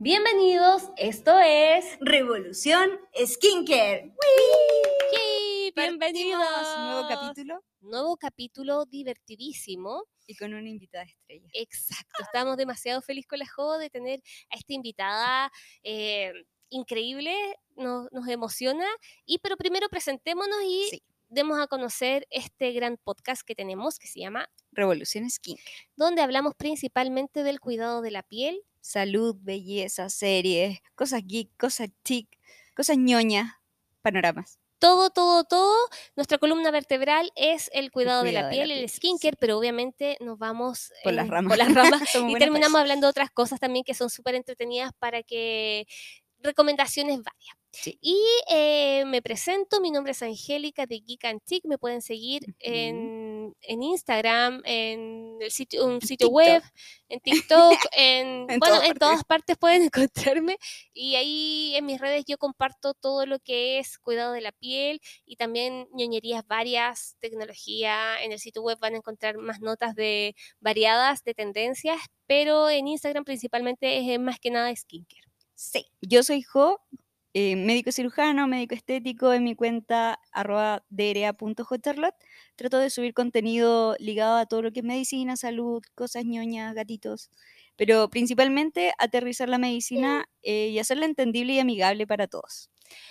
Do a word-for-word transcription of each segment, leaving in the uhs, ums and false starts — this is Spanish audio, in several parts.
Bienvenidos, esto es Revolución Skincare. ¡Yay! Bienvenidos. Partimos, nuevo capítulo. Nuevo capítulo divertidísimo. Y con una invitada estrella. Exacto, estamos demasiado felices con la Jo de tener a esta invitada eh, increíble, nos, nos emociona. Y pero primero presentémonos y Sí. demos a conocer este gran podcast que tenemos que se llama Revolución Skincare. donde hablamos principalmente del cuidado de la piel. Salud, belleza, series, cosas geek, cosas chic, cosas ñoñas, panoramas. Todo, todo, todo. Nuestra columna vertebral es el cuidado, El de la cuidado de piel, la el piel, skincare, sí. pero obviamente nos vamos Por las en- ramas. por las ramas Somos y buenas terminamos para hablando de otras cosas también que son súper entretenidas para que recomendaciones varias. Sí. Y eh, me presento, mi nombre es Angélica de Geek and Chic, me pueden seguir Ujú. en, en Instagram, en el sitio, un sitio TikTok. web, en TikTok, en, En bueno, todas en partes. todas partes pueden encontrarme. Y ahí en mis redes yo comparto todo lo que es cuidado de la piel y también ñoñerías varias, tecnología. En el sitio web van a encontrar más notas de variadas de tendencias, pero en Instagram principalmente es eh, más que nada skincare. Sí. Yo soy Jo, eh, médico cirujano, médico estético, en mi cuenta arroba dra.jcharlotte. Trato de subir contenido ligado a todo lo que es medicina, salud, cosas ñoñas, gatitos, pero principalmente aterrizar la medicina eh, y hacerla entendible y amigable para todos.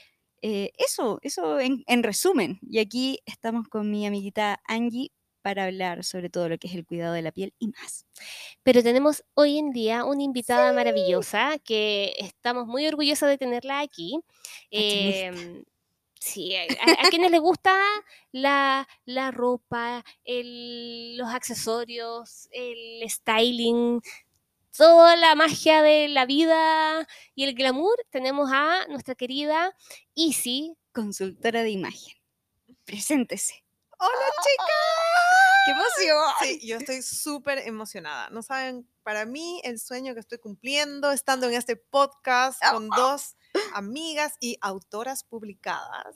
Eh, eso, eso en, en resumen. Y aquí estamos con mi amiguita Angie para hablar sobre todo lo que es el cuidado de la piel y más. Pero tenemos hoy en día una invitada maravillosa que estamos muy orgullosas de tenerla aquí. Fashionista. Eh, sí, a, a- a quienes les gusta la, la ropa, el- los accesorios, el styling, toda la magia de la vida y el glamour, tenemos a nuestra querida Isi. Consultora de imagen. Preséntese. ¡Hola, chicas! ¡Qué emoción! Sí, yo estoy súper emocionada. No saben, para mí, el sueño que estoy cumpliendo estando en este podcast con dos amigas y autoras publicadas.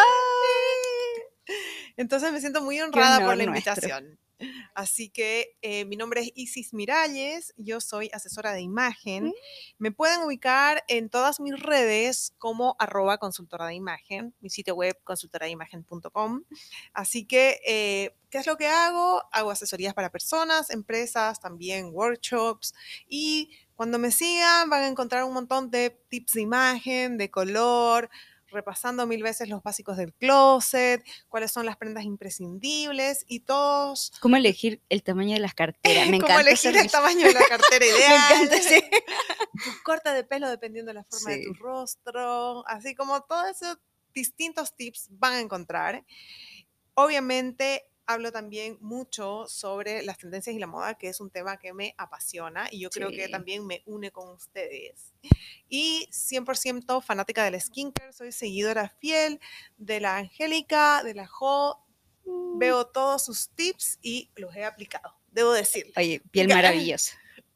¡Ay! Entonces me siento muy honrada honor por la nuestro. invitación. Así que eh, mi nombre es Isis Miralles, yo soy asesora de imagen. ¿Mm? Me pueden ubicar en todas mis redes como arroba consultora de imagen, mi sitio web consultora de imagen punto com. Así que, eh, ¿qué es lo que hago? Hago asesorías para personas, empresas, también workshops. Y cuando me sigan van a encontrar un montón de tips de imagen, de color, repasando mil veces los básicos del closet, cuáles son las prendas imprescindibles y todos... ¿Cómo elegir el tamaño de las carteras? Me Cómo encanta elegir ese el tamaño de la cartera Me ideal. encanta ese. Tu corte de pelo dependiendo de la forma Sí. de tu rostro. Así como todos esos distintos tips van a encontrar. Obviamente hablo también mucho sobre las tendencias y la moda, que es un tema que me apasiona y yo creo que Sí. también me une con ustedes. Y cien por ciento fanática del skincare, soy seguidora fiel de la Angélica, de la Jo. Veo todos sus tips y los he aplicado, debo decirle. Oye, piel maravillosa.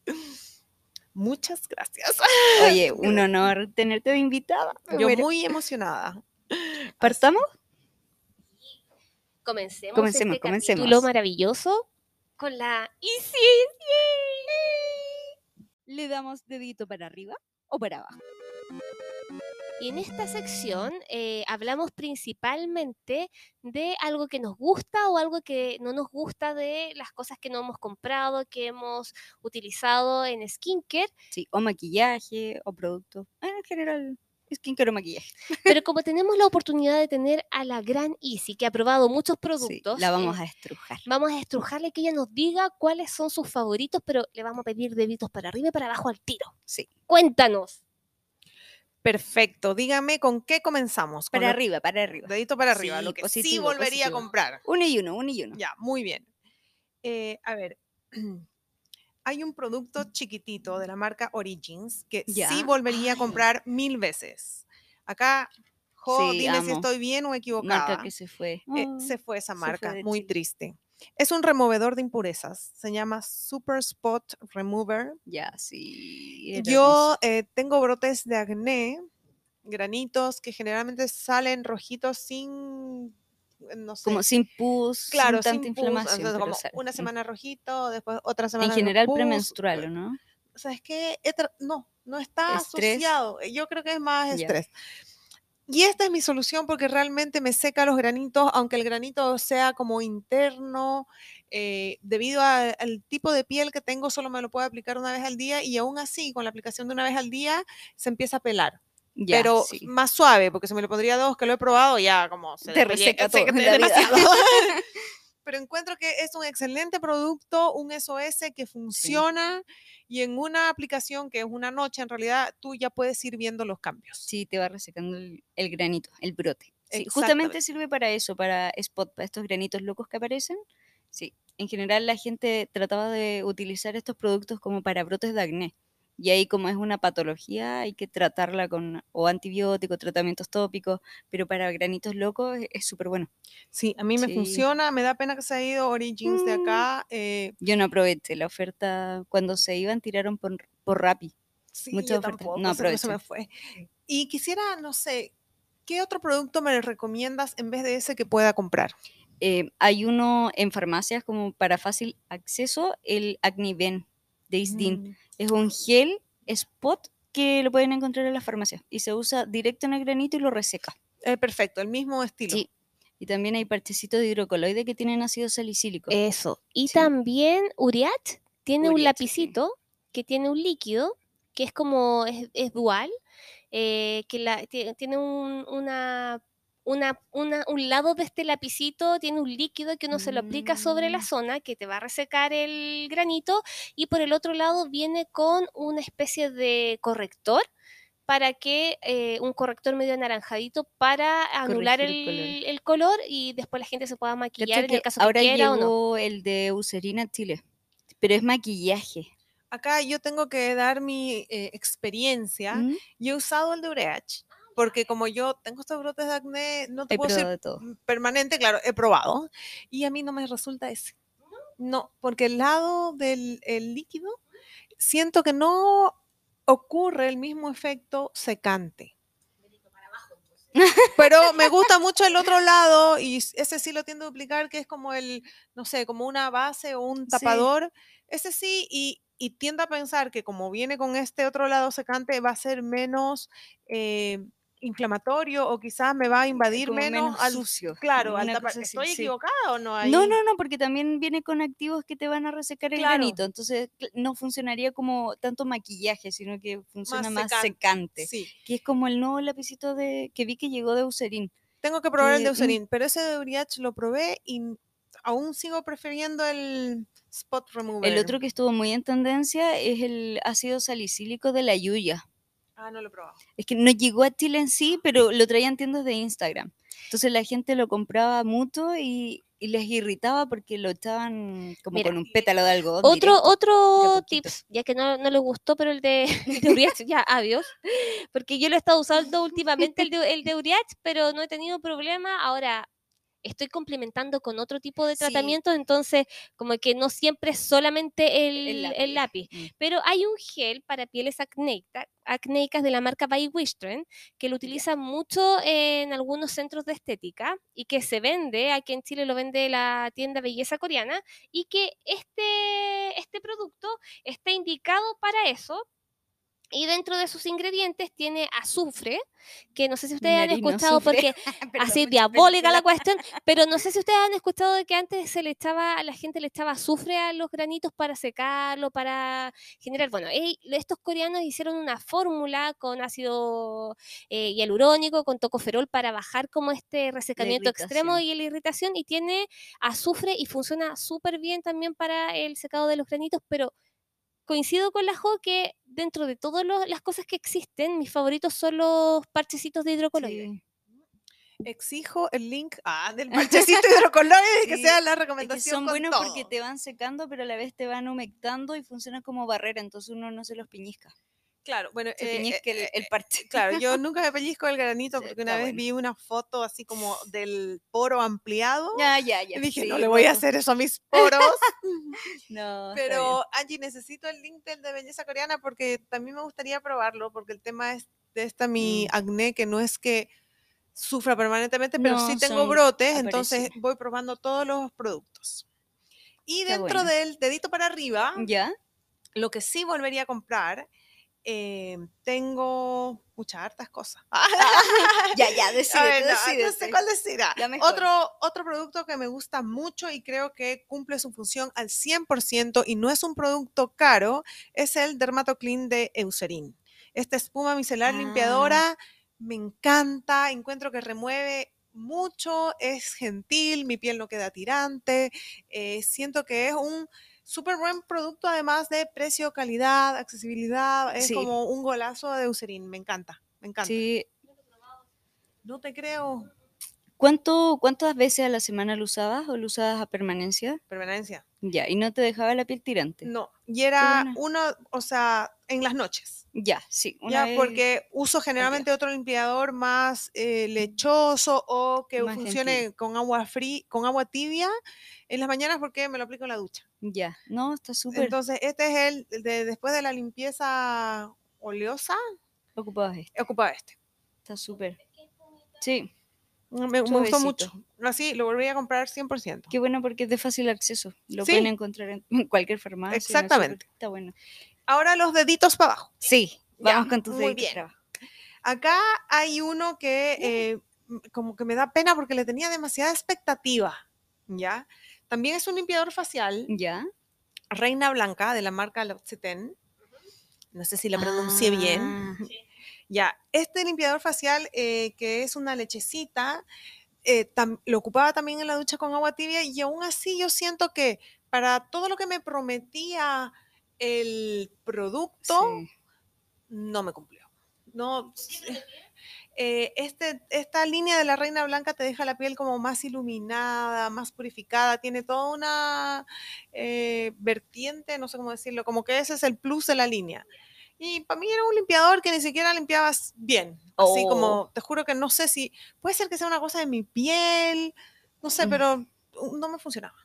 Muchas gracias. Oye, un honor tenerte de invitada. Me Yo muero. muy emocionada. ¿Partamos? Comencemos, Comencemos, este comencemos. capítulo maravilloso con la Isi. ¿Le damos dedito para arriba o para abajo? Y en esta sección eh, hablamos principalmente de algo que nos gusta o algo que no nos gusta de las cosas que no hemos comprado, que hemos utilizado en skincare. Sí, o maquillaje, o producto. En general, skincare o maquillaje. Pero como tenemos la oportunidad de tener a la gran Isi, que ha probado muchos Sí, productos, la vamos eh, a estrujar. vamos a estrujarle que ella nos diga cuáles son sus favoritos, pero le vamos a pedir deditos para arriba y para abajo al tiro. Sí, Cuéntanos. Perfecto. Dígame con qué comenzamos. ¿Con para lo- arriba, para arriba. Dedito para arriba, Sí, lo que sí positivo, volvería positivo. a comprar. Uno y uno, uno y uno. Ya, muy bien. Eh, a ver, hay un producto chiquitito de la marca Origins que Ya. sí volvería a Ay. comprar mil veces. Acá, Jo, Sí, dime si amo. estoy bien o equivocada. Marca que se fue. Eh, Oh, se fue esa se fue marca, de muy Chile. triste. Es un removedor de impurezas. Se llama Super Spot Remover. Ya, sí. era Yo hermoso. eh, tengo brotes de acné, granitos que generalmente salen rojitos sin, no sé. Como sin pus, Claro, sin tanta sin pus, inflamación. entonces, pero como sale. una Mm. semana rojito, después otra semana En con general pus. premenstrual, ¿o no? ¿Sabes qué? He tra- no, no está ¿Estrés? asociado. Yo creo que es más Ya. estrés. Y esta es mi solución porque realmente me seca los granitos, aunque el granito sea como interno, eh, debido a- al tipo de piel que tengo, solo me lo puedo aplicar una vez al día y aún así, con la aplicación de una vez al día, se empieza a pelar. Ya, Pero sí. más suave, porque si me lo pondría dos, que lo he probado, ya como se Te despegue- reseca se- todo, te- la vida. demasiado. Pero encuentro que es un excelente producto, un S O S que funciona y en una aplicación que es una noche, en realidad tú ya puedes ir viendo los cambios. Sí, te va resecando el, el granito, el brote. Sí, justamente Exactamente. sirve para eso, para spot, para estos granitos locos que aparecen. Sí, en general la gente trataba de utilizar estos productos como para brotes de acné. Y ahí como es una patología hay que tratarla con o antibióticos, tratamientos tópicos, pero para granitos locos es- es súper bueno. Sí, a mí me Sí. funciona, me da pena que se haya ido Origins de Mm. acá. eh, Yo no aproveché la oferta, cuando se iban tiraron por, por Rappi. sí, Muchas yo ofertas. tampoco, No se, me- se me aproveché. fue. Y quisiera, no sé, ¿qué otro producto me recomiendas en vez de ese que pueda comprar? Eh, hay uno en farmacias como para fácil acceso, el Acniven de Isdin. Mm, Es un gel spot que lo pueden encontrar en las farmacias y se usa directo en el granito y lo reseca. eh, perfecto, el mismo estilo. Sí. Y también hay parchecitos de hidrocoloide que tienen ácido salicílico. Eso. Y Sí. también Uriat tiene un Uriat, sí. lapicito que tiene un líquido que es como, es, es dual, eh, que la, tie- tiene un, una, una, una- un lado de este lapicito, tiene un líquido que uno se lo aplica sobre la Mm. zona, que te va a resecar el granito, y por el otro lado viene con una especie de corrector para que eh, un corrector medio anaranjadito para anular Corregir el color. el, el color y después la gente se pueda Cacha maquillar en el que caso que ahora quiera o no. llegó el de Eucerin a Chile, pero es maquillaje. Acá yo tengo que dar mi eh, experiencia. ¿Mm? Yo he usado el de Ureach, porque como yo tengo estos brotes de acné, no te He puedo probado decir de todo. mm, permanente, claro, he probado. Y a mí no me resulta ese. No, porque el lado del el líquido, siento que no ocurre el mismo efecto secante. Pero me gusta mucho el otro lado y s- ese sí lo tiendo a duplicar, que es como el, no sé, como una base o un Sí. tapador. Ese sí, y, y tiendo a pensar que como viene con este otro lado secante, va a ser menos eh, inflamatorio o quizás me va a invadir Como menos menos al, sucio. claro, al Una tapar. cosa así, ¿Estoy sí. equivocada o no ahí? No, no, no, porque también viene con activos que te van a resecar el Claro. granito. Entonces cl- no funcionaría como tanto maquillaje, sino que funciona más, secante, secante. Sí. Que es como el nuevo lapicito de que vi que llegó de Eucerin. Tengo que probar el Que, de mm, Eucerin, pero ese de Uriach lo probé y aún sigo prefiriendo el Spot Remover. El otro que estuvo muy en tendencia es el ácido salicílico de la Yuya. Ah, no lo he probado. Es que no llegó a Chile en sí, pero lo traían tiendas de Instagram. Entonces la gente lo compraba mutuo y, y les irritaba porque lo echaban como Mira, con un pétalo de algodón Otro, directo. Era otro poquito. tips, ya que no, no le gustó, pero el de, el de Uriach, ya, adiós. Porque yo lo he estado usando últimamente, el de, el de Uriach, pero no he tenido problema. Ahora estoy complementando con otro tipo de Sí. tratamiento, entonces como que no siempre es solamente el, El lápiz. el lápiz. Mm. Pero hay un gel para pieles acnéicas, acnéicas de la marca By Wishtrend que lo utilizan mucho en algunos centros de estética y que se vende, aquí en Chile lo vende la tienda Belleza Coreana, y que este, este producto está indicado para eso. Y dentro de sus ingredientes tiene azufre, que no sé si Mi ustedes han nariz no escuchado sufre. porque Perdón, así mucha diabólica la película. cuestión, pero no sé si ustedes han escuchado de que antes se le echaba, a la gente le echaba azufre a los granitos para secarlo, para generar, bueno, eh, estos coreanos hicieron una fórmula con ácido eh, hialurónico, con tocoferol para bajar como este resecamiento extremo irritación. y la irritación, y tiene azufre y funciona súper bien también para el secado de los granitos, pero coincido con la Jo que dentro de todas lo- las cosas que existen, mis favoritos son los parchecitos de hidrocoloide. Sí. Exijo el link ah, del parchecito hidrocoloide que Sí, sea la Es que recomendación son con buenos todo. porque te van secando, pero a la vez te van humectando y funcionan como barrera, entonces uno no se los piñisca. Claro, bueno, Se eh, piñisca el, eh, el eh, parche. claro, yo nunca me pellizco el granito Sí, porque una está vez bueno. vi una foto así como del poro ampliado Ya, ya, ya. y dije, sí, no le voy a roto. hacer eso a mis poros. No, está bien. Pero Angie, necesito el link del de belleza coreana porque también me gustaría probarlo porque el tema es de esta mi Mm. acné que no es que sufra permanentemente, pero No, sí tengo son- brotes, aparece. entonces voy probando todos los productos. Y Está dentro bueno. del dedito para arriba, ¿Ya? lo que sí volvería a comprar eh, tengo muchas hartas cosas. Ya, ya, A decídete, ver, no, no decídete. sé cuál decir. Ah, La mejor. Otro, otro producto que me gusta mucho y creo que cumple su función al cien por ciento y no es un producto caro, es el Dermatoclean de Eucerin. Esta espuma micelar Ah. limpiadora me encanta, encuentro que remueve mucho, es gentil, mi piel no queda tirante, eh, siento que es un súper buen producto, además de precio, calidad, accesibilidad, es Sí. como un golazo de Eucerin, me encanta, me encanta. Sí. No te creo. ¿Cuánto, ¿Cuántas veces a la semana lo usabas o lo usabas a permanencia? Permanencia. Ya, y no te dejaba la piel tirante. No, y era buena. uno, o sea, en las noches. Ya, sí, una Ya, vez porque uso generalmente otro limpiador más eh, lechoso o que Más funcione gentil. con agua fría, con agua tibia en las mañanas porque me lo aplico en la ducha. Ya, no, está súper. Entonces, este es el de después de la limpieza oleosa, Ocupabas este. ocupaba este. Está súper. Sí, Me, me gustó suavecito. mucho. Así lo volví a comprar cien por ciento. Qué bueno porque es de fácil acceso. Lo Sí. pueden encontrar en en cualquier farmacia. en el Exactamente. súper. Está bueno. Ahora los deditos para abajo. Sí, vamos Ya, con tus muy deditos bien. para abajo. Acá hay uno que eh, m- como que me da pena porque le tenía demasiada expectativa, ¿ya? También es un limpiador facial, ¿Ya? Reina Blanca, de la marca L'Occitane. No sé si la pronuncié bien. Ah, Ya, este limpiador facial, eh, que es una lechecita, eh, tam- lo ocupaba también en la ducha con agua tibia y aún así yo siento que para todo lo que me prometía el producto, sí. no me cumplió. No, eh, este, esta línea de la Reina Blanca te deja la piel como más iluminada, más purificada, tiene toda una eh, vertiente, no sé cómo decirlo, como que ese es el plus de la línea. Y para mí era un limpiador que ni siquiera limpiabas bien. Así Oh. como, te juro que no sé si, puede ser que sea una cosa de mi piel, no sé, Mm. pero no me funcionaba.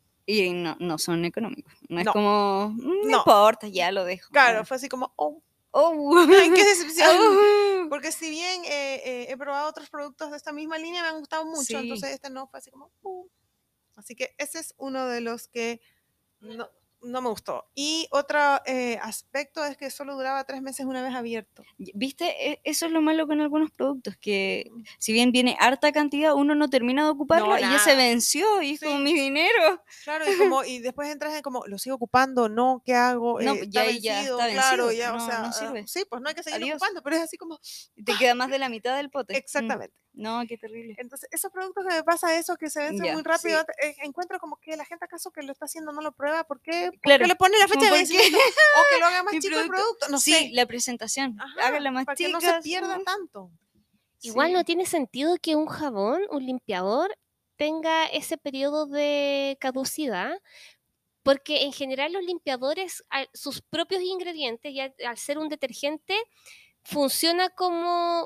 Y no, no son económicos. No es No. como, "Mm, no, No. importa, ya lo dejo". Claro, Ah. fue así como, oh, Oh. ay, qué decepción. Oh. Porque si bien eh, eh, he probado otros productos de esta misma línea, me han gustado mucho, Sí. entonces este no fue así como, uh. Así que ese es uno de los que no, no me gustó. Y otro eh, aspecto es que solo duraba tres meses una vez abierto. ¿Viste? E- Eso es lo malo con algunos productos, que si bien viene harta cantidad, uno no termina de ocuparlo No, y ya se nada. venció y es como Sí. mi dinero. Claro, y como y después entras en como, ¿lo sigo ocupando? No, ¿qué hago? No, Eh, pues está ya ahí ya vencido, está claro, vencido, ya, o no- sea, no ah, sirve. sí, pues no hay que seguirlo Adiós. ocupando, pero es así como, Y te queda más de la mitad del pote. Mm. exactamente. No, qué terrible. Entonces, esos productos que me pasa eso, que se vencen Ya, muy rápido, sí. eh, encuentro como que la gente acaso que lo está haciendo no lo prueba. ¿Por qué? ¿Por Claro, qué le pone la como, fecha de ¿por qué? vencimiento? O que lo haga más Mi chico el producto. producto, no Sí, sé. la presentación. Ajá, Hágala más para que chica. no se pierda así. tanto. Igual Sí. no tiene sentido que un jabón, un limpiador, tenga ese periodo de caducidad, porque en general los limpiadores, al- sus propios ingredientes, ya al ser un detergente, funciona como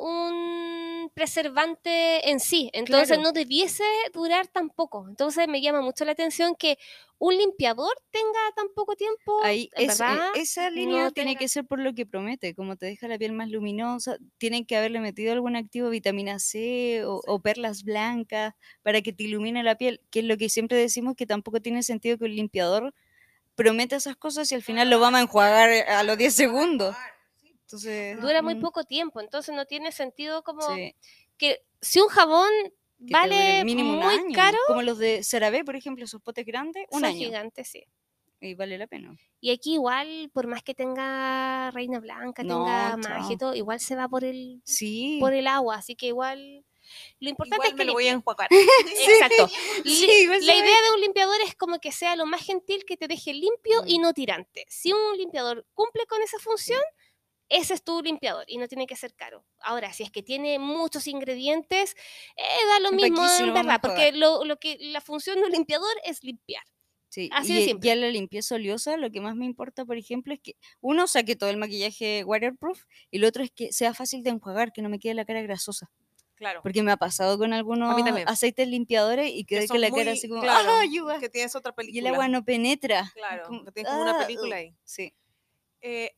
un preservante en sí, entonces Claro. no debiese durar tan poco. Entonces me llama mucho la atención que un limpiador tenga tan poco tiempo, Ahí, en es, eh, verdad. esa línea no tiene tenga- que ser por lo que promete, como te deja la piel más luminosa, tienen que haberle metido algún activo, vitamina C o, o perlas blancas, para que te ilumine la piel, que es lo que siempre decimos, que tampoco tiene sentido que un limpiador prometa esas cosas y al final lo vamos a enjuagar a los diez segundos. Entonces, Dura muy mm, poco tiempo, entonces no tiene sentido como sí, que si un jabón que te dure vale mínimo un muy año, caro, como los de CeraVe, por ejemplo, esos potes grandes, un son año, gigantes, sí. y vale la pena. Y aquí igual, por más que tenga Reina Blanca, No, tenga chao. magia y todo, igual se va por el, Sí. por el agua, así que igual lo importante Igual es que me lo voy a limpie. enjuagar. Exacto. Sí, Li- igual la se ve. idea de un limpiador es como que sea lo más gentil, que te deje limpio y Mm. no tirante. Si un limpiador cumple con esa función, ese es tu limpiador y no tiene que ser caro. Ahora, si es que tiene muchos ingredientes, eh, da lo ¿Pa' mismo qué si en lo vamos a verdad, porque enjuagar? lo, lo que la función de un limpiador es limpiar. Sí, Así y de eh, simple. ya la limpieza oleosa, lo que más me importa, por ejemplo, es que uno saque todo el maquillaje waterproof y lo otro es que sea fácil de enjuagar, que no me quede la cara grasosa. Claro. Porque me ha pasado con A mí algunos también. aceites limpiadores y Que quedé son con la muy, cara así como, claro, ¡ah, ayuda! que tienes otra Y película. el agua no penetra. Claro, Como, que tienes como una "Ah, película uh". ahí. Sí. Eh,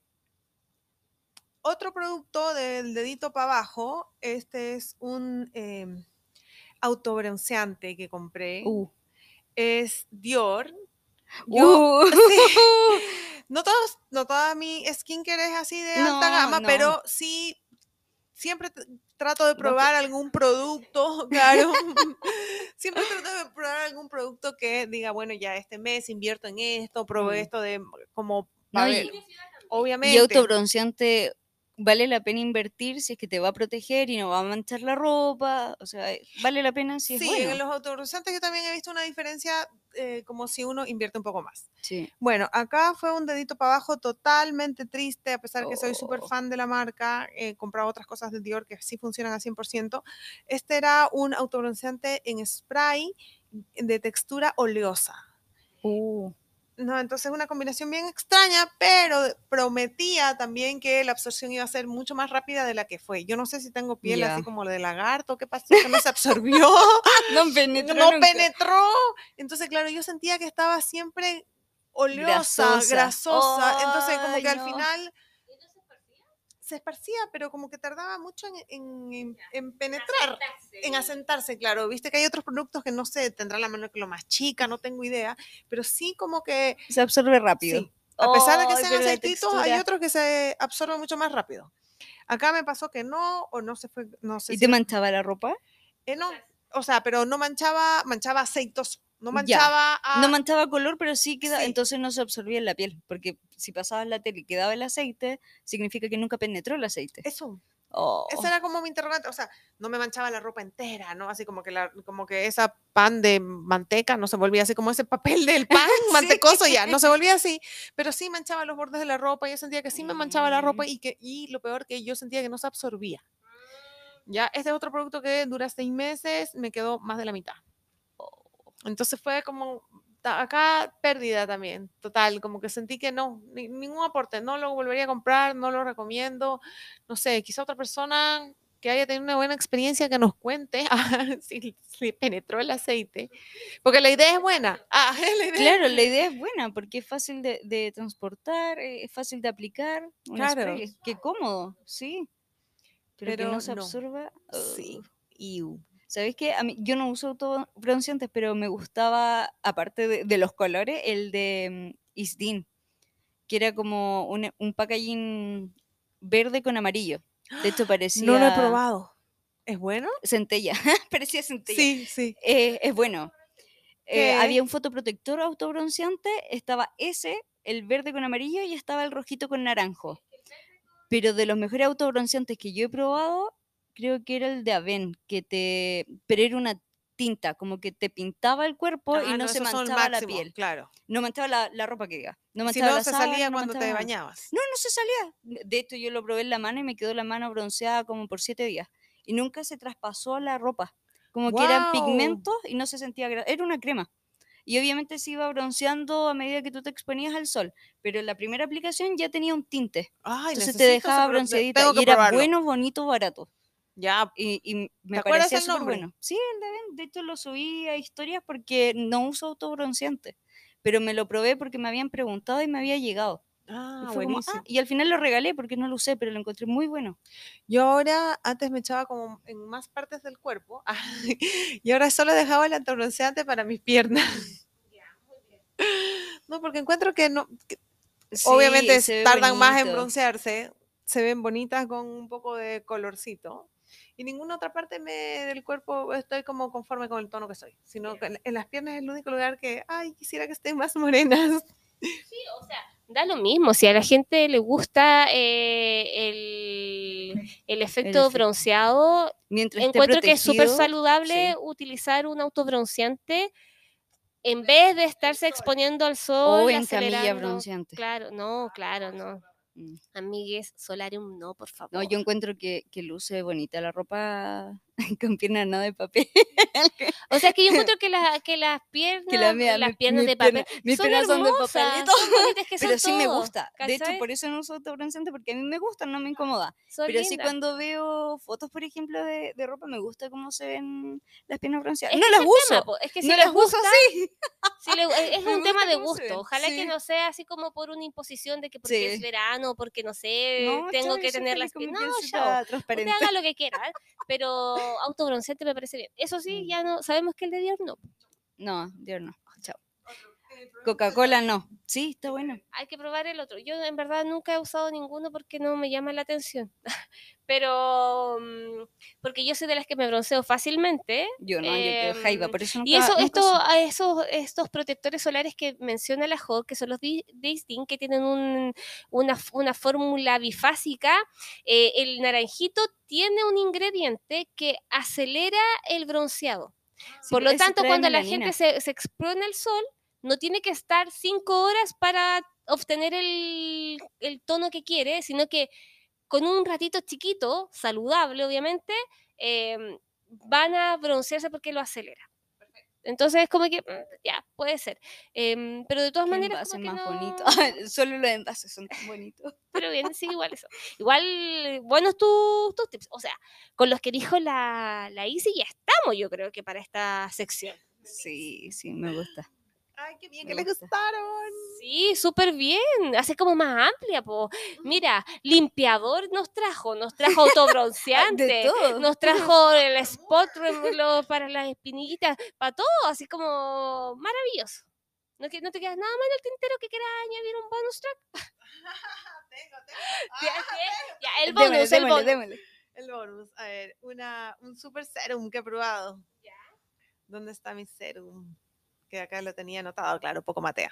otro producto del dedito para abajo, este es un eh, autobronceante que compré. Uh. Es Dior. Yo, Uh. sí, No todos, no toda mi skincare es así de No, alta gama, no. pero sí siempre t- trato de probar algún producto, claro. Siempre trato de probar algún producto que diga, bueno, ya este mes invierto en esto, probé Mm. esto de como No, pa' y, ver, y obviamente. autobronceante vale la pena invertir si es que te va a proteger y no va a manchar la ropa. O sea, vale la pena si es Sí, bueno. en los autobronceantes yo también he visto una diferencia eh, como si uno invierte un poco más. Sí. Bueno, acá fue un dedito para abajo totalmente triste, a pesar que soy súper Oh. fan de la marca, he comprado otras cosas de Dior que sí funcionan al cien por ciento. Este era un autobronceante en spray de textura oleosa. Uh. No, entonces una combinación bien extraña, pero prometía también que la absorción iba a ser mucho más rápida de la que fue. Yo no sé si tengo piel Ya. así como la de lagarto, ¿qué pasó? Que no se absorbió. No penetró no nunca. penetró. Entonces, claro, yo sentía que estaba siempre oleosa, Grasosa. grasosa. Entonces, como Ay, que al no. final se esparcía, pero como que tardaba mucho en, en- en- en penetrar, en asentarse, claro. Viste que hay otros productos que no sé, tendrá la mano que lo más chica, no tengo idea, pero sí como que, Se absorbe rápido. sí, a pesar de que Ay, sean pero la aceititos, hay textura. otros que se absorben mucho más rápido. Acá me pasó que no, o no se fue, no sé ¿Y si te no- manchaba la ropa? eh, no, o sea, pero no manchaba, manchaba aceitoso, no Ya. manchaba a... No manchaba color, pero sí queda, Sí. entonces no se absorbía en la piel, porque si pasabas la tele y quedaba el aceite, significa que nunca penetró el aceite. Eso, Oh. esa era como mi interrogante, o sea, no me manchaba la ropa entera, ¿no? Así como que, la, como que esa pan de manteca no se volvía así como ese papel del pan Sí. mantecoso ya, no se volvía así, pero sí manchaba los bordes de la ropa, yo sentía que sí me manchaba la ropa Mm. y, que, y lo peor que yo sentía que no se absorbía. Ya, este es otro producto que dura seis meses, me quedó más de la mitad. Entonces fue como, ta- acá pérdida también, total, como que sentí que no, ni- ningún aporte, no lo volvería a comprar, no lo recomiendo, no sé, quizá otra persona que haya tenido una buena experiencia que nos cuente ah, si, si penetró el aceite, porque la idea es buena. Ah, la idea- Claro, la idea es buena porque es fácil de, de transportar, eh, es fácil de aplicar, un Claro. spray, qué cómodo, sí. Pero, que Pero no se no. absorba. Sí. ugh. ¿Sabéis qué? A mí, yo no uso autobronceantes, pero me gustaba, aparte de, de los colores, el de mm, Isdin, que era como un, un packaging verde con amarillo. De hecho, parecía No lo he probado. ¿Es bueno? centella. Parecía centella. Sí, sí. Eh, es bueno. Eh, ¿Qué? había un fotoprotector autobronceante, estaba ese, el verde con amarillo, y estaba el rojito con naranjo. Pero de los mejores autobronceantes que yo he probado, creo que era el de Aven, que te, pero era una tinta, como que te pintaba el cuerpo Ah, y no, no, se esos son el manchaba la máximo, piel. claro. No manchaba la, la ropa que diga. No Si manchaba no, la se sábana, salía no cuando manchaba te nada. bañabas. No, no se salía. De hecho, yo lo probé en la mano y me quedó la mano bronceada como por siete días. Y nunca se traspasó la ropa. Como que eran ¡Guau! pigmentos y no se sentía... gra- Era una crema. Y obviamente se iba bronceando a medida que tú te exponías al sol. Pero en la primera aplicación ya tenía un tinte. Ay, Entonces te necesito ese dejaba pro- de- bronceadita. Tengo Y que era probarlo. bueno, bonito, barato. Ya. Y, y ¿Te me acuerdas parecía el súper nombre? bueno. Sí, el de Ben. De hecho, lo subí a historias porque no uso autobronceante. Pero me lo probé porque me habían preguntado y me había llegado. Ah, Y fue como, ah, buenísimo. y al final lo regalé porque no lo usé, pero lo encontré muy bueno. Yo ahora, antes me echaba como en más partes del cuerpo, y ahora solo dejaba el antibronceante para mis piernas. No, porque encuentro que no, que Sí, obviamente se ve tardan más en bonito. broncearse, se ven bonitas con un poco de colorcito. Y ninguna otra parte me, del cuerpo estoy como conforme con el tono que soy, sino que en, en las piernas es el único lugar que, ay, quisiera que estén más morenas. Sí, o sea, da lo mismo. Si a la gente le gusta eh, el, el efecto efecto. bronceado, Mientras esté encuentro que es súper protegido, saludable sí. utilizar un autobronceante en vez de estarse exponiendo al sol, O en camilla acelerando. bronceante. Claro, no, claro, no. Mm. Amigues, solarium no, por favor. No, yo encuentro que, que luce bonita la ropa con piernas no de papel. O sea, es que yo encuentro que, la, que las piernas, Que la mía, las mi- piernas mis de papel piernas- mis son piernas son de hermosas, papelito. son bonitas que Pero son sí me todos, gusta. De hecho, ¿cachai? por eso no uso autobronceante, porque a mí me gustan, no me incomoda. Son Pero sí lindas. cuando veo fotos, por ejemplo, de, de ropa, me gusta cómo se ven las piernas bronceadas. Es No que las ese es el uso. tema, po, es que si no les las uso gusta, así. si le- es Me un tema gusta de cómo se gusto. ven, Ojalá que sí. no sea así como por una imposición de que porque Sí. es verano, porque no sé, No, tengo chao, yo que soy tener feliz las con mi piernas. No, pielcita chao. Usted transparente. haga lo que quiera, ¿eh? Pero autobronceante me parece bien. Eso sí, Mm. ya no sabemos que el de Dior no. No, Dios no. Chao. Coca-Cola no. Sí, está bueno. Hay que probar el otro. Yo en verdad nunca he usado ninguno porque no me llama la atención. Pero mm, porque yo soy de las que me bronceo fácilmente. Yo no, yo quedo em, jaiba, por eso nunca, y eso, nunca esto, usé. a esos, estos protectores solares que menciona la J O, que son los Di- Distin, que tienen un- una, f- una fórmula bifásica, eh, el naranjito tiene un ingrediente que acelera el bronceado. Sí, Por lo ese tanto, trae cuando la melanina. gente se, se expone al sol, no tiene que estar cinco horas para obtener el, el tono que quiere, sino que con un ratito chiquito, saludable obviamente, eh, van a broncearse porque lo acelera. Entonces, como que, mm, ya, puede ser. Em, pero de todas Qué maneras, envase como que más no... bonito. Solo los envases son tan bonitos. Pero bien, sí, igual eso. Igual, buenos tus, tus tips. O sea, con los que dijo la, la Isi ya estamos, yo creo que para esta sección. Sí, sí, me gusta. Ay, qué bien Me que le gusta. gustaron. Sí, súper bien. Hace como más amplia, po. Mira, limpiador nos trajo, nos trajo De autobronceante, todo. nos trajo el spot rem- lo- para las espinillitas, para todo, así como maravilloso. ¿No, que- no te quedas nada más en el tintero que quieras añadir un bonus track? Tengo, tengo. Ya, Ah, sí, ya, el Démosle, bonus, el démosle, bonus. démosle. el bonus. A ver, una, un super serum que he probado. ¿Dónde está mi serum? Que acá lo tenía anotado, claro, poco matea.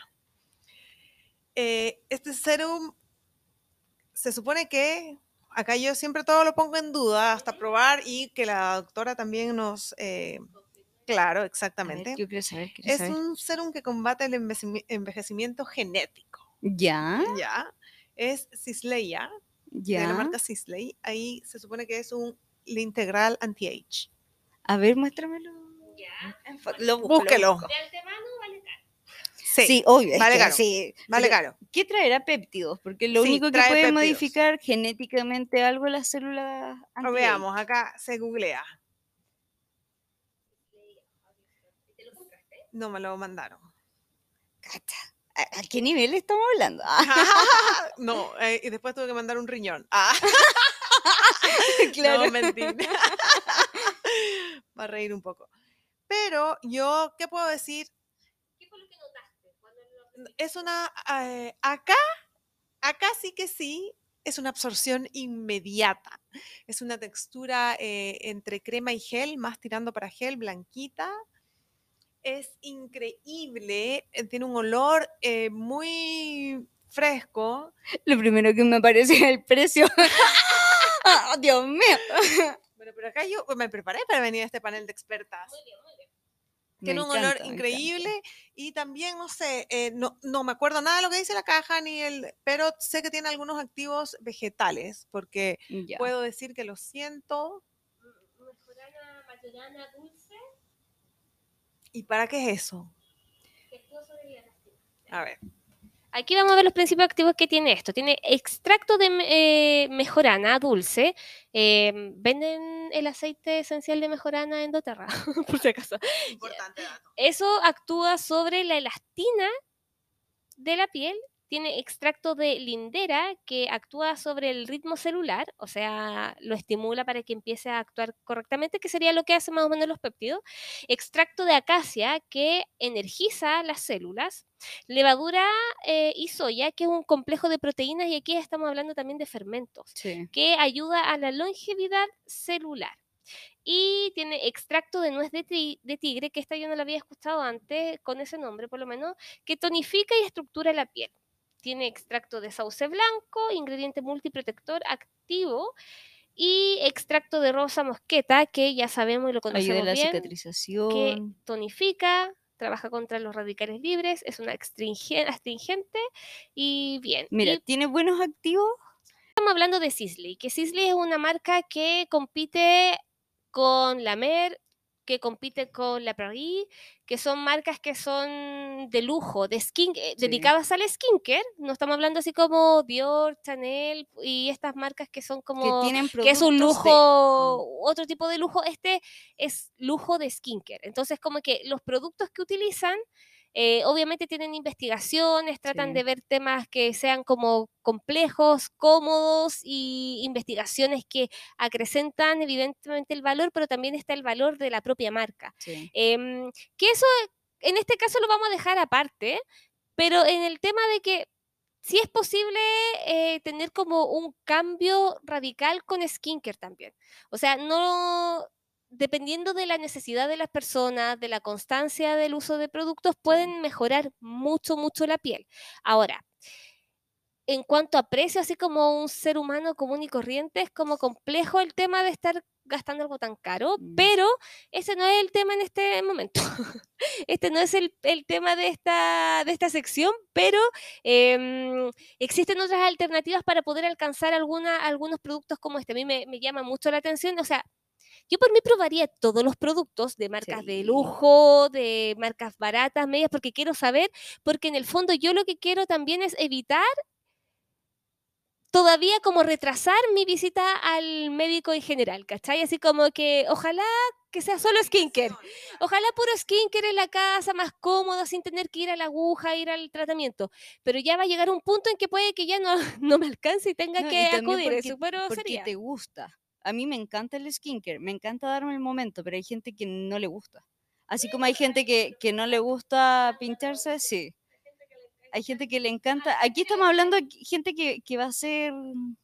Eh, este serum se supone que acá yo siempre todo lo pongo en duda hasta probar y que la doctora también nos... eh, claro, A ver, exactamente. yo quiero saber, quiero Es saber. un serum que combate el envejeci- envejecimiento genético. ¿Ya? ¿Ya? Es Cisleya, de la ¿Ya? marca Cisley. Ahí se supone que es un integral anti-age. A ver, muéstramelo. Ya. En fo- Lo busco, Búsquelo. lo busco. De antemano vale caro. Sí, Sí, obvio. es vale que caro, sí, vale pero caro. ¿qué traerá péptidos? Porque lo Sí, único que trae puede péptidos. modificar genéticamente algo es las células O anti veamos, acá se googlea. ¿Te lo compraste? No me lo mandaron. ¿A, a qué nivel estamos hablando? Ah, No, eh, y después tuve que mandar un riñón. Ah, claro. no, mentira. Va a reír un poco. Pero yo, ¿qué puedo decir? ¿Qué fue lo que notaste cuando lo Es una, eh, acá, acá sí que sí, es una absorción inmediata. Es una textura eh, entre crema y gel, más tirando para gel, blanquita. Es increíble, eh, tiene un olor eh, muy fresco. Lo primero que me aparece es el precio. ¡Ah, Dios mío! Bueno, pero acá yo me preparé para venir a este panel de expertas. Muy bien, muy bien. Tiene Me un encanta, olor me increíble y también, no sé, eh, no, no me acuerdo nada de lo que dice la caja, ni el, pero sé que tiene algunos activos vegetales, porque encanta. Ya. puedo decir que lo siento. Mejorana, mayorana, dulce, ¿Y para qué es eso? que actúa sobre la elastina. A ver. Aquí vamos a ver los principios activos que tiene esto. Tiene extracto de eh, mejorana dulce. Eh, venden el aceite esencial de mejorana en doTERRA, por si acaso. Importante dato. Eso actúa sobre la elastina de la piel. Tiene extracto de lindera que actúa sobre el ritmo celular, o sea, lo estimula para que empiece a actuar correctamente, que sería lo que hacen más o menos los péptidos. Extracto de acacia que energiza las células. Levadura eh, y soya, que es un complejo de proteínas, y aquí estamos hablando también de fermentos, Sí. que ayuda a la longevidad celular. Y tiene extracto de nuez de, ti- de tigre, que esta yo no la había escuchado antes, con ese nombre por lo menos, que tonifica y estructura la piel. Tiene extracto de sauce blanco, ingrediente multiprotector activo, y extracto de rosa mosqueta, que ya sabemos y lo Ayuda a conocemos la bien, que cicatrización. tonifica, trabaja contra los radicales libres, es una astringen- astringente y bien. Mira, Y tiene buenos activos. estamos hablando de Sisley, que Sisley es una marca que compite con la Mer, que compite con la Prairie, que son marcas que son de lujo, de skin, eh, Sí. dedicadas al skincare. No estamos hablando así como Dior, Chanel y estas marcas que son Que como tienen que es un productos de- lujo, otro tipo de lujo. Este es lujo de skincare. Entonces, como que los productos que utilizan, eh, obviamente tienen investigaciones, tratan Sí. de ver temas que sean como complejos, cómodos, y investigaciones que acrecentan evidentemente el valor, pero también está el valor de la propia marca. Sí. Em, que eso en este caso lo vamos a dejar aparte, pero en el tema de que sí es posible eh, tener como un cambio radical con skincare también. O sea, no, dependiendo de la necesidad de las personas, de la constancia del uso de productos, pueden mejorar mucho, mucho la piel. Ahora, en cuanto a precio, así como un ser humano común y corriente, es como complejo el tema de estar gastando algo tan caro, Mm. pero ese no es el tema en este momento. Este no es el, el tema de esta, de esta sección, pero em, existen otras alternativas para poder alcanzar alguna, algunos productos como este. A mí me, me llama mucho la atención, o sea, yo por mí probaría todos los productos de marcas de Sí. lujo, de marcas baratas, medias, porque quiero saber, porque en el fondo yo lo que quiero también es evitar todavía como retrasar mi visita al médico en general, ¿cachai? Así como que ojalá que sea solo skincare. Ojalá puro skincare en la casa, más cómodo, sin tener que ir a la aguja, ir al tratamiento. Pero ya va a llegar un punto en que puede que ya no, no me alcance y tenga No, que y también acudir a porque, eso, pero porque sería. te gusta. A mí me encanta el skincare, me encanta darme el momento, pero hay gente que no le gusta. Así como hay gente que, que no le gusta pincharse, sí. Hay gente que le encanta. Aquí estamos hablando de gente que, que va a ser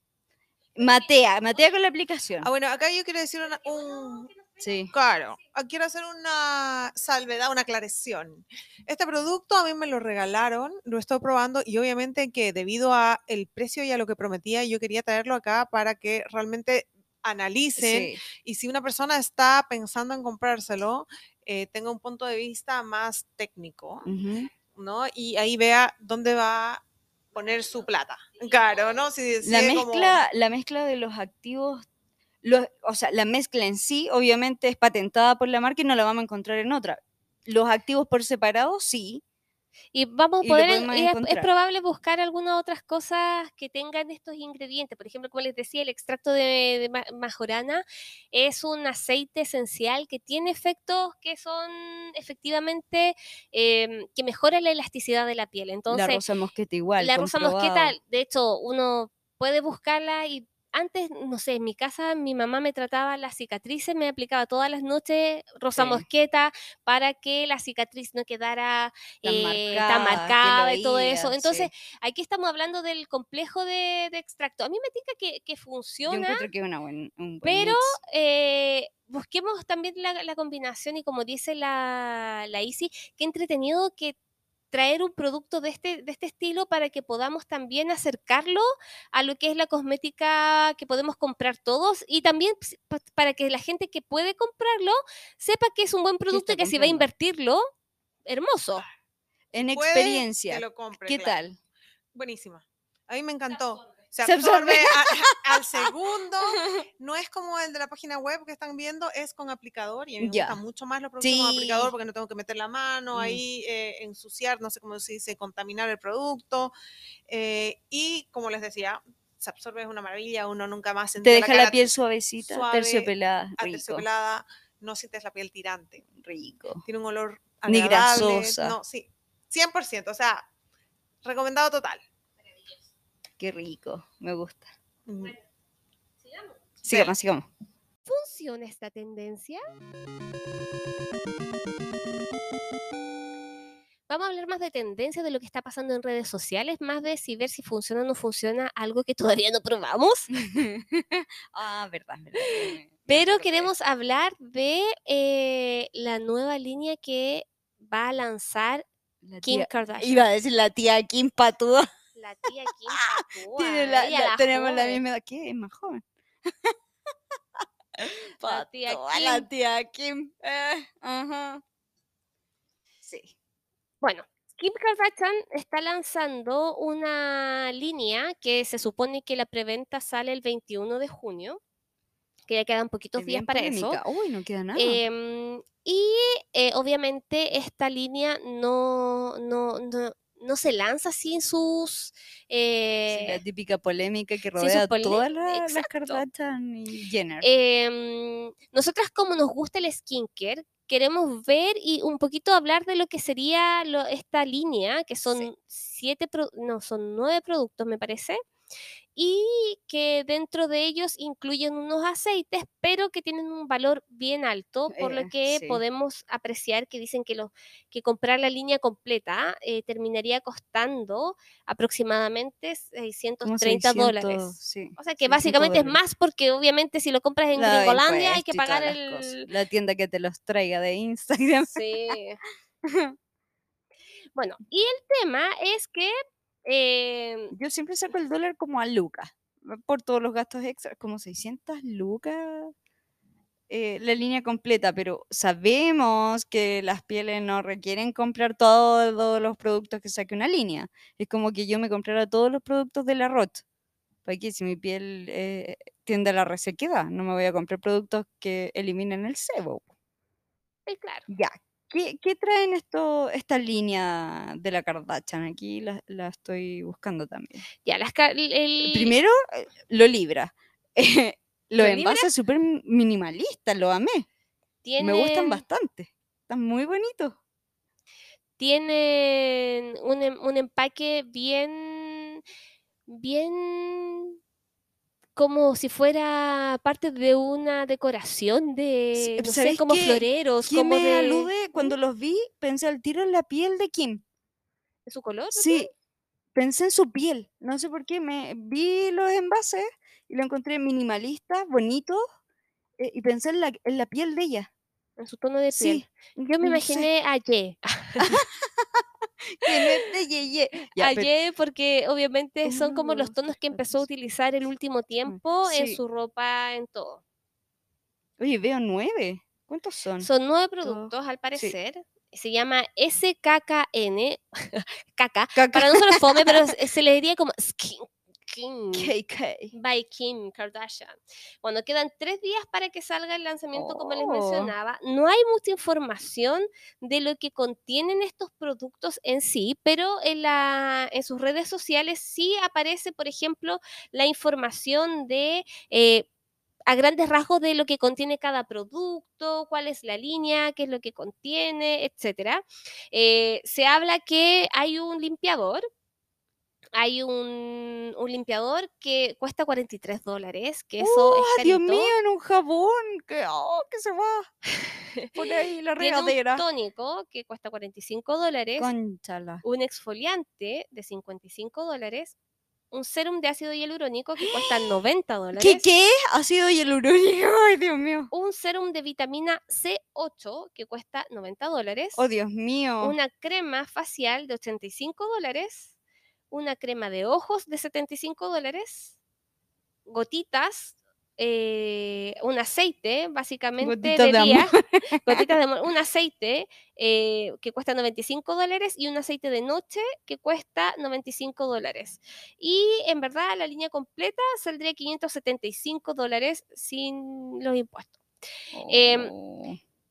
matea, matea con la aplicación. Ah, bueno, acá yo quiero decir una, un... Sí. Claro, ah, quiero hacer una salvedad, una aclaración. Este producto a mí me lo regalaron, lo estoy probando y obviamente que debido a el precio y a lo que prometía, yo quería traerlo acá para que realmente analicen Sí. y si una persona está pensando en comprárselo, eh, tenga un punto de vista más técnico, Ujú. ¿no? Y ahí vea dónde va a poner su plata. Claro, ¿no? Si La decide como... mezcla, la mezcla de los activos, los, o sea, la mezcla en sí obviamente es patentada por la marca y no la vamos a encontrar en otra. Los activos por separado, sí, Y vamos a y lo poder, podemos y es, es encontrar. probable buscar algunas otras cosas que tengan estos ingredientes. Por ejemplo, como les decía, el extracto de, de ma- majorana es un aceite esencial que tiene efectos que son efectivamente em, que mejoran la elasticidad de la piel. La Entonces, rosa mosqueta igual, la rosa mosqueta, comprobado. de hecho, uno puede buscarla y antes, no sé, en mi casa mi mamá me trataba las cicatrices, me aplicaba todas las noches rosa Sí. mosqueta para que la cicatriz no quedara Tan eh, tan marcada, que lo marcada y todo eso. veía, Entonces, sí. aquí estamos hablando del complejo de, de extracto. A mí me tinca que, que Yo funciona, encuentro que es una buen, un buen pero mix. eh, busquemos también la, la combinación y como dice la, la Isi, qué entretenido que traer un producto de este, de este estilo para que podamos también acercarlo a lo que es la cosmética que podemos comprar todos y también ps- pa- para que la gente que puede comprarlo sepa que es un buen ¿Qué producto está y que si va a comprando? invertirlo, hermoso. Si En puede, que experiencia, lo compre, ¿qué claro. tal? Buenísima. A mí me encantó. Se Se absorbe. absorbe a- al segundo. No es como el de la página web que están viendo, es con aplicador. Y a mí me Ya. gustan mucho más los productos con Sí. aplicador porque no tengo que meter la mano Mm. ahí, eh, ensuciar, no sé cómo se dice, contaminar el producto. Eh, y como les decía, se absorbe, es una maravilla. Uno nunca más Te sentía deja la la cara piel suavecita, suave, terciopelada, rico, aterciopelada. No sientes la piel tirante. rico. Tiene un olor Ni agradable. grasosa. No, sí, cien por ciento. O sea, recomendado total. Qué rico, me gusta. Mm. Sigamos, sigamos. ¿Funciona esta tendencia? Vamos a hablar más de tendencias, de lo que está pasando en redes sociales, más de si ver si funciona o no funciona algo que todavía no probamos. Ah, verdad, verdad. ya me- me Pero acordé. queremos hablar de eh, la nueva línea que va a lanzar La Kim tía, Kardashian. iba a decir la tía Kim Patúa. La tía Kim Patúa, Tiene la, ella la- la tenemos la joven. misma edad. ¿Qué? Es más joven. La tía Patúa, Kim. la tía Kim. Eh, ajá. Sí. Bueno, Kim Kardashian está lanzando una línea que se supone que la preventa sale el veintiuno de junio, que ya quedan poquitos Es días bien para eso. polémica. Uy, no queda nada. Em, y eh, obviamente esta línea no, no, no, no se lanza sin sus... Sí, la eh, típica polémica que sin sus rodea a pole- todas la- las Exacto. Kardashian y Jenner. Em, nosotras como nos gusta el skincare, queremos ver y un poquito hablar de lo que sería lo- esta línea, que son Sí. siete, pro- no, son nueve productos me parece, y que dentro de ellos incluyen unos aceites, pero que tienen un valor bien alto, por lo Eh, que sí. podemos apreciar que dicen que, lo, que comprar la línea completa eh, terminaría costando aproximadamente seiscientos Como treinta seiscientos, dólares. sí, O sea que seiscientos básicamente es dólares. más porque obviamente si lo compras en La Gringolandia hay que impuesto y pagar todas las cosas. el... La tienda que te los traiga de Instagram. Sí. Bueno, y el tema es que... eh, Yo siempre saco el dólar como a lucas, por todos los gastos extras, como seiscientas lucas eh, la línea completa, pero sabemos que las pieles no requieren comprar todos los productos que saque una línea. Es como que yo me comprara todos los productos de la Roth. ¿Para qué? Si mi piel eh, tiende a la resequedad, no me voy a comprar productos que eliminen el sebo. eh, claro, Ya. ¿Qué, qué traen esto, esta línea de la Kardashian? Aquí la, la estoy buscando también. ya, las, ca- el, el- Primero, eh, lo libra. Los ¿Lo Libra? envases súper minimalistas, lo amé. Me gustan tienen, bastante. Están muy bonitos. tienen un, em- un empaque bien, bien como si fuera parte de una decoración S- de, no sé, ¿Sabéis como qué, floreros, qué como me de... alude? ¿Mm? Cuando los vi, pensé al tiro en la piel de Kim. ¿De su color? ¿No Sí, pensé en su piel. No sé por qué. Me vi los envases y lo encontré minimalista, bonito, eh, y pensé en la, en la piel de ella. En su tono de piel. Sí, Yo me no sé. imaginé a Ye. Que no es de Yeye. Ya, A pero. Ye porque obviamente son Uno, como los dos, tonos tres, que cuatro, empezó a cinco. utilizar el último nueve. tiempo en Sí. su ropa, en todo. Oye, veo nueve. ¿Cuántos son? Son nueve Dos. productos al Sí. parecer. Se llama S K K N, caca. Caca. Para nosotros fome, pero se se le diría como Skin, Skin K K. by Kim Kardashian. Bueno, quedan tres días para que salga el lanzamiento, como les Oh. mencionaba. No hay mucha información de lo que contienen estos productos en sí, pero en, la, en sus redes sociales sí aparece, por ejemplo, la información de... eh, a grandes rasgos de lo que contiene cada producto, cuál es la línea, qué es lo que contiene, etcétera. Eh, se habla que hay un limpiador, hay un, un limpiador que cuesta cuarenta y tres dólares, que eso es ¡Oh, Dios mío! carito. En un jabón. Que, oh, que se va por ahí la Tiene un regadera. tónico que cuesta cuarenta y cinco dólares, Cónchala. un exfoliante de cincuenta y cinco dólares, un serum de ácido hialurónico que cuesta noventa ¿Qué, dólares. qué? Ácido hialurónico. Ay, Dios mío. Un serum de vitamina C ocho que cuesta noventa dólares. Oh, Dios mío. Una crema facial de ochenta y cinco dólares. Una crema de ojos de setenta y cinco dólares. Gotitas. eh, un aceite, básicamente Gotitas de de día. amor. Gotitas de amor. Un aceite eh, que cuesta noventa y cinco dólares y un aceite de noche que cuesta noventa y cinco dólares. Y en verdad la línea completa saldría quinientos setenta y cinco dólares sin los impuestos. Em, Oh.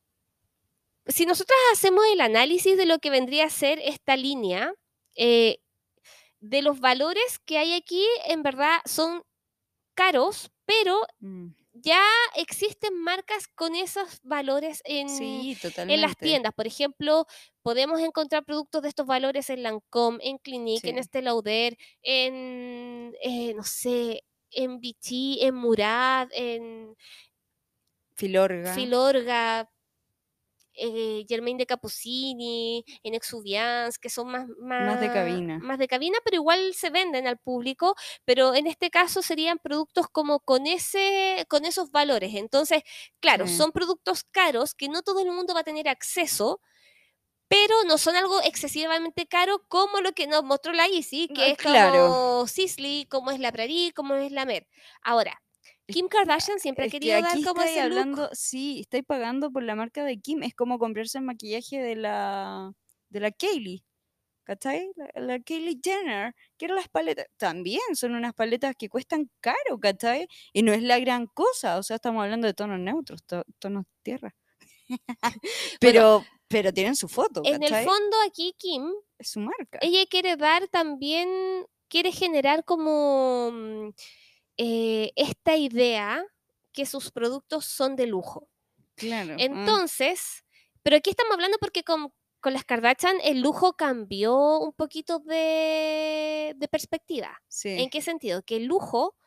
si nosotros hacemos el análisis de lo que vendría a ser esta línea, eh, de los valores que hay aquí, en verdad son caros, pero Mm. ya existen marcas con esos valores en, Sí, en las totalmente. tiendas. Por ejemplo, podemos encontrar productos de estos valores en Lancôme, en Clinique, en Sí. Estée Lauder, en, eh, no sé, en Vichy, en Murad, en Filorga. Filorga, eh, Germain de Cappuccini, en Exuviance, que son más, Más de más, cabina. más de cabina, pero igual se venden al público, pero en este caso serían productos como con, ese, con esos valores. Entonces, claro, Sí. son productos caros que no todo el mundo va a tener acceso, pero no son algo excesivamente caro como lo que nos mostró la Easy, que Ah, es claro. como Sisley, como es la Prairie, como es la Mer. Ahora, Es, Kim Kardashian siempre ha es que querido dar aquí como estáis ese look. hablando, sí, estáis pagando por la marca de Kim. Es como comprarse el maquillaje de la, de la Kylie. ¿Cachai? La, la Kylie Jenner, que eran las paletas, también son unas paletas que cuestan caro, ¿cachai? Y no es la gran cosa, o sea, estamos hablando de tonos neutros, to- tonos tierra. Bueno, pero, pero tienen su foto, en el ¿cachai? fondo aquí Kim, Es su marca. ella quiere dar también, quiere generar como mm, eh, esta idea que sus productos son de lujo. Claro. ah, Entonces, pero aquí estamos hablando porque com- con las Kardashian el lujo cambió un poquito de, de perspectiva. Sí. ¿En qué sentido? Que el lujo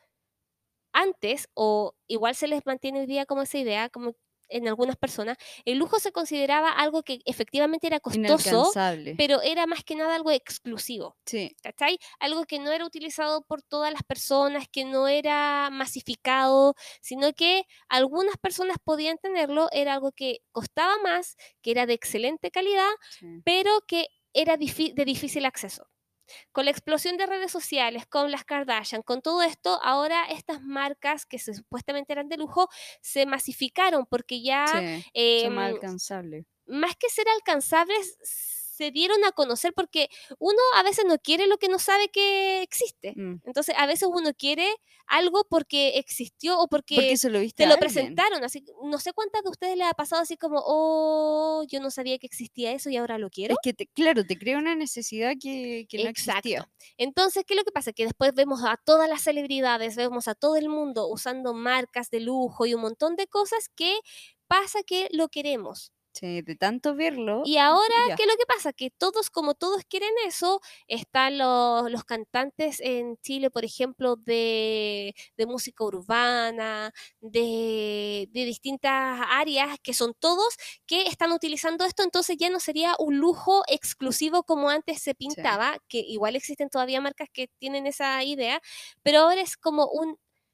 antes, o igual se les mantiene hoy día como esa idea, como en algunas personas, el lujo se consideraba algo que efectivamente era costoso, Inalcanzable. pero era más que nada algo exclusivo. Sí. ¿Cachai? Algo que no era utilizado por todas las personas, que no era masificado, sino que algunas personas podían tenerlo, era algo que costaba más, que era de excelente calidad, Sí. pero que era difi- de difícil acceso. Con la explosión de redes sociales, con las Kardashian, con todo esto, ahora estas marcas que se- supuestamente eran de lujo se masificaron porque ya Sí. Son más em, alcanzables. más que ser alcanzables, se dieron a conocer porque uno a veces no quiere lo que no sabe que existe. Mm. Entonces, a veces uno quiere algo porque existió o porque Porque se lo viste te a lo alguien. presentaron. Así que no sé cuántas de ustedes les ha pasado así como, oh, yo no sabía que existía eso y ahora lo quiero. Es que, te- claro, te crea una necesidad que, que no Exacto. existía. Entonces, ¿qué es lo que pasa? Que después vemos a todas las celebridades, vemos a todo el mundo usando marcas de lujo y un montón de cosas que pasa que lo queremos. Sí, de tanto verlo. Y ahora, ya. ¿qué es lo que pasa? Que todos, como todos quieren eso, están los, los cantantes en Chile, por ejemplo, de, de música urbana, de, de distintas áreas, que son todos que están utilizando esto, entonces ya no sería un lujo exclusivo como antes se pintaba, que igual existen todavía marcas que tienen esa idea, pero ahora es como un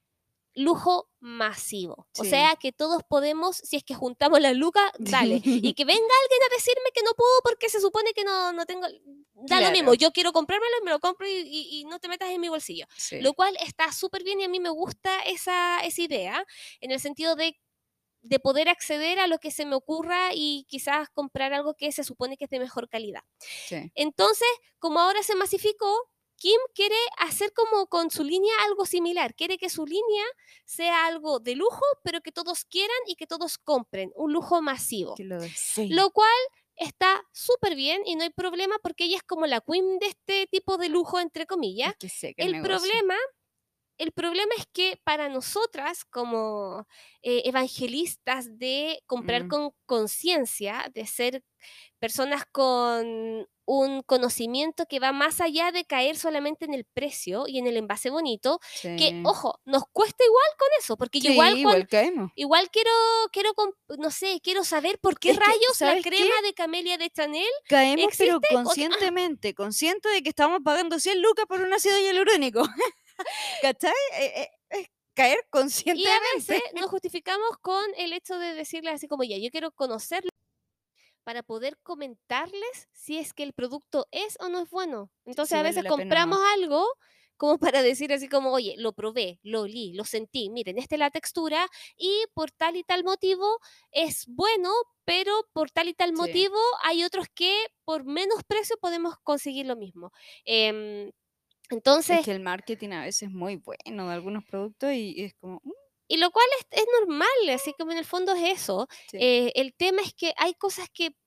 lujo masivo. O Sí. sea que todos podemos, si es que juntamos las lucas, dale. Y que venga alguien a decirme que no puedo porque se supone que no, no tengo. Da lo mismo, Claro. yo quiero comprármelo y me lo compro y, y- y no te metas en mi bolsillo. Sí. Lo cual está súper bien y a mí me gusta esa, esa idea, en el sentido de, de poder acceder a lo que se me ocurra y quizás comprar algo que se supone que es de mejor calidad. Sí. Entonces, como ahora se masificó, Kim quiere hacer como con su línea algo similar. Quiere que su línea sea algo de lujo, pero que todos quieran y que todos compren. Un lujo masivo. Que lo desee. Lo cual está súper bien y no hay problema porque ella es como la queen de este tipo de lujo, entre comillas. Es que sé que el El negocio. problema, el problema es que para nosotras, como eh, evangelistas de comprar Mm. con conciencia, de ser personas con un conocimiento que va más allá de caer solamente en el precio y en el envase bonito, que, Sí. ojo, nos cuesta igual con eso, porque yo Sí, igual, cuan- igual caemos. igual quiero, quiero, comp- no sé, quiero saber por qué Es que, rayos la ¿sabes crema de camelia de Chanel Caemos, pero existe. O- conscientemente, consciente de que estamos pagando cien lucas por un ácido hialurónico. ¿Cachai? Eh, eh, es caer Y a conscientemente. veces nos justificamos con el hecho de decirles así como ya, yo quiero conocerlo para poder comentarles si es que el producto es o no es bueno. Entonces Si a vale veces la pena o compramos no. algo como para decir así como, oye, lo probé, lo olí, lo sentí, miren, esta es la textura y por tal y tal motivo es bueno, pero por tal y tal Sí. motivo hay otros que por menos precio podemos conseguir lo mismo. Em, Es entonces, que el marketing a veces es muy bueno de algunos productos y, y es como, mm, y lo cual es, es normal, así como en el fondo es eso. sí, Eh, el tema es que hay cosas que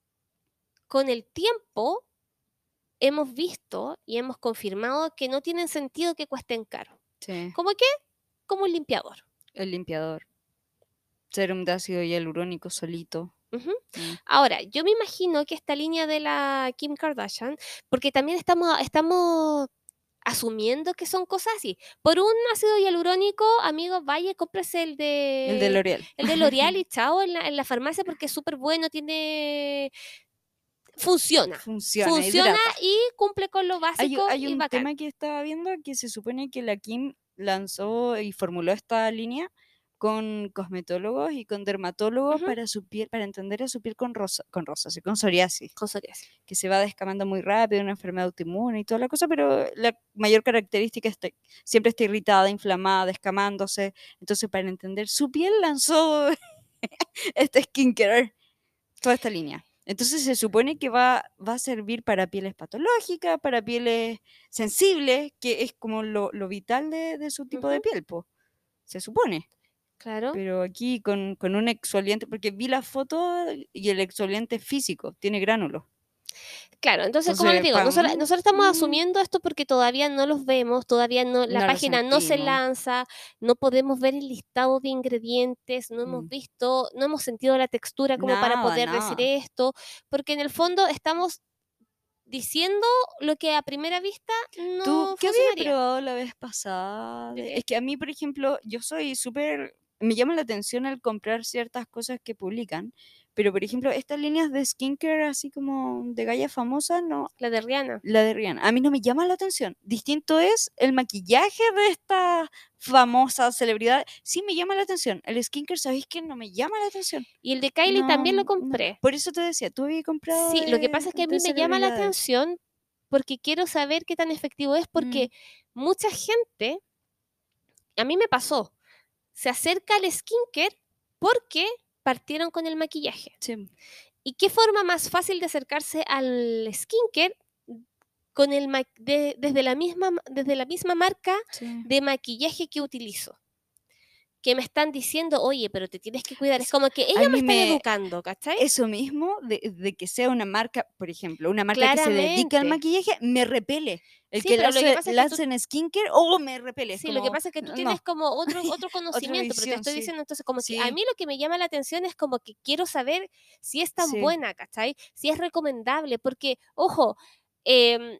con el tiempo hemos visto y hemos confirmado que no tienen sentido que cuesten caro. sí. ¿Cómo qué? Como un limpiador. El limpiador. Serum de ácido hialurónico solito. Ujú. Mm. Ahora, yo me imagino que esta línea de la Kim Kardashian, porque también estamos, estamos asumiendo que son cosas así. Por un ácido hialurónico, amigos, vaya, cómprese el de El de L'Oreal. el de L'Oreal y chao en la, en la farmacia porque es súper bueno, tiene funciona. Funciona, Funciona hidrata. y cumple con lo Hay, básico hay y un bacán. tema que estaba viendo que se supone que la Kim lanzó y formuló esta línea con cosmetólogos y con dermatólogos Ujú. para su piel, para entender a su piel con rosa, con rosácea, con psoriasis, Con psoriasis. que se va descamando muy rápido, una enfermedad autoinmune y toda la cosa, pero la mayor característica es que siempre está irritada, inflamada, descamándose. Entonces, para entender su piel lanzó este skincare, toda esta línea. Entonces se supone que va, va a servir para pieles patológicas, para pieles sensibles, que es como lo, lo vital de, de su tipo de Ujú. piel, po, se supone. Claro. Pero aquí con, con un exfoliante, porque vi la foto y el exfoliante es físico, tiene gránulos. Claro, entonces, como les Entonces, digo, pa- nosotros, mm, nosotros estamos mm, asumiendo esto porque todavía no los vemos, todavía no, la no lo página no se sentimos. lanza, no podemos ver el listado de ingredientes, no hemos Mm. visto, no hemos sentido la textura como para Nada, poder decir nada. esto, porque en el fondo estamos diciendo lo que a primera vista ¿Tú no qué habías funcionaría. probado la vez pasada? ¿De de- qué? Es que a mí, por ejemplo, yo soy súper... Me llama la atención al comprar ciertas cosas que publican, pero por ejemplo, estas líneas de skincare así como de galla famosa, no, La de Rihanna. la de Rihanna, a mí no me llama la atención. Distinto es el maquillaje de esta famosa celebridad. Sí me llama la atención. El skincare, ¿sabéis que no me llama la atención? Y el de Kylie No, también lo no. compré. Por eso te decía, ¿tú habías comprado Sí, lo que de, pasa es que a de mí me llama la celebridades? atención porque quiero saber qué tan efectivo es, porque Mm, mucha gente, a mí me pasó, se acerca al skincare porque partieron con el maquillaje. sí, ¿Y qué forma más fácil de acercarse al skincare con el ma- de- desde, la misma, desde la misma marca sí. de maquillaje que utilizo? Que me están diciendo, oye, pero te tienes que cuidar. Es Es- como que a ellos me mí están me... educando, ¿cachai? Eso mismo, de, de que sea una marca, por ejemplo, una marca que se dedica al Claramente. maquillaje, me repele. El Sí, que pero lo que lance, pasa es que tú, lance en skincare, oh, me repele. Es sí, lo que como, pasa es que tú no, tienes como otro, otro otra conocimiento, pero te visión, estoy sí. diciendo entonces como que a Sí, mí lo que me llama la atención es como que quiero saber si es tan sí. buena, ¿cachai? Si es recomendable, porque, ojo, em,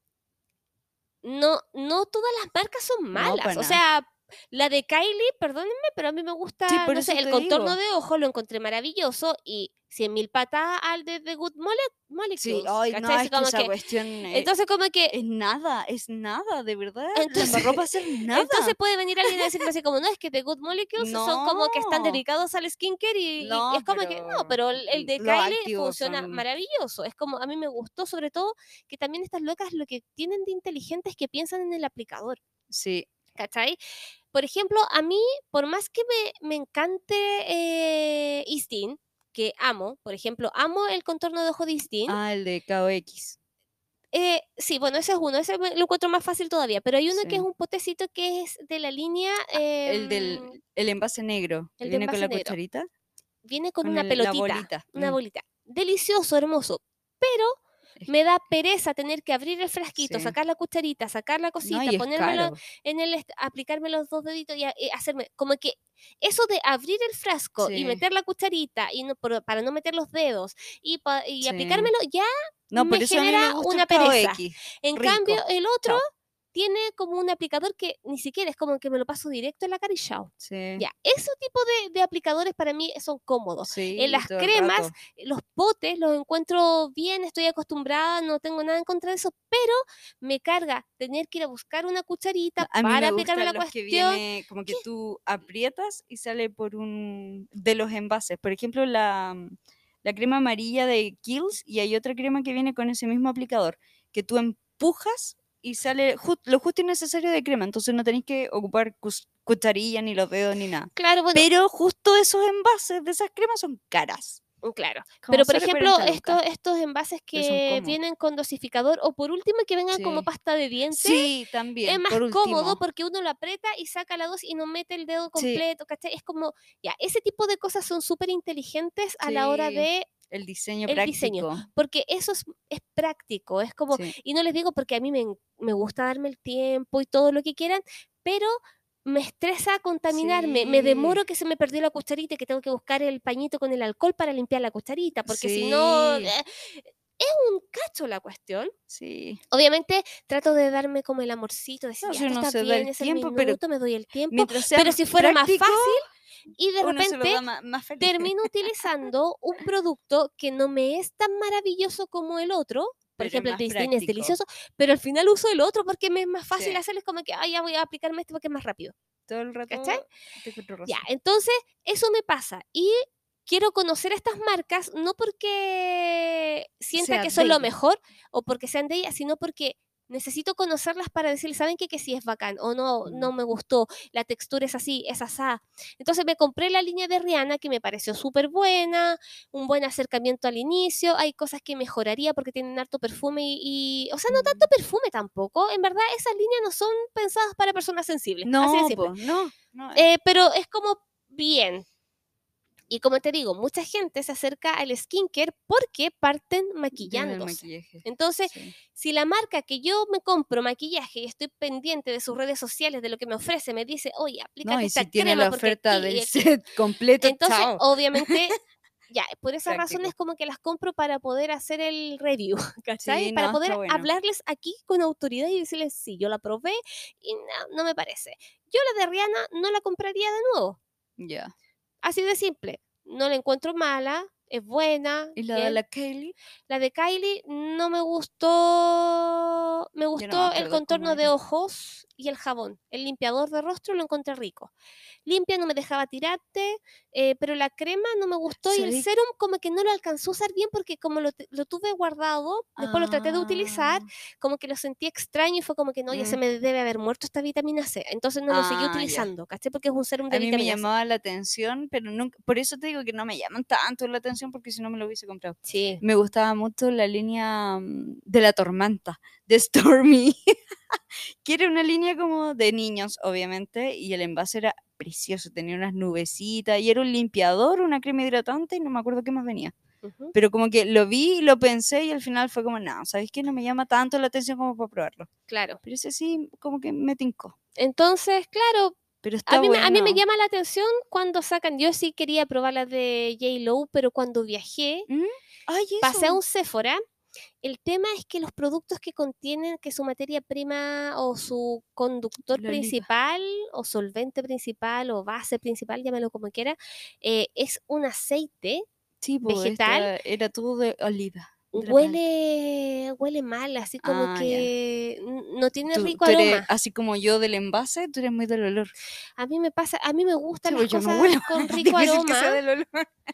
no, no todas las marcas son No, malas. para O nada. sea, la de Kylie, perdónenme, pero a mí me Sí, gusta, por no sé, eso el te contorno digo. de ojo lo encontré maravilloso y cien mil patas al de The Good Mole- Sí, Molecules, ay, no, ¿cachai? Así es que como esa que, cuestión eh, entonces como que es nada, es nada, de verdad. La entonces, embarró para hacer entonces nada. puede venir alguien a decirme así como, no, es que The Good Molecules son como que están No, dedicados al skincare y, y no, es como que, no, pero pero el, el de los Kylie activos funciona son, maravilloso. Es como, a mí me gustó sobre todo que también estas locas lo que tienen de inteligente es que piensan en el aplicador, sí. ¿cachai? Por ejemplo, a mí, por más que me, me encante eh, Istin, que amo, por ejemplo, amo el contorno de ojo de Istin. Ah, el de K O X. Eh, sí, bueno, ese es uno, ese me- lo encuentro más fácil todavía, pero hay uno que es Sí. un potecito que es de la línea, El em, del el envase negro, que el de viene con envase la negro. cucharita, Viene con con una el- la pelotita, bolita. una Mm, bolita. Delicioso, hermoso, pero es- me da pereza tener que abrir el frasquito, sí. sacar la cucharita, sacar la No, cosita, y es ponérmelo caro. en el, est- aplicarme los dos deditos y, a- y hacerme, como que eso de abrir el frasco y Sí, meter la cucharita y no, por- para no meter los dedos y, pa- y sí. aplicármelo ya No, por me eso a mí me genera gusta una el pereza. K O X. En cambio, Rico. el otro Chao. tiene como un aplicador que ni siquiera es como que me lo paso directo en la cara y chao. Sí. Ya, ese tipo de, de aplicadores para mí son cómodos. En Sí, las todo el cremas, rato. los potes los encuentro bien, estoy acostumbrada, no tengo nada en contra de eso, pero me carga tener que ir a buscar una cucharita A mí para me aplicarme la gustan los que cuestión. viene como que tú aprietas y sale por un de los envases. Por ejemplo, la, la crema amarilla de Kiehl's y hay otra crema que viene con ese mismo aplicador, que tú empujas y sale ju- lo justo y necesario de crema, entonces no tenéis que ocupar cus- cucharilla ni los dedos ni nada. Claro, bueno, Pero justo esos envases de esas cremas son caras. mm, claro. Como Pero por sale ejemplo, cuarenta estos, lucas, estos envases pero son que cómodos. vienen con dosificador o por último que vengan como Sí. pasta de dientes, Sí, es también, más por cómodo último. porque uno lo aprieta y saca la dosis y no mete el dedo Sí, completo, ¿cachai? Es como, ya, ese tipo de cosas son súper inteligentes a la hora sí. de El diseño el diseño, práctico. porque eso es, es práctico, es como, Sí. y no les digo porque a mí me, en- me gusta darme el tiempo y todo lo que quieran, pero me estresa contaminarme, me Sí. demoro que se me perdió la cucharita y que tengo que buscar el pañito con el alcohol para limpiar la cucharita, porque si no, Sí. eh, es un cacho la cuestión. Sí. Obviamente trato de darme como el amorcito, decir, No, ya si esto uno está se da bien, el es el tiempo, pero minuto, me doy el tiempo, mientras sea pero si fuera más práctico, fácil y de uno se lo repente da ma- más feliz. termino utilizando un producto que no me es tan maravilloso como el otro. Por Pero es ejemplo, el más de Disney es práctico. delicioso, pero al final uso el otro porque me es más fácil Sí. hacerlo. Es como que, ah, ya voy a aplicarme este porque es más rápido. Todo el rato ¿Cachai? te encuentro Ya, razón. entonces eso me pasa. Y quiero conocer estas marcas no porque sienta Sea que son de lo ella. mejor o porque sean de ellas, sino porque necesito conocerlas para decirles, ¿saben qué? Que sí es bacán o no, Mm. no me gustó, la textura es así, es asá. Entonces me compré la línea de Rihanna que me pareció súper buena, un buen acercamiento al inicio, hay cosas que mejoraría porque tienen harto perfume y, y- o sea, no tanto Mm. perfume tampoco, en verdad esas líneas no son pensadas para personas sensibles, así de No, simple. po, no, no. Eh, pero es como bien. Y como te digo, mucha gente se acerca al skincare porque parten Desde el maquillándose. maquillaje. Entonces, Sí. si la marca que yo me compro maquillaje y estoy pendiente de sus redes sociales, de lo que me ofrece, me dice, oye, No, aplícate y esta si tiene crema la porque oferta aquí y del aquí. set completo, Entonces, chao. obviamente, ya, por esa razón Práctico. es como que las compro para poder hacer el review, ¿cachai? Sí, Para no, poder está bueno. hablarles aquí con autoridad y decirles, sí, yo la probé y no, no me parece. Yo la de Rihanna no la compraría de nuevo. Ya. Así de simple. No la encuentro mala, es buena, ¿Y la de bien. la Kylie? La de Kylie no me gustó. Me Yo no me gustó el acuerdo cómo contorno de era. ojos y el jabón. El limpiador de rostro lo encontré rico. Limpia, no me dejaba tirarte, eh, pero la crema no me gustó y el ¿Sabéis? serum como que no lo alcanzó a usar bien porque como lo, te- lo tuve guardado, después lo traté de utilizar, Ah, como que lo sentí extraño y fue como que no, ya se mm, me debe haber muerto esta vitamina C. Entonces no lo seguí ah, ya. utilizando, ¿cachai? Porque es un serum de A mí me vitamina C. llamaba la atención, pero nunca, por eso te digo que no me llaman tanto la atención porque si no me lo hubiese comprado. Sí. Me gustaba mucho la línea mm, de la tormenta, de Stormy, que era una línea como de niños, obviamente, y el envase era precioso, tenía unas nubecitas y era un limpiador, una crema hidratante y no me acuerdo qué más venía. Ujú, Pero como que lo vi y lo pensé y al final fue como, no, ¿sabes qué? No me llama tanto la atención como para probarlo. claro. Pero ese sí, como que me tincó. Entonces, claro, Pero a está mí, me, a mí me bueno. llama la atención cuando sacan, yo sí quería probar las de J-Lo, pero cuando viajé, ¿Mm? Ay, pasé a eso. un Sephora. El tema es que los productos que contienen que su materia prima o su conductor La oliva. principal o solvente principal o base principal, llámalo como quiera, eh, es un aceite Sí, pues vegetal, esta era todo de oliva, de la palta. huele, huele mal, así como Ah, ya. que n- no tiene Tú, rico tú eres aroma. así como yo del envase, tú eres muy del olor. A mí me pasa, a mí me Sí, gustan las pues yo no cosas huelo. con rico Difícil que sea aroma. del olor.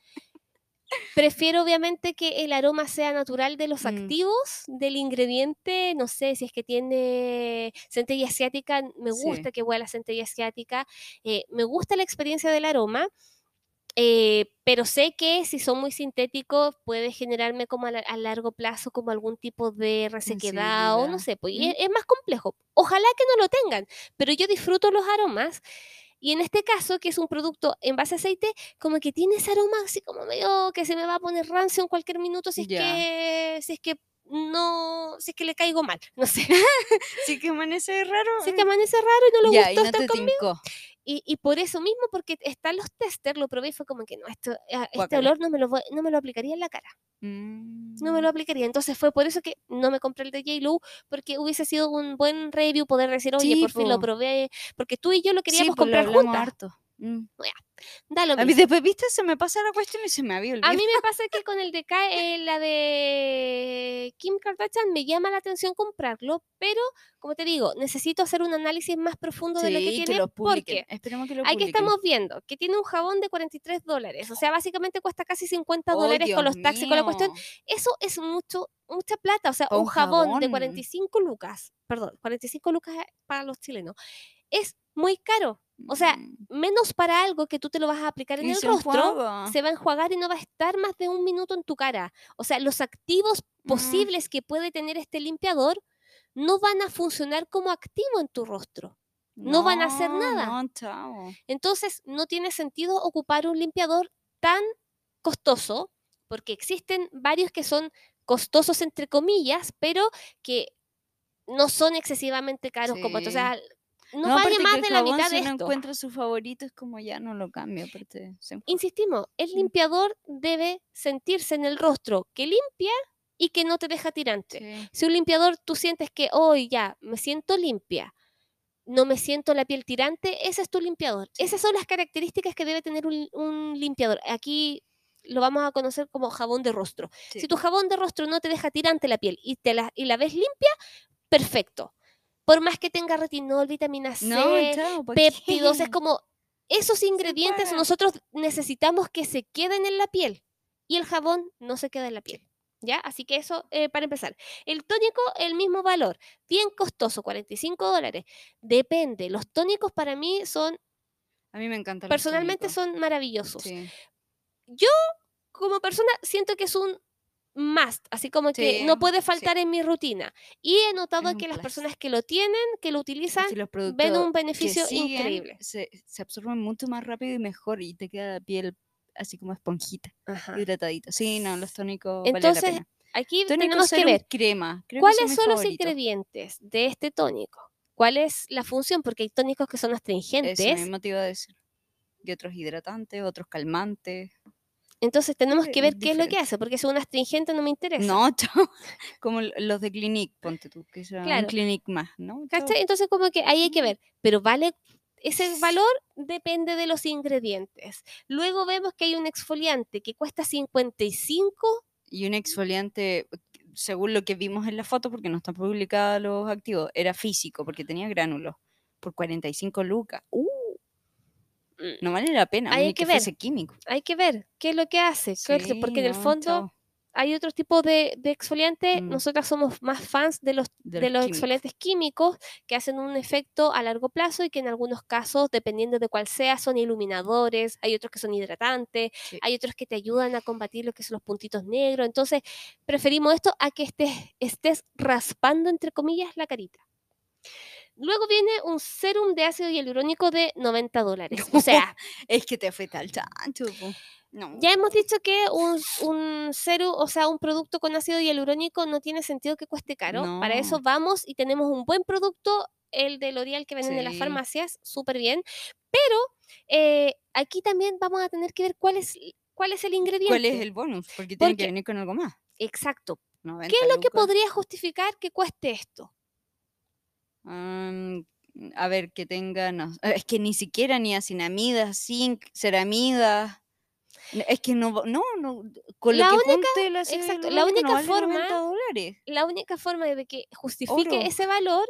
Prefiero obviamente que el aroma sea natural de los Mm, activos del ingrediente, no sé si es que tiene centella asiática, me sí, gusta que huela a centella asiática, eh, me gusta la experiencia del aroma, eh, pero sé que si son muy sintéticos puede generarme como a, la- a largo plazo como algún tipo de resequedad o no sensibilidad. sé, pues y ¿Mm? es, es más complejo. Ojalá que no lo tengan, pero yo disfruto los aromas y en este caso, que es un producto en base a aceite, como que tiene ese aroma así como medio que se me va a poner rancio en cualquier minuto si es Ya. que, si es que no, si es que le caigo mal, no sé. Sí que amanece raro. Si es que mm. amanece raro y no le Ya, y gustó no estar te conmigo. tincó. Y, y por eso mismo, porque están los testers, lo probé y fue como que no, esto, ah, este Guácala. olor no me, lo, voy- no me lo aplicaría en la cara. No me Mm, lo aplicaría. Entonces fue por eso que no me compré el de J-Lo, porque hubiese sido un buen review poder decir, oye, Sí, por fin lo pues. probé, porque tú y yo lo Sí, queríamos pues lo comprar hablamos juntas. harto. Mm. Ya, da lo A mí mismo. después, viste, se me pasa la cuestión y se me había A olvidado. mí me pasa que con el de Ka- eh, la de Kim Kardashian me llama la atención comprarlo, pero como te digo, necesito hacer un análisis más profundo de lo que Sí, que tiene lo publiquen. porque Esperemos que lo aquí publiquen. estamos viendo que tiene un jabón de cuarenta y tres dólares, o sea, básicamente cuesta casi cincuenta ¡Oh, dólares con Dios los taxis, con la cuestión. mío! Eso es mucho, mucha plata, o sea, Para un un jabón de cuarenta y jabón. cinco lucas, perdón, cuarenta y cinco lucas para los chilenos, es muy caro. O sea, Mm. menos para algo que tú te lo vas a aplicar en Y el se rostro, enjuaga. se va a enjuagar y no va a estar más de un minuto en tu cara. O sea, los activos Mm, posibles que puede tener este limpiador no van a funcionar como activo en tu rostro. No van a hacer No, nada. no, chao. Entonces, no tiene sentido ocupar un limpiador tan costoso, porque existen varios que son costosos entre comillas, pero que no son excesivamente caros como esto. O Sí. sea, no No, pague aparte que más el de la jabón, mitad de si uno esto. encuentra su favorito, es como ya no lo cambia, aparte se enjuaga. Insistimos, el Mm, limpiador debe sentirse en el rostro que limpia y que no te deja tirante. sí. Si un limpiador tú sientes que hoy ya me siento limpia, no me siento la piel tirante, ese es tu limpiador. Sí. Esas son las características que debe tener un, un limpiador. Aquí lo vamos a conocer como jabón de rostro. Sí. Si tu jabón de rostro no te deja tirante la piel y, te la, y la ves limpia, perfecto. Por más que tenga retinol, vitamina No, C, chao, ¿para péptidos, es qué? como esos Se ingredientes enjuaga. nosotros necesitamos que se queden en la piel y el jabón no se queda en la piel. ¿Ya? Así que eso eh, para empezar. El tónico, el mismo valor, bien costoso, cuarenta y cinco dólares. Depende, los tónicos para mí son, A mí me encantan los personalmente tónicos. son maravillosos. Sí. Yo como persona siento que es un must, así como que Sí, no puede sí. faltar en mi rutina. Y he Es notado un que las plus. personas que lo tienen, que lo utilizan, Si los ven productos un que beneficio siguen increíble. se, se absorben mucho más rápido y mejor y te queda la piel así como esponjita, Ajá. hidratadito. Sí, no, los tónicos vale la Entonces, pena. aquí Tónico tenemos que serum ver crema, creo que son cuáles mis son los favoritos. ingredientes de este tónico. ¿Cuál es la función? Porque hay tónicos que son Eso astringentes. mismo te iba a decir. Y otros hidratantes, otros calmantes. Entonces tenemos Eh, que ver qué es lo que diferente. hace, porque si es un astringente no me interesa. No, chao. Como l- los de Clinique, ponte tú, que sea un Claro. Clinique más, ¿no? Chao. ¿Cachai? Entonces como que ahí hay que Mm. ver, pero vale, ese valor depende de los ingredientes. Luego vemos que hay un exfoliante que cuesta cincuenta y cinco. Y un exfoliante, según lo que vimos en la foto, porque no están publicados los activos, era físico, porque tenía gránulos, por cuarenta y cinco lucas. Uh, mm, no vale la pena, Ahí hay ni que que ver. fuese químico. Hay que ver qué es lo que hace, qué es- Sí, porque en el no, fondo chao. hay otros tipos de, de exfoliantes. Mm, Nosotras somos más fans de los, de de los los químicos. exfoliantes químicos que hacen un efecto a largo plazo y que en algunos casos, dependiendo de cuál sea, son iluminadores. Hay otros que son hidratantes, Sí. hay otros que te ayudan a combatir lo que son los puntitos negros. Entonces, preferimos esto a que estés, estés raspando, entre comillas, la carita. Luego viene un serum de ácido hialurónico de noventa dólares. O sea, Es que te fuiste al chancho, po. No. ya hemos dicho que un, un serum, o sea, un producto con ácido hialurónico no tiene sentido que cueste caro. Para eso No. vamos y tenemos un buen producto, el de L'Oreal que venden en las Sí. farmacias, súper bien. Pero eh, aquí también vamos a tener que ver cuál es, cuál es el ingrediente. ¿Cuál es el bonus? Porque tiene que Porque- venir con algo más. Exacto. noventa ¿Qué es lo que lucas. podría justificar que cueste esto? Am, a ver, que tenga, no, eh, es que ni siquiera niacinamida, zinc, ceramida. N- Es que no, va- no, no, con La lo que única- junte el ácido exacto, la hialurónico no única vale forma- noventa dólares. La única forma de que justifique Oro. ese valor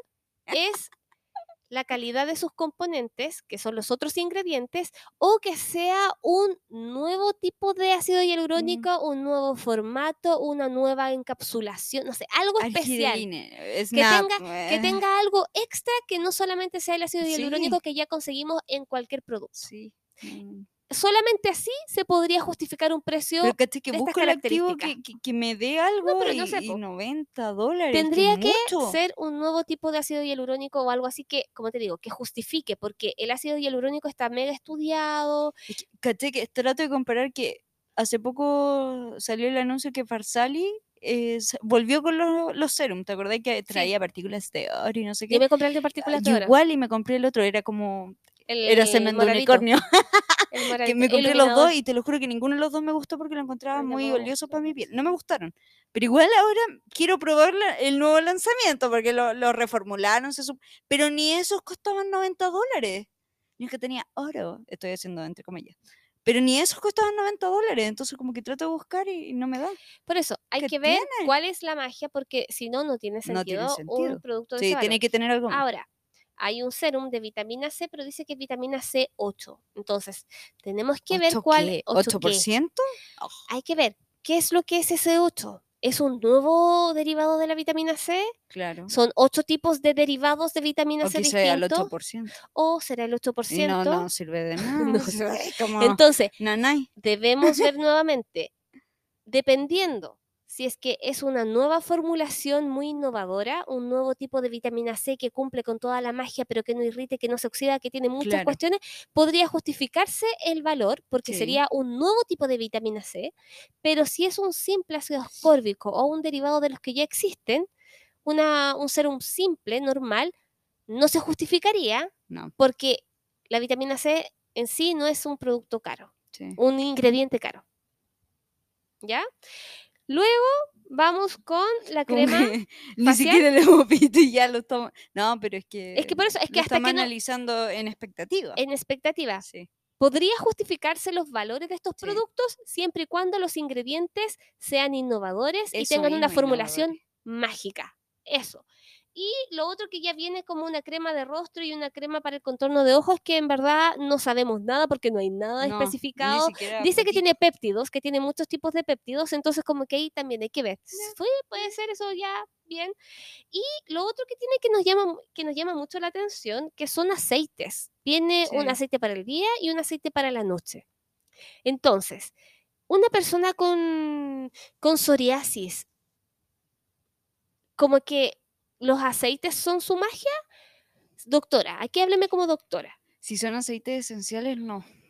es la calidad de sus componentes, que son los otros ingredientes, o que sea un nuevo tipo de ácido hialurónico, un nuevo formato, una nueva encapsulación, no sé, algo especial. Algiline, Que snap, tenga, que eh, tenga algo extra que no solamente sea el ácido Sí. hialurónico que ya conseguimos en cualquier producto. Sí. mm. Solamente así se podría justificar un precio. Pero caché que de estas busco el activo características. que, que, que me dé algo pero no y, sé, y po. noventa dólares. Tendría que que es mucho. ser un nuevo tipo de ácido hialurónico o algo así que, como te digo, que justifique, porque el ácido hialurónico está mega estudiado. Es que, caché que trato de comparar que hace poco salió el anuncio que Farsali eh, s- volvió con los, los serum. ¿Te acordás que traía partículas de oro y no sé qué? Yo me compré el de Ah, partículas de yo oro. igual y me compré el otro, era como. El Era semen de moradito, unicornio. el Que moradito, me compré los iluminador. dos y te lo juro que ninguno de los dos me gustó porque lo encontraba Ay, no muy me oleoso para mi gustan. piel. No me gustaron. Pero igual ahora quiero probar la- el nuevo lanzamiento porque lo, lo reformularon. Se sup- Pero ni esos costaban noventa dólares. Ni es que tenía oro. Estoy haciendo entre comillas. Pero ni esos costaban noventa dólares. Entonces como que trato de buscar y, y no me da. Por eso, hay ¿Qué que ver tiene? cuál es la magia, porque si no, no tiene No tiene sentido, un sentido. producto de Sí, ese tiene valor. que tener algo más. Ahora, hay un serum de vitamina C, pero dice que es vitamina C ocho. Entonces, tenemos que ver ¿Ocho cuál. qué? ocho ¿ocho por qué. ciento? Oh, Hay que ver qué es lo que es ese ocho. ¿Es un nuevo derivado de la vitamina C? claro. ¿Son ocho tipos de derivados de vitamina O C quizá al distintos? ocho por ciento. ¿O será el ocho por Y ciento? no, no sirve de nada. No. Es como Entonces, nanay. debemos ver nuevamente, dependiendo si es que es una nueva formulación muy innovadora, un nuevo tipo de vitamina C que cumple con toda la magia, pero que no irrite, que no se oxida, que tiene muchas Claro. cuestiones, podría justificarse el valor, porque Sí. sería un nuevo tipo de vitamina C, pero si es un simple ácido ascórbico o un derivado de los que ya existen, una, un serum simple, normal, no se justificaría, No, porque la vitamina C en sí no es un producto caro, sí. un ingrediente caro. ¿Ya? Luego vamos con la Como crema. que ni facial. siquiera le hemos visto y ya lo estamos. No, pero es que. Es que por eso, es que lo hasta estamos que no- analizando en expectativa. En expectativa, Sí. podría justificarse los valores de estos Sí. productos siempre y cuando los ingredientes sean innovadores y Eso tengan una mismo, formulación innovadores. mágica. Eso. Y lo otro que ya viene como una crema de rostro y una crema para el contorno de ojos, que en verdad no sabemos nada porque no hay nada No, ni especificado. siquiera Dice que poquito. tiene péptidos, que tiene muchos tipos de péptidos, entonces como que ahí también hay que ver. Fue, puede ser eso ya bien. Y lo otro que tiene que nos llama, que nos llama mucho la atención, que son aceites. Viene un Sí. aceite para el día y un aceite para la noche. Entonces, una persona con, con psoriasis, como que los aceites son su magia. Doctora, aquí hábleme como doctora. Si son aceites esenciales, no.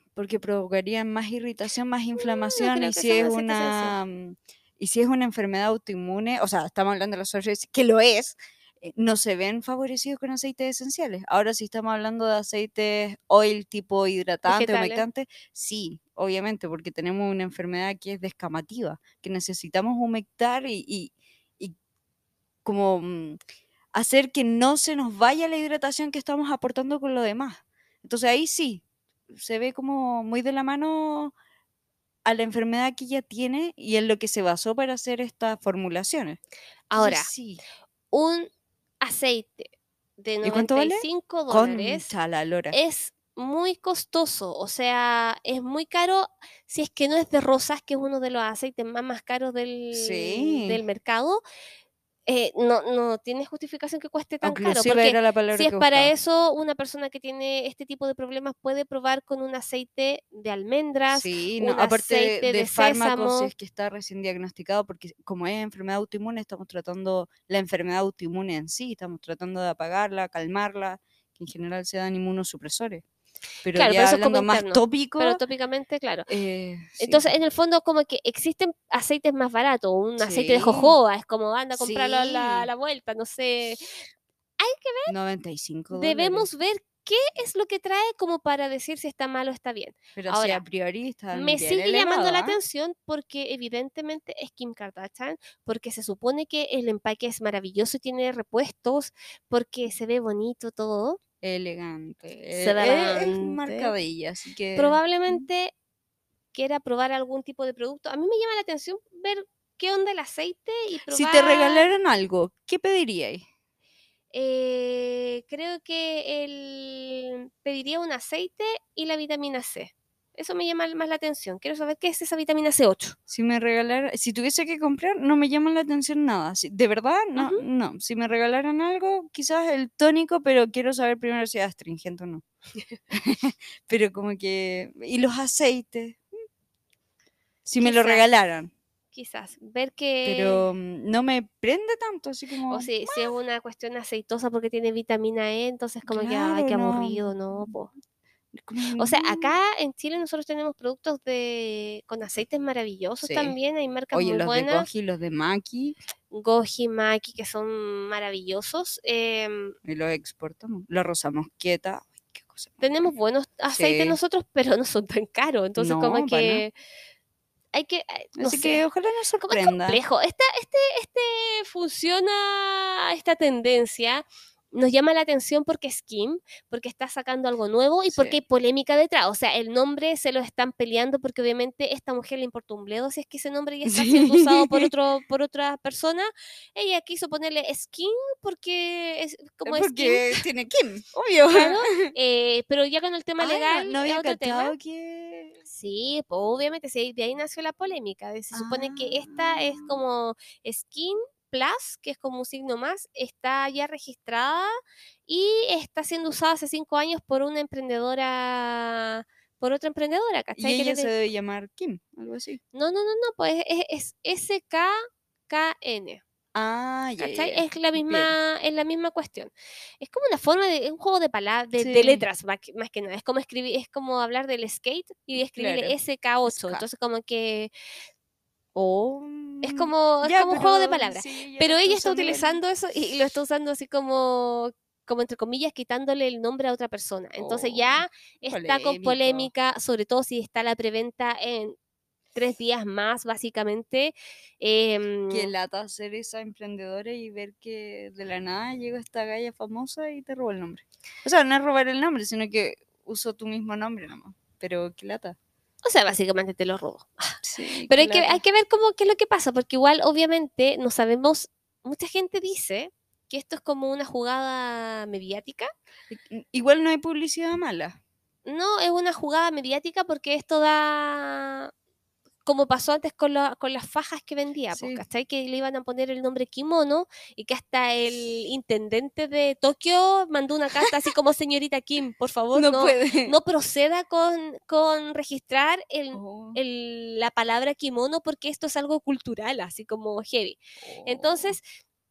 Porque provocarían más irritación, más inflamación, creo y que si eso es es aceite una mm, y si es una enfermedad autoinmune, o sea, estamos hablando de la psoriasis, que lo es, eh, no se ven favorecidos con aceites esenciales. Ahora, si estamos hablando de aceites oil tipo hidratante, Vegetales. humectante, sí, obviamente, porque tenemos una enfermedad que es descamativa, que necesitamos humectar y, y, y como mm, hacer que no se nos vaya la hidratación que estamos aportando con lo demás. Entonces ahí sí, se ve como muy de la mano a la enfermedad que ella tiene y en lo que se basó para hacer estas formulaciones. Entonces Ahora, sí. un aceite de ¿Y cuánto noventa y vale? cinco dólares Concha la lora. es muy costoso, o sea, es muy caro si es que no es de rosas, que es uno de los aceites más, más caros del, Sí. del mercado. Eh, no, no tiene justificación que cueste tan caro, Oclusiva porque era la palabra si es que para buscaba. eso, una persona que tiene este tipo de problemas puede probar con un aceite de almendras, Sí, no, un aparte de, aceite de de fármacos, si sésamo. es que está recién diagnosticado, porque como es enfermedad autoinmune, estamos tratando la enfermedad autoinmune en sí, estamos tratando de apagarla, calmarla, que en general se dan inmunosupresores. Pero Claro, pero ya eso es como hablando más interno, pero tópico, tópicamente, claro. eh, sí, Entonces, en el fondo, como que existen aceites más baratos, un aceite de sí, jojoba, es como anda a comprarlo a la, a sí, la vuelta, no sé. noventa y cinco dólares. Debemos ver qué es lo que trae como para decir si está mal o está bien. Pero sí, a Ahora, priori me están bien sigue llamando elevados, la ¿ah? atención porque evidentemente es Kim Kardashian, porque se supone que el empaque es maravilloso y tiene repuestos, porque se ve bonito todo, Elegante. se eh, ve eh, es elegante. marca de ella, así que Probablemente quiera probar algún tipo de producto. A mí me llama la atención ver qué onda el aceite y si te probar. regalaran algo, ¿qué pediríais? Eh, creo que el, pediría un aceite y la vitamina C. Eso me llama más la atención. Quiero saber qué es esa vitamina C ocho. Si me regalara, si tuviese que comprar, no me llama la atención nada. Si- de verdad, no, Ujú. no. Si me regalaran algo, quizás el tónico, pero quiero saber primero si es astringente o no. Pero como que, y los aceites, si me lo Quizás, regalaran, quizás. Ver que. pero mm, no me prende tanto, así O como, si, si es una cuestión aceitosa porque tiene vitamina E, entonces como que, ay, claro, qué no. aburrido, no, po. Como que O sea, no. acá en Chile nosotros tenemos productos de con aceites maravillosos Sí. también, hay marcas Oye, muy los de buenas, Goji, los de Maki, Goji, Maki, que son maravillosos. em, y los exportamos. La rosa mosqueta, ay, qué cosa más tenemos buena. buenos aceites Sí, nosotros, pero no son tan caros, entonces como no, pana. que hay que, eh, no Así sé, que ojalá nos como es sorprenda. complejo. Esta, este, este funciona, esta tendencia nos llama la atención porque es Kim, porque está sacando algo nuevo y Sí. porque hay polémica detrás. O sea, el nombre se lo están peleando porque obviamente a esta mujer le importa un bledo si es que ese nombre ya está siendo usado por Sí. otro, por otra persona. Ella quiso ponerle Skin porque es como Skin, Porque tiene Kim, obvio. claro, eh, pero ya con el tema Ay, no, legal no es había otro tema. cachado que. Sí, pues obviamente, sí, de ahí nació la polémica. de- Se supone que esta es Ah, como Skin Plus, que es como un signo más, está ya registrada y está siendo usada hace cinco años por una emprendedora, por otra emprendedora, y ¿cachai? Que le ella se de- debe llamar Kim, algo así. No, no, no, no, pues es, es S K K N. Ah, ya, ya, ¿Cachai? ya. Es la Bien. misma, es la misma cuestión. Es como una forma de, es un juego de palabras, de, de Sí, letras más que, más que nada. Es como escribir, es como hablar del skate y escribirle claro. S K ocho. Ska. Entonces como que Oh, es mm, como, es ya, como un juego de pero palabras. si ella lo Pero está ella está usando igual. utilizando eso y, y lo está usando así como, como entre comillas, quitándole el nombre a otra persona. Entonces Oh, ya está con polémico. polémica, sobre todo si está la preventa en tres días más, básicamente. Qué Em, lata ser esa emprendedora y ver que de la nada llega esta galla famosa y te roba el nombre. O sea, no es robar el nombre, sino que uso tu mismo nombre nomás. Pero qué lata. o sea, básicamente te lo robo. Sí, Pero qué hay que, hay lata. que ver cómo, qué es lo que pasa, porque igual, obviamente, no sabemos, mucha gente dice que esto es como una jugada mediática. I- Igual no hay publicidad mala. No, es una jugada mediática porque esto da, como pasó antes con, la- con las fajas que vendía, pues, Sí. ¿cachai? Que le iban a poner el nombre Kimono y que hasta el intendente de Tokio mandó una carta así como señorita Kim, por favor, No no, puede. no proceda con, con registrar el, Oh, el- la palabra kimono porque esto es algo cultural, así como heavy. oh. Entonces,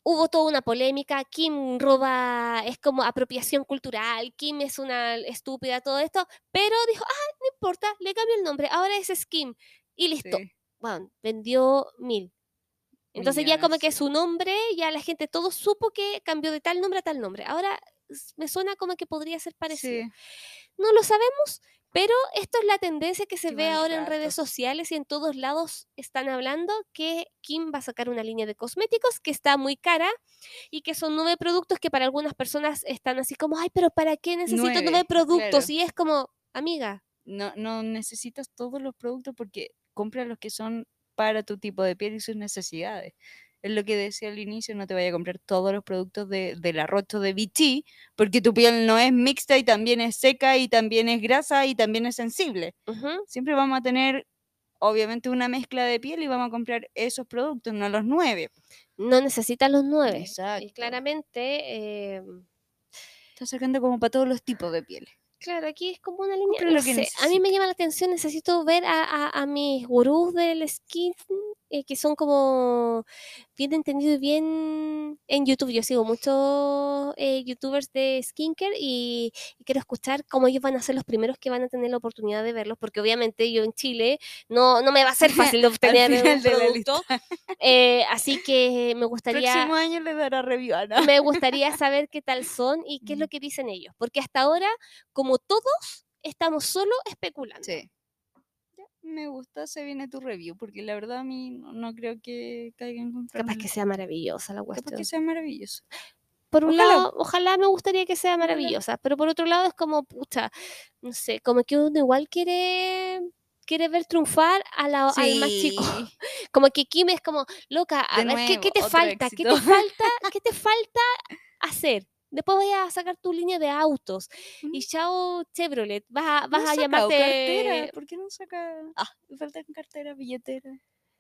hubo toda una polémica, Kim roba, es como apropiación cultural, Kim es una estúpida, todo esto, pero dijo, ah, no importa, le cambio el nombre, ahora es Skim, y listo. Sí. Bueno, vendió mil. Entonces ya como Millones. que su nombre, ya la gente todo supo que cambió de tal nombre a tal nombre. Ahora s- me suena como que podría ser parecido. Sí, No lo sabemos, pero esto es la tendencia que se qué ve mal ahora en rato. redes sociales y en todos lados están hablando que Kim va a sacar una línea de cosméticos que está muy cara y que son nueve productos que para algunas personas están así como, ay, pero ¿para qué necesito nueve Nueve, productos? claro. Y es como, amiga, No, no necesitas todos los productos porque compra los que son para tu tipo de piel y sus necesidades. Es lo que decía al inicio, no te vaya a comprar todos los productos de, del arrocho de B T, porque tu piel no es mixta y también es seca y también es grasa y también es sensible. ujú, Siempre vamos a tener, obviamente, una mezcla de piel y vamos a comprar esos productos, no los nueve. no necesitas los nueve. Y Exacto. claramente... eh, Está sacando como para todos los tipos de pieles. Claro, aquí es como una línea, Compra no lo que sé, a mí me necesita. llama la atención, necesito ver a, a, a mis gurús del skin, eh, que son como bien entendidos y bien en YouTube. Yo sigo muchos eh, youtubers de skincare y, y quiero escuchar cómo ellos van a ser los primeros que van a tener la oportunidad de verlos, porque obviamente yo en Chile no, no me va a ser fácil de Al obtener final un de la producto, lista. eh, así que me gustaría Próximo año le dará review a Ana. me gustaría saber qué tal son y qué es lo Mm, que dicen ellos, porque hasta ahora, como todos, estamos solo especulando. Sí. Ya, me gusta, se viene tu review, porque la verdad a mí no, no creo que caiga en Capaz que comprármelo. sea maravillosa la Capaz que cuestión. sea maravilloso. Por un Ojalá. lado, ojalá me gustaría que sea Ojalá. maravillosa, pero por otro lado es como, pucha, no sé, como que uno igual quiere quiere ver triunfar a la- al más chico. Sí. Como que Kim es como, loca, a De ver, ¿qué, qué nuevo, te otro falta? ¿Qué éxito. te falta? ¿Qué te falta hacer? Después voy a sacar tu línea de autos. Y Mm, chao, Chevrolet. Vas a, No vas ha a sacado cartera. llamarte. ¿Por qué no saca? Ah, me faltan cartera, billetera.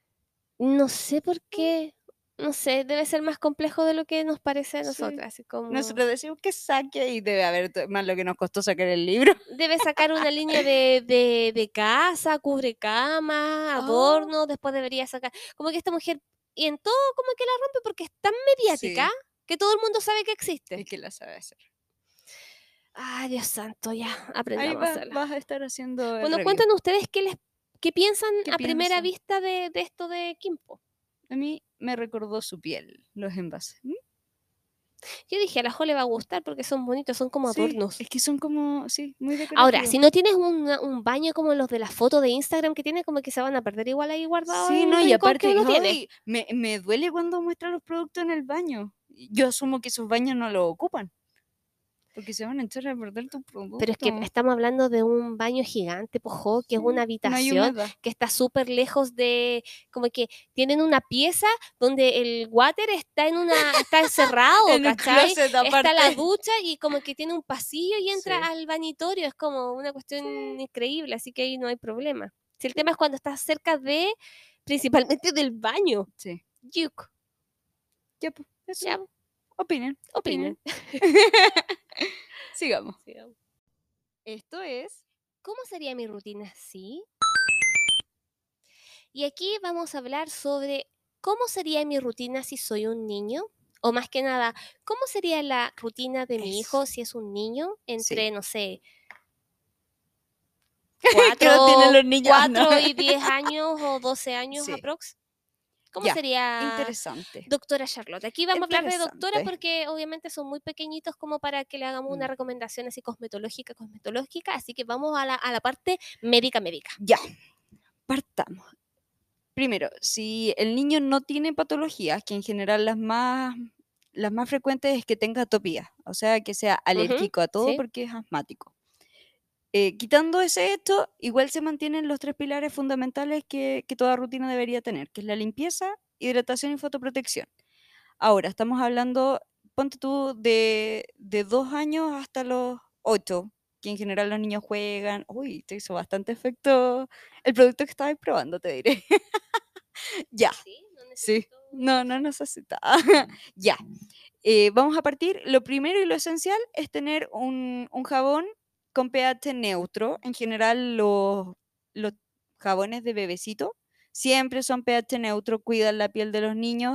No sé por Mm, qué. No sé, debe ser más complejo de lo que nos parece a Sí. nosotras. Así como. Nosotros decimos que saque y debe haber to- más lo que nos costó sacar el libro. Debe sacar una línea de, de, de casa, cubre cama, Oh, adorno. Después debería sacar. Como que esta mujer. Y en todo, como que la rompe porque es tan mediática sí, que todo el mundo sabe que es existe. que la sabe hacer. Ay, Dios santo, ya, Ahí aprendamos a va, hacerla. vas a estar haciendo el Bueno, review. cuéntanos ustedes qué les qué piensan ¿Qué a primera piensan? vista de, de esto de Kimpo. A mí me recordó su piel, los envases. ¿Mm? Yo dije, a la Jo le va a gustar porque son bonitos, son como Sí, adornos. es que son como, sí, muy Ahora, decorativos. si no tienes una- un baño como los de la foto de Instagram que tiene, como que se van a perder igual ahí guardados Sí, en no, un y rincón que aparte, uno tiene. ay, me, me duele cuando muestra los productos en el baño. Yo asumo que esos baños no lo ocupan, porque se van a echar a perder tu Pero es que producto. estamos hablando de un baño gigante, pojo, que es Sí, una no hay habitación humedad. que está súper lejos de, como que tienen una pieza donde el water está en una, está encerrado, En un ¿cachai? closet Está la aparte. ducha y como que tiene un pasillo y entra Sí, al vanitorio, es como una cuestión sí, increíble, así que ahí no hay problema. Si el sí, tema es cuando estás cerca de, principalmente del baño. sí. Yuk, Ya, pues, eso. ya, Opinen, opinen. opinen. Sigamos. Sigamos. Esto es. ¿Cómo sería mi rutina? Sí. Y aquí vamos a hablar sobre cómo sería mi rutina si soy un niño. O más que nada, ¿cómo sería la rutina de mi Eso. hijo si es un niño entre, Sí. no sé, ¿Qué edad tienen cuatro, los niños? Ah, no. cuatro y diez años o doce años Sí. aprox? ¿Cómo Ya. sería Interesante. doctora Charlotte? Aquí vamos a hablar de doctora Interesante. porque obviamente son muy pequeñitos como para que le hagamos una Mm. recomendación así cosmetológica, cosmetológica, así que vamos a la, a la parte médica, médica. Ya. Partamos. Primero, si el niño no tiene patologías, que en general las más, las más frecuentes es que tenga atopía, o sea, que sea Ujú, alérgico a todo sí. porque es asmático. Eh, quitando ese hecho, igual se mantienen los tres pilares fundamentales que, que toda rutina debería tener, que es la limpieza, hidratación y fotoprotección. Ahora, estamos hablando, ponte tú, de, de dos años hasta los ocho, que en general los niños juegan. Uy, te hizo bastante efecto el producto que estabas probando, te diré. Ya, Sí, no sí. necesito... No, no necesita. Ya. Eh, vamos a partir. Lo primero y lo esencial es tener un, un jabón con pH neutro. En general, los, los jabones de bebecito siempre son pH neutro, cuidan la piel de los niños.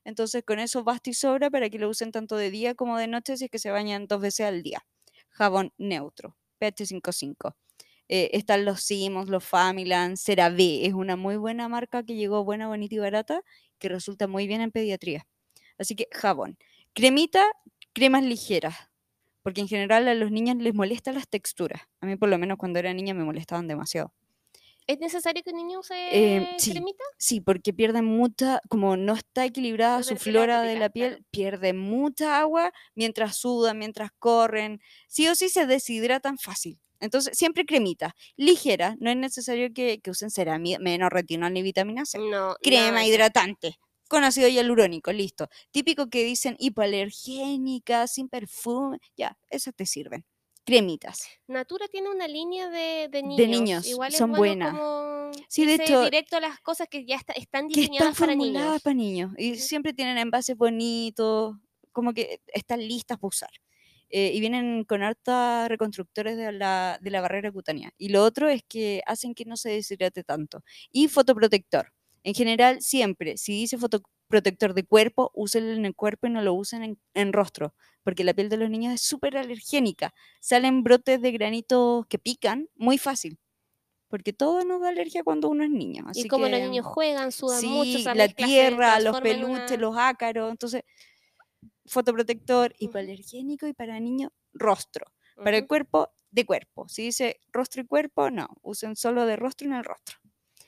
Entonces con eso basta y sobra para que lo usen tanto de día como de noche si es que se bañan dos veces al día. Jabón neutro, pH cinco punto cinco. Eh, están los Simmons, los Familand, CeraVe, es una muy buena marca que llegó buena, bonita y barata, que resulta muy bien en pediatría. Así que jabón. Cremita, cremas ligeras, porque en general a los niños les molestan las texturas. A mí por lo menos cuando era niña me molestaban demasiado. ¿Es necesario que un niño use Eh, sí, cremita? sí, porque pierden mucha, como no está equilibrada Los de su la piel flora de atópica, la piel, claro. pierden mucha agua mientras sudan, mientras corren. Sí o sí se deshidratan fácil. Entonces, siempre cremita, ligera, no es necesario que, que usen ceramida, menos retinol ni vitamina C. No, nada de Crema eso. hidratante, con ácido hialurónico, listo. Típico que dicen hipoalergénica, sin perfume, ya, esas te sirven. Cremitas. Natura tiene una línea de, de De niños. niños, Igual es son bueno buenas. como Sí, de irse hecho, directo a las cosas que ya está- están que están diseñadas para formuladas niños. para niños y Ujú. siempre tienen envases bonitos, como que están listas para usar. Eh, y vienen con harta reconstructores de la, de la barrera cutánea. Y lo otro es que hacen que no se deshidrate tanto. Y fotoprotector. En general, siempre, si dice fotoprotector de cuerpo, úsenlo en el cuerpo y no lo usen en, en rostro, porque la piel de los niños es súper alergénica. Salen brotes de granitos que pican muy fácil, porque todo nos da alergia cuando uno es niño. Y Así como los que niños juegan, sudan mucho, sí, esa la mezcla se tierra, los transforma en peluches, una... los ácaros. Entonces, fotoprotector Ujú, hipoalergénico y para niños, rostro. Para el ujú. cuerpo, de cuerpo. Si dice rostro y cuerpo, no. Usen solo de rostro en el rostro.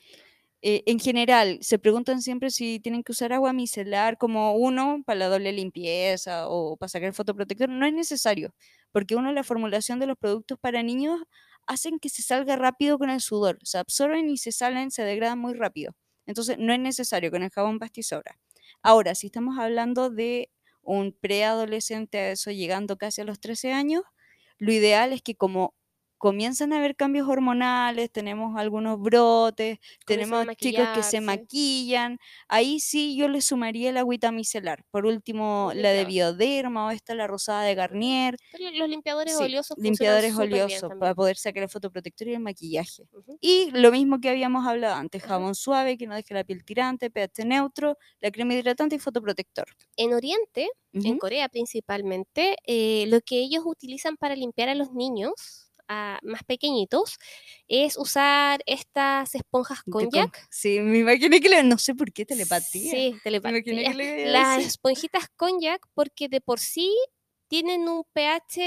Eh, en general, se preguntan siempre si tienen que usar agua micelar como uno para la doble limpieza o para sacar el fotoprotector. No es necesario, porque uno, la formulación de los productos para niños hacen que se salga rápido con el sudor. Se absorben y se salen, se degradan muy rápido. Entonces, no es necesario con el jabón basta y sobra. Ahora, si estamos hablando de un preadolescente, a eso llegando casi a los trece años, lo ideal es que como comienzan a haber cambios hormonales, tenemos algunos brotes, Comienzan a tenemos chicos que se maquillarse. maquillan, ahí sí yo le sumaría el agüita micelar. Por último, Un la de limpiador. Bioderma o esta, la rosada de Garnier. Pero los limpiadores Sí, oleosos funcionan limpiadores súper bien oleosos para también. poder sacar el fotoprotector y el maquillaje. Ujú. Y lo mismo que habíamos hablado antes, Ajá. jabón suave que no deje la piel tirante, pH neutro, la crema hidratante y fotoprotector. En Oriente, en Ujú. Corea principalmente, eh, lo que ellos utilizan para limpiar a los niños a más pequeñitos es usar estas esponjas De con- Konjac. Sí, me imaginé que le, no sé por qué telepatía. Sí, Me imaginé telepatía. que le iba a Las decir. esponjitas Konjac, porque de por sí tienen un pH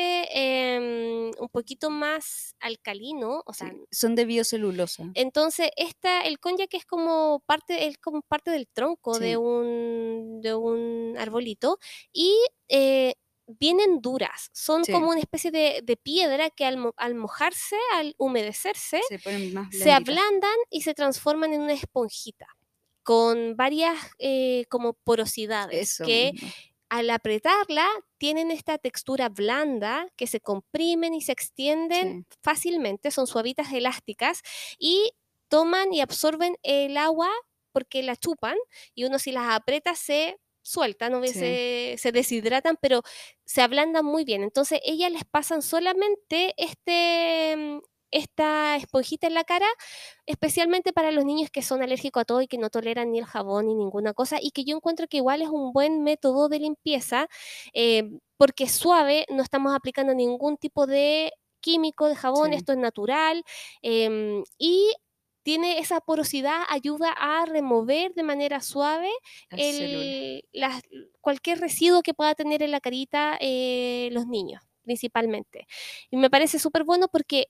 em, un poquito más alcalino, o sea, Sí, son de biocelulosa. entonces esta, el Konjac es como parte, es como parte del tronco de Sí, un, de un arbolito y eh, vienen duras, son sí, como una especie de, de piedra que al, mo- al mojarse, al humedecerse, se ponen más se blanditas. ablandan y se transforman en una esponjita con varias eh, como porosidades Eso que mismo. al apretarla tienen esta textura blanda que se comprimen y se extienden Sí, fácilmente, son suavitas elásticas y toman y absorben el agua porque la chupan y uno si las aprieta se sueltan, sí. se, se deshidratan, pero se ablandan muy bien. Entonces ellas les pasan solamente este, mm, esta esponjita en la cara, especialmente para los niños que son alérgicos a todo y que no toleran ni el jabón ni ninguna cosa, y que yo encuentro que igual es un buen método de limpieza, eh, porque es suave, no estamos aplicando ningún tipo de químico de jabón, Sí, esto es natural, em, y tiene esa porosidad, ayuda a remover de manera suave las células. el, las- cualquier residuo que pueda tener en la carita eh, los niños, principalmente. Y me parece súper bueno porque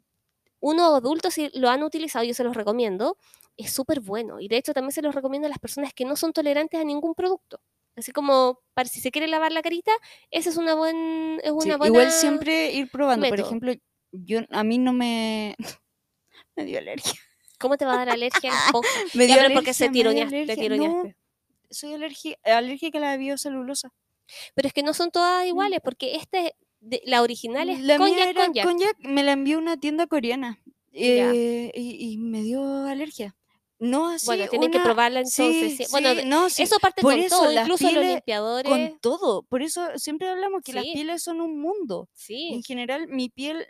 uno adulto, si lo han utilizado, yo se los recomiendo, es súper bueno. Y de hecho también se los recomiendo a las personas que no son tolerantes a ningún producto. Así como para si se quiere lavar la carita, esa es una, buen, es una Sí, igual buena siempre ir probando. Por método. ejemplo, yo a mí no me me dio alergia. ¿Cómo te va a dar alergia a la esponja? Me Ya, dio pero es porque se alergia, me dio tironeaste, te alergia. No, tironeaste. soy alergi- alérgica a la biocelulosa. Pero es que no son todas Mm. iguales, porque este, de- la original es La mía konjac, era konjac. cognac, me la envió una tienda coreana Ya. eh, y, y me dio alergia. No así Bueno, tienen que una, probarla entonces. sí, Sí. Bueno, sí, de- no, sí. eso parte Por con eso todo, las incluso los pieles, con limpiadores. todo. Por eso siempre hablamos que las Sí, pieles son un mundo. Y en sí. general mi piel,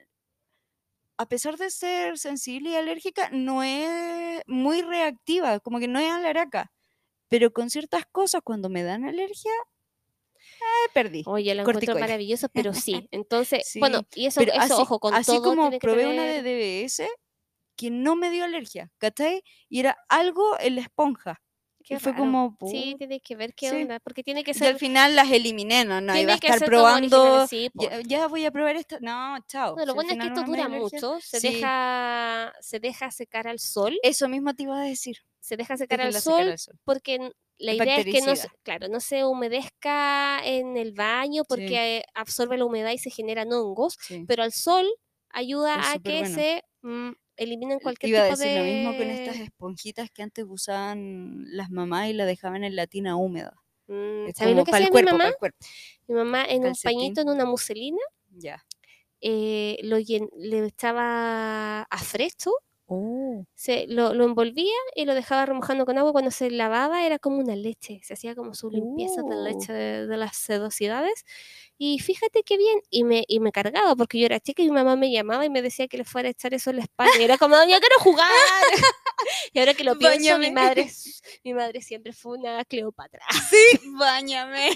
a pesar de ser sensible y alérgica, no es muy reactiva, como que no es alaraca. pero con ciertas cosas, cuando me dan alergia, eh, perdí. Oye, lo encuentro Corticoide. maravilloso, pero sí. Entonces, Sí, bueno, y eso, pero eso así, ojo, con así todo como tiene que probé una de tener... D B S que no me dio alergia, ¿cachai? Y era algo en la esponja. Y Qué fue raro. como, Sí, "Puh". tiene que ver qué Sí. onda, porque tiene que Y al ser, final las eliminé, no, no, iba a tiene que estar ser como originales, probando, sí, po. ya, ya voy a probar esta. No, chao. No, lo Si al bueno es que final esto uno me da dura alergia. mucho, se Sí, deja, se deja secar al sol, eso mismo te iba a decir. se deja secar al Déjenla secar sol, al sol. porque n- la Es idea es que no, se- bactericida. claro, no se humedezca en el baño Sí, porque eh, absorbe la humedad y se generan hongos, sí. pero al sol Es ayuda a súper que bueno. se mm, eliminen Te cualquier iba a tipo decir lo mismo con estas de... esponjitas que antes usaban las mamás y la dejaban en la tina húmeda. Mm, Es ¿sabes lo como que para hacía el mi cuerpo, mamá? para el cuerpo. Mi mamá en un Calcetín. pañito, en una muselina, Ya. eh, lo llen- le echaba a fresco, Oh. se, lo, lo envolvía y lo dejaba remojando con agua. Cuando se lavaba era como una leche, se hacía como su limpieza de Oh. leche de, de las sedosidades. Y fíjate qué bien, y me, y me cargaba porque yo era chica y mi mamá me llamaba y me decía que le fuera a echar eso en la espalda. Y era como, doña, quiero jugar. Y ahora que lo pienso, mi Báñame. madre, s- mi madre siempre fue una Cleopatra. Sí, báñame.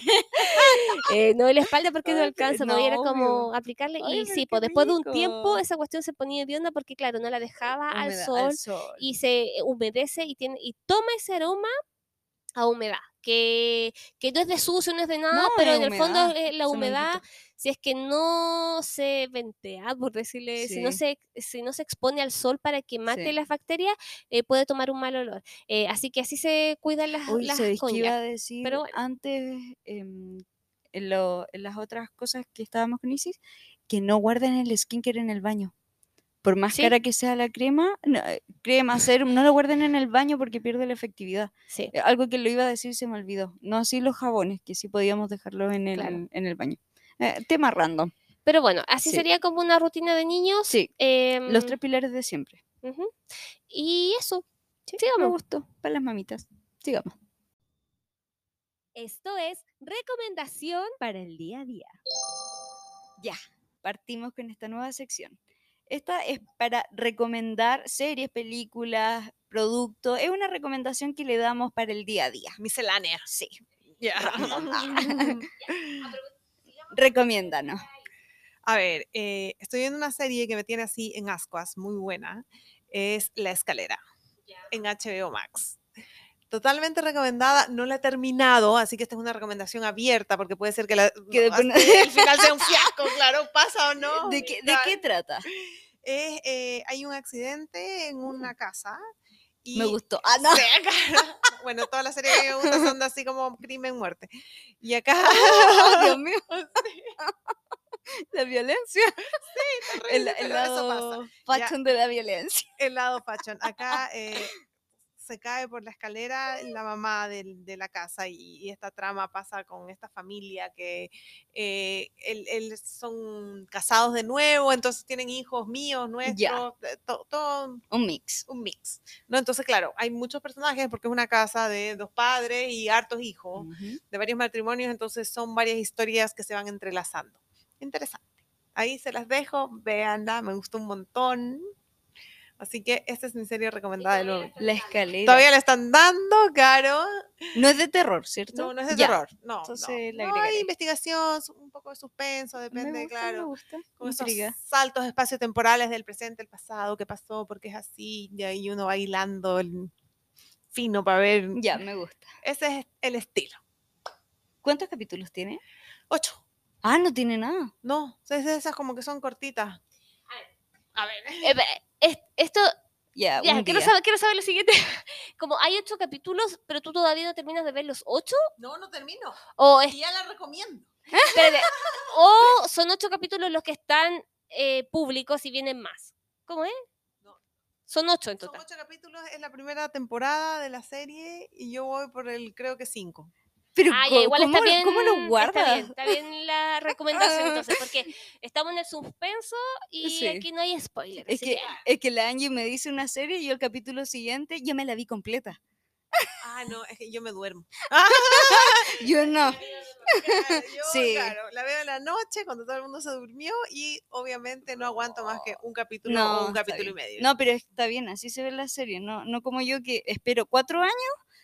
Eh, no en la espalda porque no Ay, pero- alcanza, no, pues era obvio. como aplicarle. Ay, Y pero sí, qué pues después de un rico. tiempo esa cuestión se ponía hedionda porque, claro, no la dejaba al Húmeda, sol al sol. y se humedece y, tiene, y toma ese aroma a humedad, que, que no es de sucio, no es de nada, No, pero es en el fondo humedad. eh, la Son humedad, honguitos. si es que no se ventea, por decirle, si no Sí, se, si no se expone al sol para que mate sí. las bacterias, eh, puede tomar un mal olor. Eh, así que así se cuidan las, Hoy las ¿sabéis qué iba cognac. a decir Pero bueno, antes em, en, lo- en las otras cosas que estábamos con Isis? Que no guarden el skincare en el baño. Por más sí, cara que sea la crema, no, eh, crema, serum, no lo guarden en el baño porque pierde la efectividad. sí, Eh, Algo que lo iba a decir y se me olvidó. No así los jabones, que sí podíamos dejarlos en claro. el, en el baño. Eh, tema random. Pero bueno, así Sí, sería como una rutina de niños. sí. Los tres em, pilares de siempre. ujú. Y eso, Sí, me sigamos. gustó. Para las mamitas. Sigamos. Esto es recomendación Para el día a día. Ya, partimos con esta nueva sección. Esta es para recomendar series, películas, productos. Es una recomendación que le damos para el día a día. Miscelánea. Sí, Ya. random. Recomiéndanos. A ver, eh, estoy viendo una serie que me tiene así en ascuas, muy buena. Es La Escalera, en H B O Max. Totalmente recomendada, no la he terminado, así que esta es una recomendación abierta, porque puede ser que, la, Que no, después- hasta el final sea un fiasco, claro, pasa o no. ¿De qué, de qué trata? Es, eh, hay un accidente en una casa. Y Me gustó. Ah, no. Sí, acá- bueno, todas las series que me gustan son de así como crimen, muerte. Y acá... Oh, Dios mío. La violencia. terrible, El, el pero eso lado pasa. Ya. fashion de la violencia. El lado fashion. Acá eh, se cae por la escalera la mamá del- de la casa y, y esta trama pasa con esta familia que eh, él, él son casados de nuevo, entonces tienen hijos míos, nuestros, eh, to- todo Un mix. un mix, ¿no? Entonces, claro, hay muchos personajes porque es una casa de dos padres y hartos hijos, Ujú. de varios matrimonios, entonces son varias historias que se van entrelazando. Interesante. Ahí se las dejo, véanla, me gustó un montón. Así que esta es mi serie recomendada de nuevo. La escalera. Todavía la están dando, claro. No es de terror, ¿cierto? No, no es de Ya. terror. No, Entonces no. la No, hay agregaré. investigación, un poco de suspenso, Me depende, gusta, claro. me gusta. Con esos Intriga. saltos espacio-temporales del presente, el pasado, qué pasó, por qué es así, y ahí uno va hilando el fino para ver. Ya, me gusta. Ese es el estilo. ¿Cuántos capítulos tiene? Ocho. Ah, no tiene nada. No, es de esas como que son cortitas. A ver. Eh, es- esto, Ya, ya, un quiero día. saber, quiero saber lo siguiente. Como hay ocho capítulos, pero tú todavía no terminas de ver los ocho, No, no termino. o, es- Y ya la recomiendo. espérate, o son ocho capítulos los que están eh, públicos y vienen más. ¿Cómo es? No. Son ocho en Son total. ocho capítulos, es la primera temporada de la serie y yo voy por el, creo que cinco. Pero Ah, ya, co- igual ¿cómo, está bien. ¿cómo lo Está guardas? bien, está bien la recomendación entonces, porque estamos en el suspenso y Sí. aquí no hay spoiler. Es así que, es que la Angie me dice una serie y yo el capítulo siguiente ya me la vi completa. Ah, no, es que yo me duermo. Yo no. Yo, Sí. claro, la veo en la noche cuando todo el mundo se durmió y obviamente no aguanto más que un capítulo No, o un está capítulo y bien. medio. No, pero está bien, así se ve la serie. No, no como yo que espero cuatro años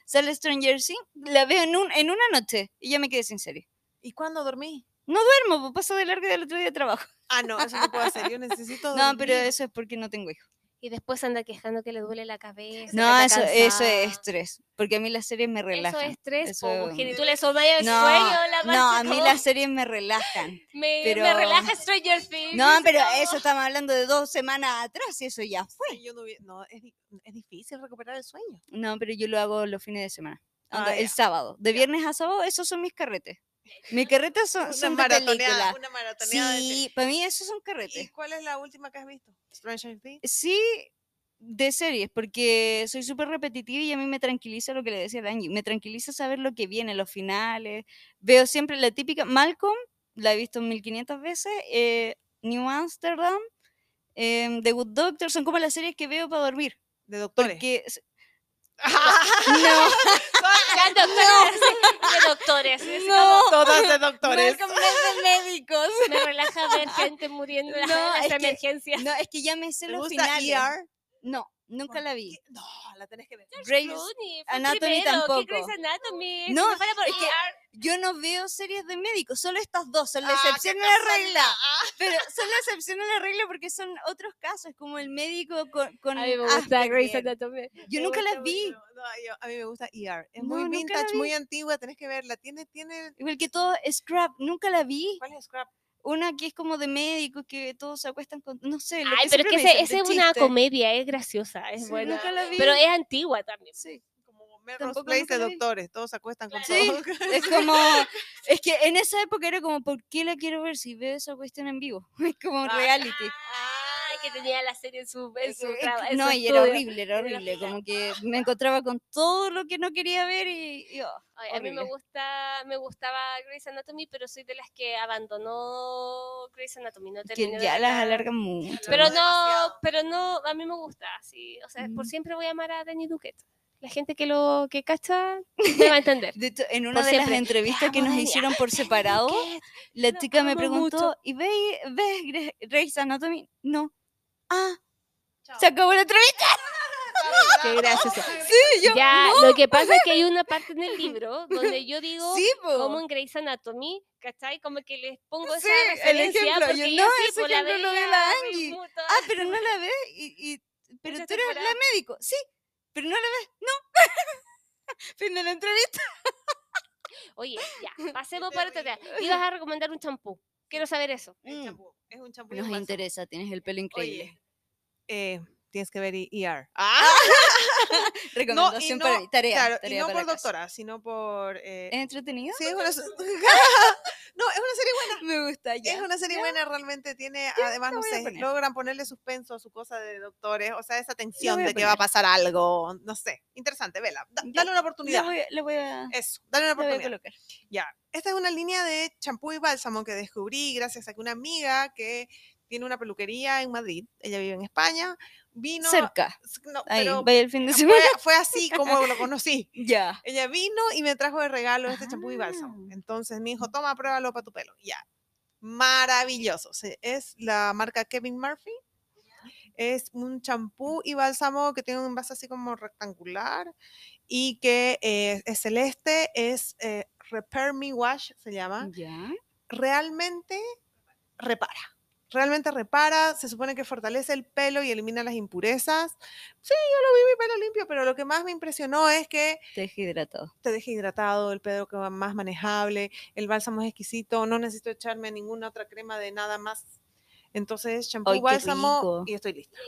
sale Stranger Things, la veo en, un, en una noche y ya me quedé sin serie. ¿Y cuándo dormí? No duermo, pues paso de largo y del otro día trabajo. Ah, no, eso no puedo hacer. Yo necesito dormir. No, pero eso es porque no tengo hijos. Y después anda quejando que le duele la cabeza. No, que eso, está eso cansada. es estrés. Porque a mí las series me relajan. Eso es estrés, Eso- po, mujer. Y tú le somayas el No, sueño, la no, a mí parte las series me relajan. me, pero- me relaja Stranger Things. No, dice, pero no. eso estamos hablando de dos semanas atrás y eso ya fue. Ay, yo no, hubiera- no, es, di- es difícil recuperar el sueño. No, pero yo lo hago los fines de semana. Ah, Onda, el ya. sábado. De viernes a sábado, esos son mis carretes. Mis carretes son, Una son de maratoneada, película. una maratoneada de Sí, para mí esos son series. ¿Y carretes. cuál es la última que has visto? Stranger Things. Sí, de series, porque soy súper repetitiva y a mí me tranquiliza lo que le decía a Angie. Me tranquiliza saber lo que viene, los finales. Veo siempre la típica. Malcolm, la he visto mil quinientas veces. eh, New Amsterdam, em, The Good Doctor, son como las series que veo para dormir. De doctores. Porque. s- no. Las doctoras, de doctores. es No. como, Todas de doctores. Malcolm no es de médicos. me relaja ver gente muriendo en No, las es que- emergencias. No, es que ya me sé ¿Te los gusta finales. E R? No, nunca la vi. ¿Qué? No, la tenés que ver. Grey's Clooney, fue Anatomy primero, tampoco. ¿qué Grey's Anatomy? Si No, no fuera por es que- E R. Yo no veo series de médicos, solo estas dos son la Ah, excepción qué a la regla. casualidad. Ah. Pero son la excepción a la regla porque son otros casos, como el médico con, con A mí me gusta Grey's Asperger. Anatomy. Yo Me nunca gusta las vi. mucho. No, yo- a mí me gusta E R. Es No, muy nunca la vintage, vi. muy antigua, tenés que verla. Tiene, tiene... Igual que todo, Scrap, nunca la vi. ¿Cuál es Scrap? Una que es como de médicos que todos se acuestan con. No sé, lo Ay, que pero es siempre que me ese- dicen, esa de es una chiste. comedia, es graciosa, es Sí, buena. nunca la vi. Pero es antigua también. Sí. Como Melrose Tampoco Place nunca de la vi. doctores, todos se acuestan con Sí, todo. es como, es que en esa época era como, ¿por qué la quiero ver si veo esa cuestión en vivo? Es como un Ah, reality. Ay, que tenía la serie en su, en su, Eh, traba- eh, en no, su y era estudio. horrible, era En el horrible, hospital. como que me encontraba con todo lo que no quería ver y, y, oh, Ay, a mí me horrible. gusta, me gustaba Grey's Anatomy, pero soy de las que abandonó Grey's Anatomy, no Es que terminé de ya las verla. alargan mucho. Pero no, Demasiado. pero no, a mí me gusta, sí, o sea, por Mm. siempre voy a amar a Danny Duquette. La gente que lo que cacha me va a entender. De hecho, en una Por de las siempre. entrevistas que Amo, nos Dani, hicieron por Danny separado, Duquette. la lo chica me amo preguntó, mucho. ¿y ves, ves Gre- Grey's Anatomy? No. Ah, Chao. se acabó la entrevista. Qué gracioso. Sí, yo, Ya, lo que pasa es que hay una parte en el libro donde yo digo, sí, po. como en Grey's Anatomy, ¿cachai? Como que les pongo Sí, esa el referencia ejemplo, porque yo, yo, no, sí, ese pues, la ejemplo lo veía dio la muy Angie. mucho. Ah, pero no la ves y, y- pero Mucha tú eres la temporada. médico. Sí, pero no la ves. No. Fin de la entrevista. Oye, ya, pasemos para otro tema. Ibas a recomendar un champú. Quiero saber eso. El Mm. champú. Es un champú y Nos un bálsamo. interesa, tienes el pelo increíble. Oye, eh, tienes que ver E R. Ah, Recomendación para mí, tarea. claro, tarea y no para por casa. doctora, sino por... eh, ¿Es entretenido? sí, es una, se- no, es una serie buena. Me gusta ya. Es una serie Ya. buena, realmente tiene, además, la no voy a sé, poner. logran ponerle suspenso a su cosa de doctores, o sea, esa tensión voy a de que va a poner. pasar algo, no sé, interesante, vela, da- Ya, dale una Le oportunidad. voy, le voy a, Eso, dale una le voy a oportunidad. colocar. Ya, esta es una línea de champú y bálsamo que descubrí gracias a que una amiga que tiene una peluquería en Madrid, ella vive en España, vino... Cerca. No, Ahí, pero vaya el fin de fue, semana. fue así como lo conocí. Ya. Ella vino y me trajo de regalo este champú y bálsamo. Ah. Entonces me dijo, toma, pruébalo para tu pelo. Ya. Maravilloso. Se- Es la marca Kevin Murphy. Es un champú y bálsamo que tiene un envase así como rectangular y que eh, es celeste. Es eh, Repair Me Wash, se llama. Ya. Realmente repara. Realmente repara, se supone que fortalece el pelo y elimina las impurezas. Sí, yo lo vi mi pelo limpio, pero lo que más me impresionó es que Te dejé hidratado. te deja hidratado, el pelo que va más manejable, el bálsamo es exquisito, no necesito echarme ninguna otra crema de nada más. Entonces, champú, Ay, qué bálsamo rico. y estoy lista.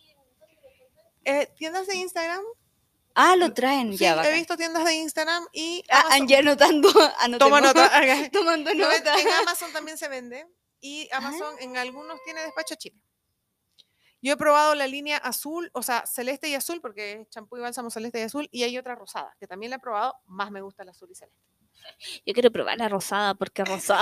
Eh, tiendas de Instagram. Ah, lo traen. Sí, ya, he bacán. visto tiendas de Instagram y Ah, Amazon. ya anotando. anotemos. Toma nota. Tomando No, en nota. en Amazon también se vende y Amazon en algunos tiene despacho chino. Yo he probado la línea azul, o sea, celeste y azul, porque es champú y bálsamo celeste y azul, y hay otra rosada, que también la he probado, más me gusta el azul y celeste. Yo quiero probar la rosada porque rosada.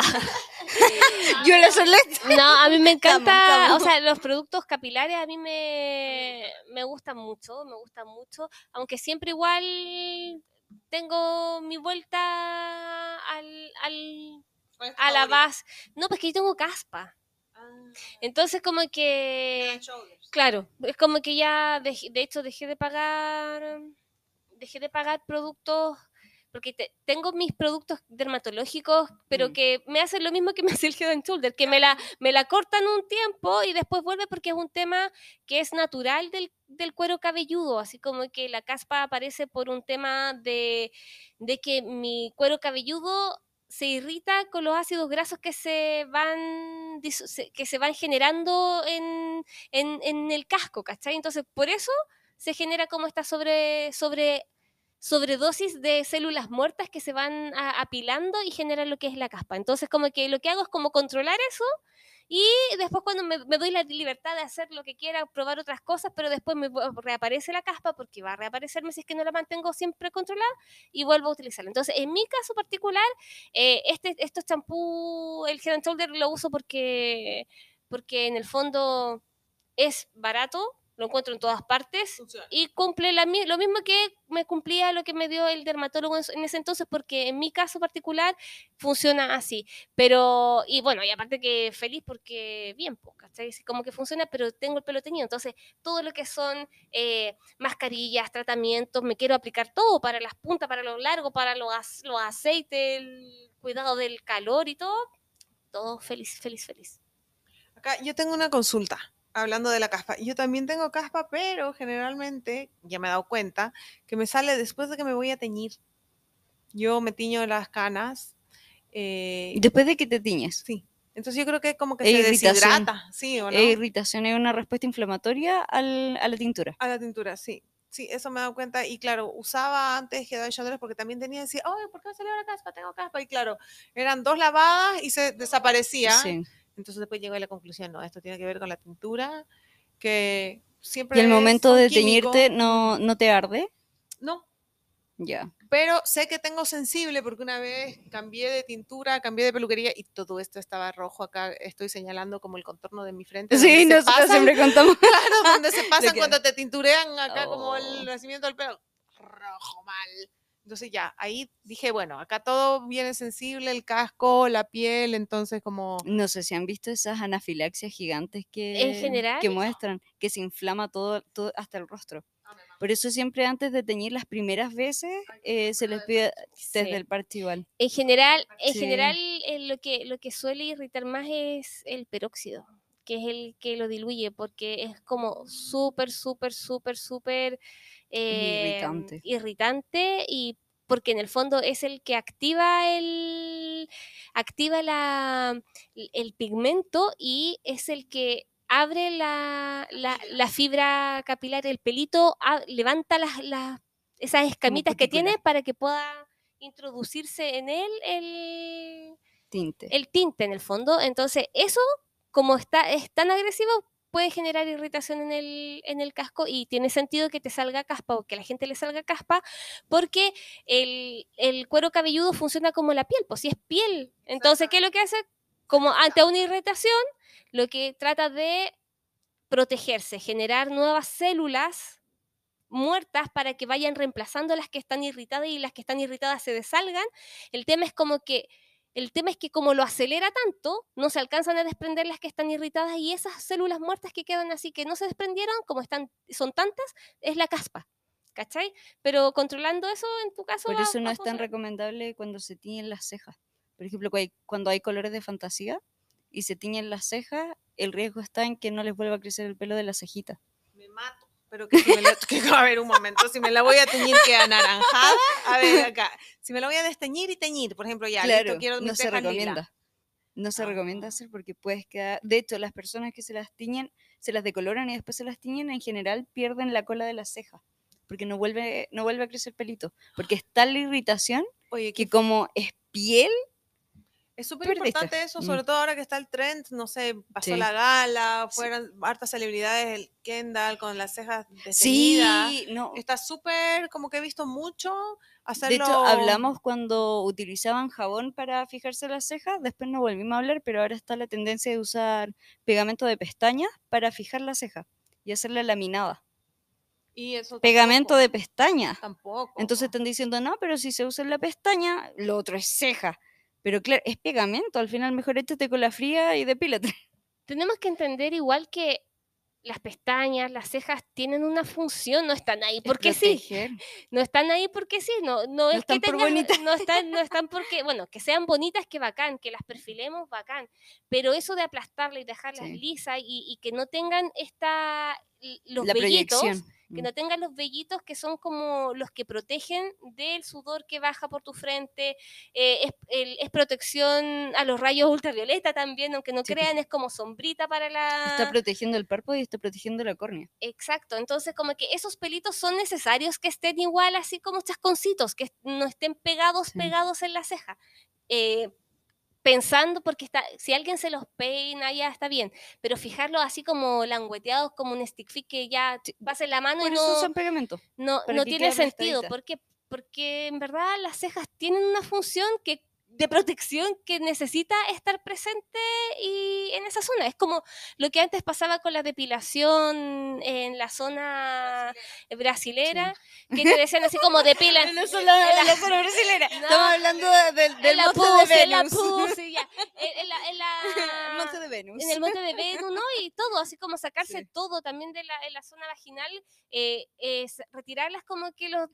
Yo la celeste. No, a mí me encanta, Estamos, estamos. o sea, los productos capilares a mí me, me gustan mucho, me gustan mucho, aunque siempre igual tengo mi vuelta al, al, a la base. No, pues que yo tengo caspa. Entonces como que, claro, es como que ya, dej- de hecho dejé de pagar, dejé de pagar productos, porque te- tengo mis productos dermatológicos, pero Mm. que me hacen lo mismo que me hace el Head and Shoulder, que me la, me la cortan un tiempo y después vuelve porque es un tema que es natural del, del cuero cabelludo, así como que la caspa aparece por un tema de, de que mi cuero cabelludo se irrita con los ácidos grasos que se van, diso- se- que se van generando en, en, en el casco, ¿cachai? Entonces, por eso se genera como esta sobre, sobre sobredosis de células muertas que se van a- apilando y generan lo que es la caspa. Entonces, como que lo que hago es como controlar eso y después cuando me, me doy la libertad de hacer lo que quiera, probar otras cosas, pero después me vu- reaparece la caspa porque va a reaparecerme si es que no la mantengo siempre controlada y vuelvo a utilizarla. Entonces, en mi caso particular, eh, este, estos champú, el Head and Shoulder lo uso porque, porque en el fondo es barato, lo encuentro en todas partes Funciona. y cumple la, mi- lo mismo que me cumplía lo que me dio el dermatólogo en, su- en ese entonces, porque en mi caso particular funciona así. Pero, y bueno, y aparte que feliz porque bien, pues, ¿cachai? Sí, como que funciona, pero tengo el pelo teñido. Entonces, todo lo que son eh, mascarillas, tratamientos, me quiero aplicar todo para las puntas, para lo largo, para los, ac- los aceites, el cuidado del calor y todo. Todo feliz, feliz, feliz. Acá yo tengo una consulta, hablando de la caspa. Yo también tengo caspa, pero generalmente, ya me he dado cuenta, que me sale después de que me voy a teñir. Yo me tiño las canas. eh, Después de que te tiñes. sí. Entonces yo creo que como que E se irritación. deshidrata, ¿sí o no? E irritación es una respuesta inflamatoria al- a la tintura. A la tintura, sí. Sí, eso me he dado cuenta. Y claro, usaba antes Head and Shoulders porque también tenía que decir, oye, ¿por qué me salió la caspa? Tengo caspa. Y claro, eran dos lavadas y se desaparecía. Sí. Entonces después llego a la conclusión, no, esto tiene que ver con la tintura, que siempre Y al momento son de químicos. teñirte, ¿no, no te arde? No, Ya. pero sé que tengo sensible porque una vez cambié de tintura, cambié de peluquería y todo esto estaba rojo. Acá estoy señalando como el contorno de mi frente. donde Sí, se nosotros pasan, siempre contamos. claro, donde se pasan que- cuando te tinturean acá como el Oh. nacimiento del pelo. Rojo mal. Entonces ya, ahí dije, bueno, acá todo viene sensible, el casco, la piel, entonces como... No sé si han visto esas anafilaxias gigantes En que, general, que muestran, que se inflama todo, todo hasta el rostro. Por eso siempre antes de teñir las primeras veces eh, se les pide desde sí. el parche igual. En general, en Sí. general eh, lo, que, lo que suele irritar más es el peróxido, que es el que lo diluye, porque es como súper, súper, súper, súper eh, Irritante. irritante y porque en el fondo es el que activa el activa la, el pigmento y es el que abre la, la, la fibra capilar, el pelito, a- levanta las, las, esas escamitas que cutícula. tiene para que pueda introducirse en él el, Tinte. el tinte en el fondo. Entonces, eso, como está, es tan agresivo, puede generar irritación en el, en el casco y tiene sentido que te salga caspa o que a la gente le salga caspa porque el, el cuero cabelludo funciona como la piel, pues si es piel. Entonces, ¿qué es lo que hace? Como ante una irritación, lo que trata de protegerse, generar nuevas células muertas para que vayan reemplazando las que están irritadas y las que están irritadas se desalgan. El tema es como que el tema es que como lo acelera tanto, no se alcanzan a desprender las que están irritadas y esas células muertas que quedan así que no se desprendieron, como están son tantas, es la caspa. ¿Cachai? Pero controlando eso en tu caso Por va, eso no va a es tan funcionar. recomendable cuando se tiñen las cejas. Por ejemplo, cu- hay- cuando hay colores de fantasía y se tiñen las cejas, el riesgo está en que no les vuelva a crecer el pelo de la cejita. Me mato. Pero que si me la, que, a ver, un momento, si me la voy a teñir que anaranjada, a ver acá, si me la voy a desteñir y teñir, por ejemplo, ya, Claro, listo, quiero no mis se cejas lila. recomienda. No se Ah. recomienda hacer porque puedes quedar... De hecho, las personas que se las tiñen, se las decoloran y después se las tiñen, en general pierden la cola de la ceja. Porque no vuelve, no vuelve a crecer pelito. Porque es tal la irritación Oye, que que como es piel, es súper perdiste. importante eso, Mm. sobre todo ahora que está el trend, no sé, pasó Sí. la gala, Sí. fueron hartas celebridades, el Kendall con las cejas desteñidas. Sí, no. Está súper, como que he visto mucho hacerlo. De hecho, hablamos cuando utilizaban jabón para fijarse las cejas, después no volvimos a hablar, pero ahora está la tendencia de usar pegamento de pestañas para fijar la ceja y hacerla laminada. Y eso Pegamento tampoco, de pestaña. tampoco. Entonces están diciendo, no, pero si se usa en la pestaña, lo otro es ceja. Pero claro, es pegamento, al final mejor échate con la fría y depílate. Tenemos que entender igual que las pestañas, las cejas tienen una función, no están ahí Es porque sí, proteger. no están ahí porque sí, no, no es están que por tengan, bonitas. no están, no están porque, bueno, que sean bonitas, que bacán, que las perfilemos, bacán, pero eso de aplastarlas y dejarlas Sí. lisas y, y que no tengan esta, l- los La vellitos, proyección. que Mm. no tengan los vellitos que son como los que protegen del sudor que baja por tu frente, eh, es, el- es protección a los rayos ultravioleta también, aunque no Sí. crean, es como sombrita para Está la... protegiendo el párpado y está protegiendo la córnea. Exacto, entonces como que esos pelitos son necesarios que estén igual así como chasconcitos, que no estén pegados, Sí. pegados en la ceja. Eh, pensando, porque está, si alguien se los peina, ya está bien, pero fijarlos así como langueteados, como un stick fit que ya Sí, pase la mano y Por eso no, usan pegamento. no, para no que tiene quede sentido. aplastadita. ¿Por qué? Porque en verdad las cejas tienen una función que de protección que necesita estar presente y en esa zona. Es como lo que antes pasaba con la depilación en la zona brasilera, Sí. que te decían así como depilan. En la zona, en la- en la zona brasilera. No, Estamos hablando de- del, en del la monte de puse, en la Venus. puse, ya. En, en la, en la- El monte de Venus. en el monte de Venus, ¿no? Y todo, así como sacarse Sí. todo también de la, en la zona vaginal, eh, es retirarlas como que los,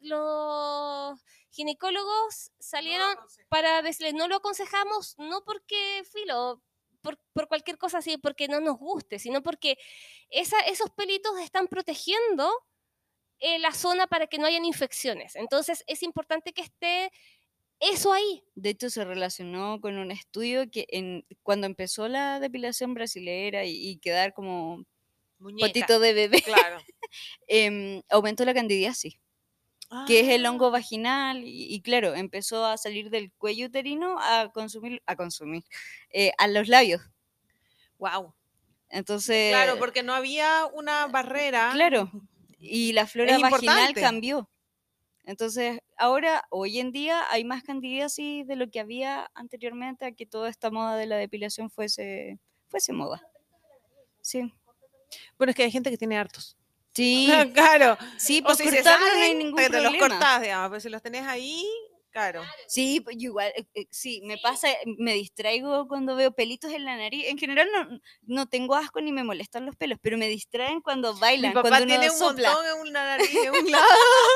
los ginecólogos salieron para decirles, no lo aconsejamos, no porque, filo, por, por cualquier cosa así, porque no nos guste, sino porque esa, esos pelitos están protegiendo eh, la zona para que no hayan infecciones. Entonces es importante que esté eso ahí. De hecho, se relacionó con un estudio que en, cuando empezó la depilación brasilera y, y quedar como Muñeca. potito de bebé, Claro. em, aumentó la candidiasis, que es el hongo Ah, vaginal, y, y claro, empezó a salir del cuello uterino a consumir, a consumir, eh, a los labios. wow. Entonces, Claro, porque no había una barrera. claro, y la flora Es vaginal importante. cambió. Entonces, ahora, hoy en día, hay más candidiasis de lo que había anteriormente a que toda esta moda de la depilación fuese, fuese moda. Sí. Bueno, es que hay gente que tiene hartos. Sí, Claro. sí, O pues si se cortarlo no hay salen, ningún te los problema. cortás, digamos, pero si los tenés ahí, claro. Sí, pues yo igual, eh, eh, sí, me pasa, me distraigo cuando veo pelitos en la nariz. En general no, no tengo asco ni me molestan los pelos, pero me distraen cuando Mi bailan, papá cuando uno tiene un sopla. montón en una nariz de un lado.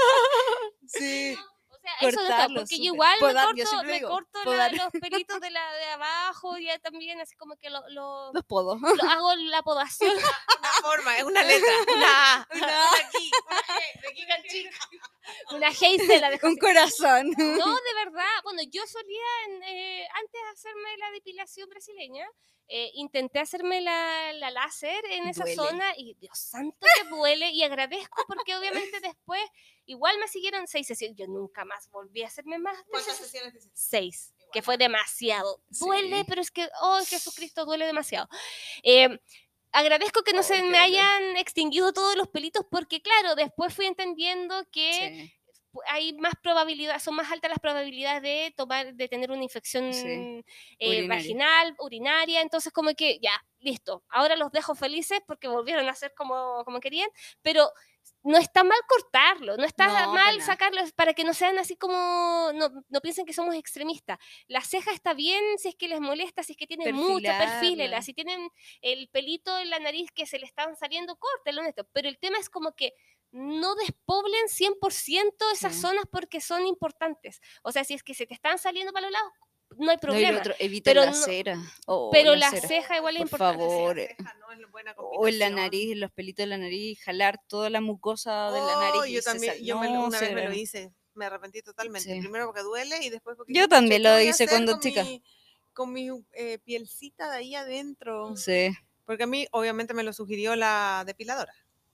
Sí, O sea, eso no está, cortarlo, porque yo súper. igual me Podar, yo corto, siempre me digo, corto la- podar. los pelitos de la de abajo, ya también así como que lo, lo, Los podos. lo hago la podación. Una forma, es una letra. Una A, una, Una A. una aquí, una G, de aquí tan chica. Una Hazel la dejo Un así. corazón. No, de verdad. Bueno, yo solía, en, eh, antes de hacerme la depilación brasileña, eh, intenté hacerme la, la láser en esa Duele. zona y Dios santo que duele y agradezco porque obviamente después igual me siguieron seis sesiones. Yo nunca más volví a hacerme más de ¿Cuántas esas- sesiones te hiciste? seis, que fue demasiado. Duele, Sí. pero es que, oh Jesucristo, duele demasiado. Eh, agradezco que no Ay, se qué me dolor. hayan extinguido todos los pelitos porque claro, después fui entendiendo que Sí, hay más probabilidad, son más altas las probabilidades de tomar, de tener una infección Sí, eh, urinaria. vaginal, urinaria, entonces como que ya, listo, ahora los dejo felices porque volvieron a ser como, como querían, pero no está mal cortarlo, no está No, para mal nada. sacarlos para que no sean así como, no, no piensen que somos extremistas. La ceja está bien si es que les molesta, si es que tienen mucho, Perfilarla. perfílela, si tienen el pelito en la nariz que se le están saliendo, córtelo, honesto. Pero el tema es como que no despoblen cien por ciento esas Sí. zonas porque son importantes. O sea, si es que se te están saliendo para los lados, no hay No, y problema. lo otro, eviten pero la no- cera. Oh, pero la la cera. ceja igual es Por importante. favor. La eh, ceja no es buena O en la combinación. nariz, en los pelitos de la nariz, jalar toda la mucosa de la Oh, nariz. y yo se también, sal- yo me lo- no, una vez me cera. lo hice. Me arrepentí totalmente. Sí. Primero porque duele y después porque Yo dije, también "Pucha, ¿qué lo voy a hice hacer cuando con chica. mi, con mi eh, pielcita de ahí adentro?" Sí. Porque a mí, obviamente, me lo sugirió la depiladora.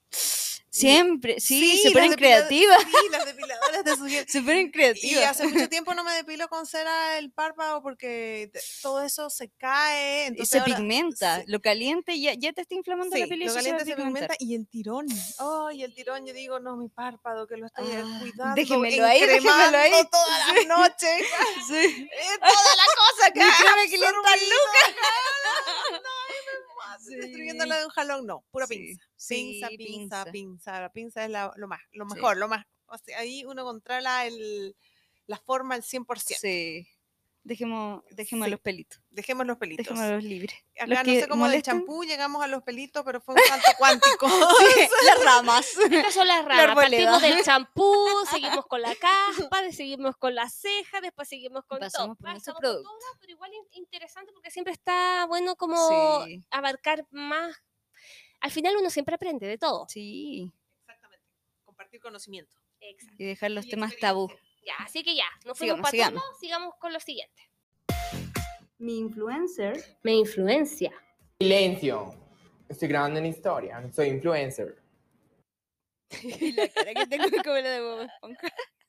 Siempre, sí, se las ponen depila- creativas. Sí, las depiladoras te sugieren. Se ponen Y creativas. hace mucho tiempo no me depilo con cera el párpado porque te- todo eso se cae. Y Entonces se ahora, pigmenta. sí, Lo caliente y ya, ya te está inflamando la sí, piel y lo eso se va a caliente se pigmentar. pigmenta y el tirón. Ay, el tirón, yo digo, no, mi párpado, que lo estoy eh, Ah, cuidando, déjemelo ahí, déjemelo encremando ahí. todas las Sí. noches. Sí. Eh, toda la cosa que Mi crema que lienta absorbido, Lucas. no, me pasa, Sí. destruyéndola de un jalón, no, pura Sí, pinza. sí, Pinza, pinza, pinza. pinza. La pinza es la- lo más, lo Sí. mejor, lo más. O sea, ahí uno controla el, la forma al cien por ciento. Sí. Dejemos, dejemos Sí. los pelitos. Dejemos los pelitos. Dejémoslos libres. Acá Los no que sé cómo del molestan, champú llegamos a los pelitos, pero fue un salto cuántico. sí, las ramas. Estas son las La ramas. arboleda. Partimos del champú, seguimos con la caspa, de- seguimos con la ceja, después seguimos con Pasamos todo. por nuestro Pasamos por producto. todo, pero igual in- interesante porque siempre está bueno como Sí. abarcar más. Al final uno siempre aprende de todo. Sí, Exactamente. Compartir conocimiento. Exacto. y dejar los Y temas experiencia. tabú. Ya, así que ya, nos fuimos Sigamos, para sigamos. todo, sigamos con lo siguiente. Mi influencer. Me influencia. Silencio. Estoy grabando una historia. Soy influencer. Y la cara que tengo es como la de Bob Esponja.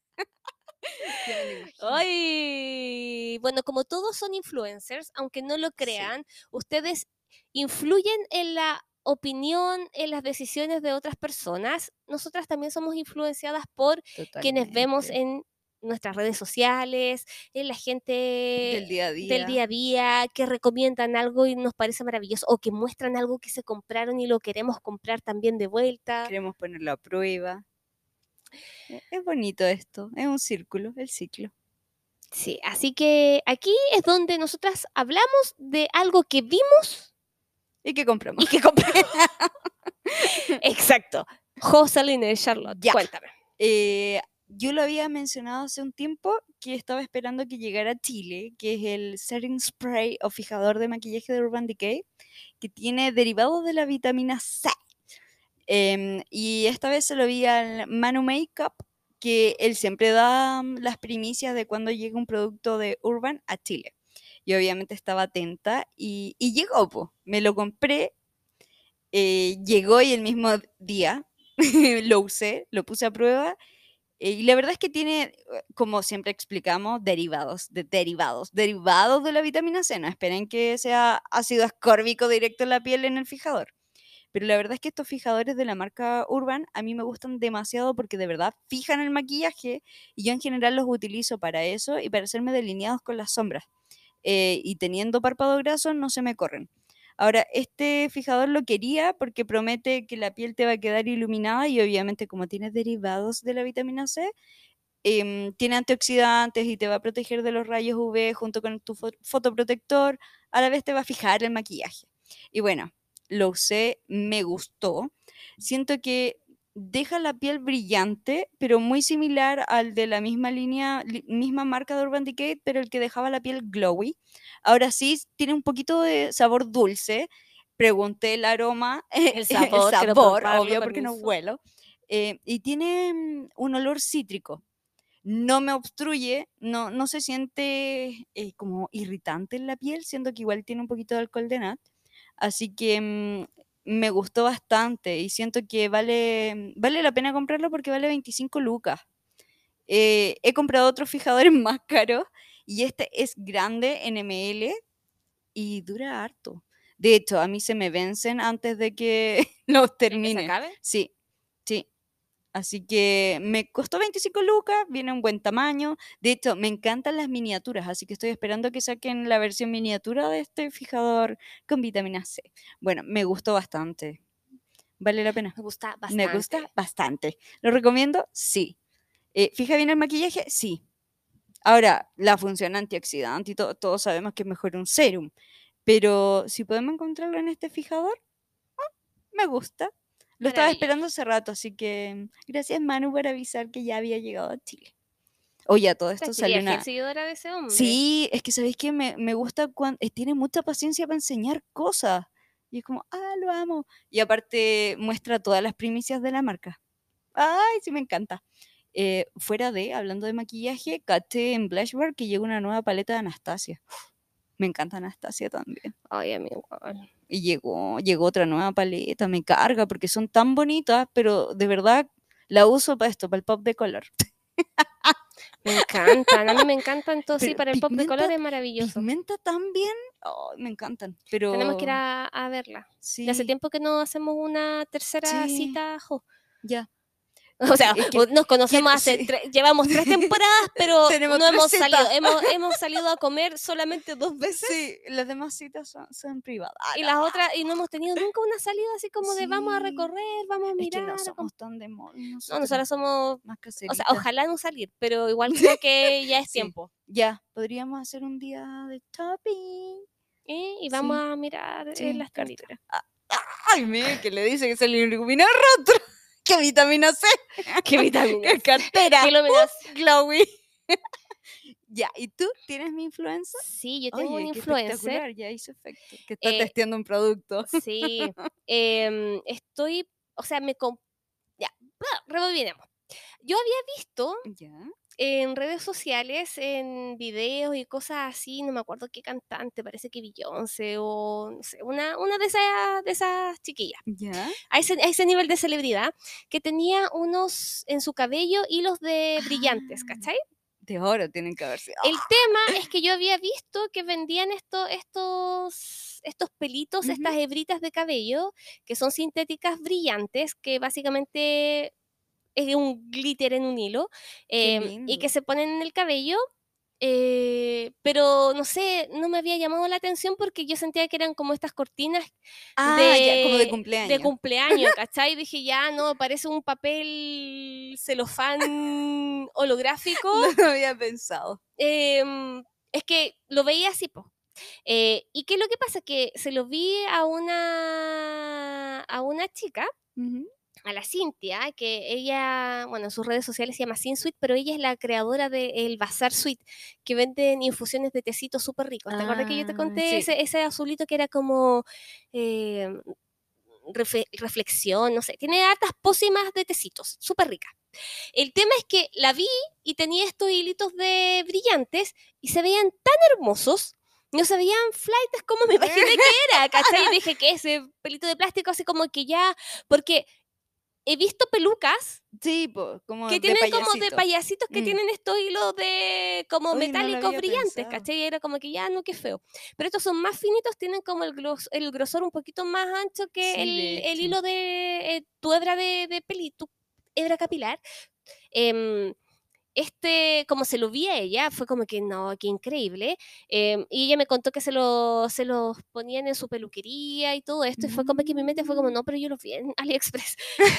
Ya me lo imagino. Ay, bueno, como todos son influencers, aunque no lo crean, ustedes influyen en la opinión, en las decisiones de otras personas. Nosotras también somos influenciadas por quienes vemos Totalmente. en nuestras redes sociales, en la gente Del día a del día. día a día, que recomiendan algo y nos parece maravilloso, o que muestran algo que se compraron y lo queremos comprar también de vuelta. Queremos ponerlo a prueba. Eh, Es bonito esto, es un círculo, el ciclo. Sí, así que aquí es donde nosotras hablamos de algo que vimos ¿Y qué compramos? y que compramos. Exacto. Jocelyn y Charlotte, Ya. cuéntame. Eh, yo lo había mencionado hace un tiempo que estaba esperando que llegara a Chile, que es el Setting Spray o fijador de maquillaje de Urban Decay, que tiene derivados de la vitamina C. Em, y esta vez se lo vi al Manu Makeup, que él siempre da mm, las primicias de cuando llega un producto de Urban a Chile. Y obviamente estaba atenta y, y llegó, po. Me lo compré, eh, llegó y el mismo día lo usé, lo puse a prueba. eh, Y la verdad es que tiene, eh, como siempre explicamos, derivados, de derivados, derivados de la vitamina C. No esperen que sea ácido ascórbico directo en la piel en el fijador. Pero la verdad es que estos fijadores de la marca Urban a mí me gustan demasiado porque de verdad fijan el maquillaje y yo en general los utilizo para eso y para hacerme delineados con las sombras. Eh, y teniendo párpado graso no se me corren. Ahora, este fijador lo quería porque promete que la piel te va a quedar iluminada y obviamente como tiene derivados de la vitamina C, em, tiene antioxidantes y te va a proteger de los rayos U V junto con tu fo- fotoprotector, a la vez te va a fijar el maquillaje. Y bueno, lo usé, me gustó. Siento que deja la piel brillante, pero muy similar al de la misma línea, li- misma marca de Urban Decay, pero el que dejaba la piel glowy. Ahora sí, tiene un poquito de sabor dulce. Pregunté el aroma, El el sabor, quiero sabor, probarlo, obvio, porque no permiso. huelo. eh, y tiene mm, un olor cítrico. No me obstruye, no, no se siente eh, como irritante en la piel, siento que igual tiene un poquito de alcohol de nat. Así que mm, me gustó bastante y siento que vale, vale la pena comprarlo porque vale veinticinco lucas. Eh, he comprado otros fijadores más caros y este es grande en ml y dura harto. De hecho, a mí se me vencen antes de que los ¿De que se termine. acabe? Sí, sí. Así que me costó veinticinco lucas, viene en buen tamaño. De hecho, me encantan las miniaturas, así que estoy esperando que saquen la versión miniatura de este fijador con vitamina C. Bueno, me gustó bastante. ¿Vale la pena? Me gusta bastante. Me gusta bastante. ¿Lo recomiendo? Sí. Eh, ¿Fija bien el maquillaje? Sí. Ahora, la función antioxidante y todo, todos sabemos que es mejor un serum. Pero si podemos encontrarlo en este fijador, me gusta. Lo estaba Maravilloso. esperando hace rato, así que gracias Manu por avisar que ya había llegado a Chile. Oye, a todo Esta esto chiquilla salió es fiel una... seguidora de ese hombre. Sí, es que sabéis que me, me gusta cuando tiene mucha paciencia para enseñar cosas. Y es como, ah, lo amo. Y aparte muestra todas las primicias de la marca. Ay, sí, me encanta. Eh, fuera de, hablando de maquillaje, caché en Blushbar que llega una nueva paleta de Anastasia. Me encanta Anastasia también. Ay, amigo. igual. Y llegó, llegó otra nueva paleta, me carga porque son tan bonitas, pero de verdad la uso para esto, para el pop de color. Me encantan. A mí me encantan todos. Sí, Pero para el pop de pigmenta- color es maravilloso. Pigmenta tan bien, oh, me encantan. Pero Tenemos que ir a, a verla. sí, Y hace tiempo que no hacemos una tercera Sí. cita, jo. ya. O sea, Es que o- nos conocemos quiero- hace, sí. tre- llevamos tres temporadas, pero Tenemos no tres hemos citas. salido, hemos, hemos salido a comer solamente dos veces. Sí, las demás citas son, son privadas. Y no. las otras, y no hemos tenido nunca una salida así como de vamos a Sí. recorrer, vamos a Es que mirar. no a somos como- tan de mall. No, Nosotros nosotras somos, más o sea, caseritas. ojalá no salir, pero igual creo que ya es Sí. tiempo. Ya, podríamos hacer un día de shopping. ¿eh? Y vamos Sí. a mirar eh, Sí, las cartera. carteras. Ah, Ay, mire, que le dice que se le ilumina el rostro. ¡Qué vitamina C! ¿Qué vitamina? ¡Qué cartera! ¿Qué iluminas? Glowy. Ya, ¿y tú tienes mi influencer? Sí, yo tengo Oye, un qué influencer. espectacular, ya hizo efecto. Que está Eh, testeando un producto. Sí, em, estoy, o sea, me... com- Ya, ah, rebobinemos. Yo había visto Ya. en redes sociales, en videos y cosas así, no me acuerdo qué cantante, parece que Beyoncé o no sé, una, una de esas, de esas chiquillas, Ya. a ese, a ese nivel de celebridad, que tenía unos en su cabello hilos de brillantes, Ah. ¿cachai? De oro tienen que haber sido. El tema es que yo había visto que vendían esto, estos, estos pelitos, Ujú. estas hebritas de cabello, que son sintéticas brillantes, que básicamente es un glitter en un hilo, Qué em, y lindo. que se ponen en el cabello, eh, pero no sé, no me había llamado la atención porque yo sentía que eran como estas cortinas Ah, de, ya, como de de cumpleaños. cumpleaños, ¿cachai? Dije, ya, no, parece un papel celofán holográfico. No lo había pensado. em, es que lo veía así, po. Eh, ¿y qué es lo que pasa? Que se lo vi a una, a una chica, Ujú. a la Cintia, que ella, bueno, en sus redes sociales se llama Sin Sweet, pero ella es la creadora del Bazar Sweet, que venden infusiones de tecitos súper ricos. ¿Te acuerdas que yo te Ah, conté sí. ese, ese azulito que era como eh, refe- reflexión, no sé, tiene hartas pócimas de tecitos, súper ricas. El tema es que la vi y tenía estos hilitos de brillantes y se veían tan hermosos, no se veían flights como me imaginé que era, ¿cachai? Y dije que ese pelito de plástico así como que ya, porque he visto pelucas Sí, po, como que de tienen como de payasito. payasitos que Mm. tienen estos hilos de como Oye, no lo metálicos había brillantes, pensado. ¿cachai? Y era como que ya no, qué feo. Pero estos son más finitos, tienen como el, gros- el grosor un poquito más ancho que Sí, el, de el hecho. hilo de eh, tu hebra de, de peli, tu hebra capilar. Em, este, como se lo vi a ella, fue como que no, qué increíble. em, y ella me contó que se, lo, se los ponían en su peluquería y todo esto. Y fue como que mi mente fue como, no, pero yo los vi en AliExpress.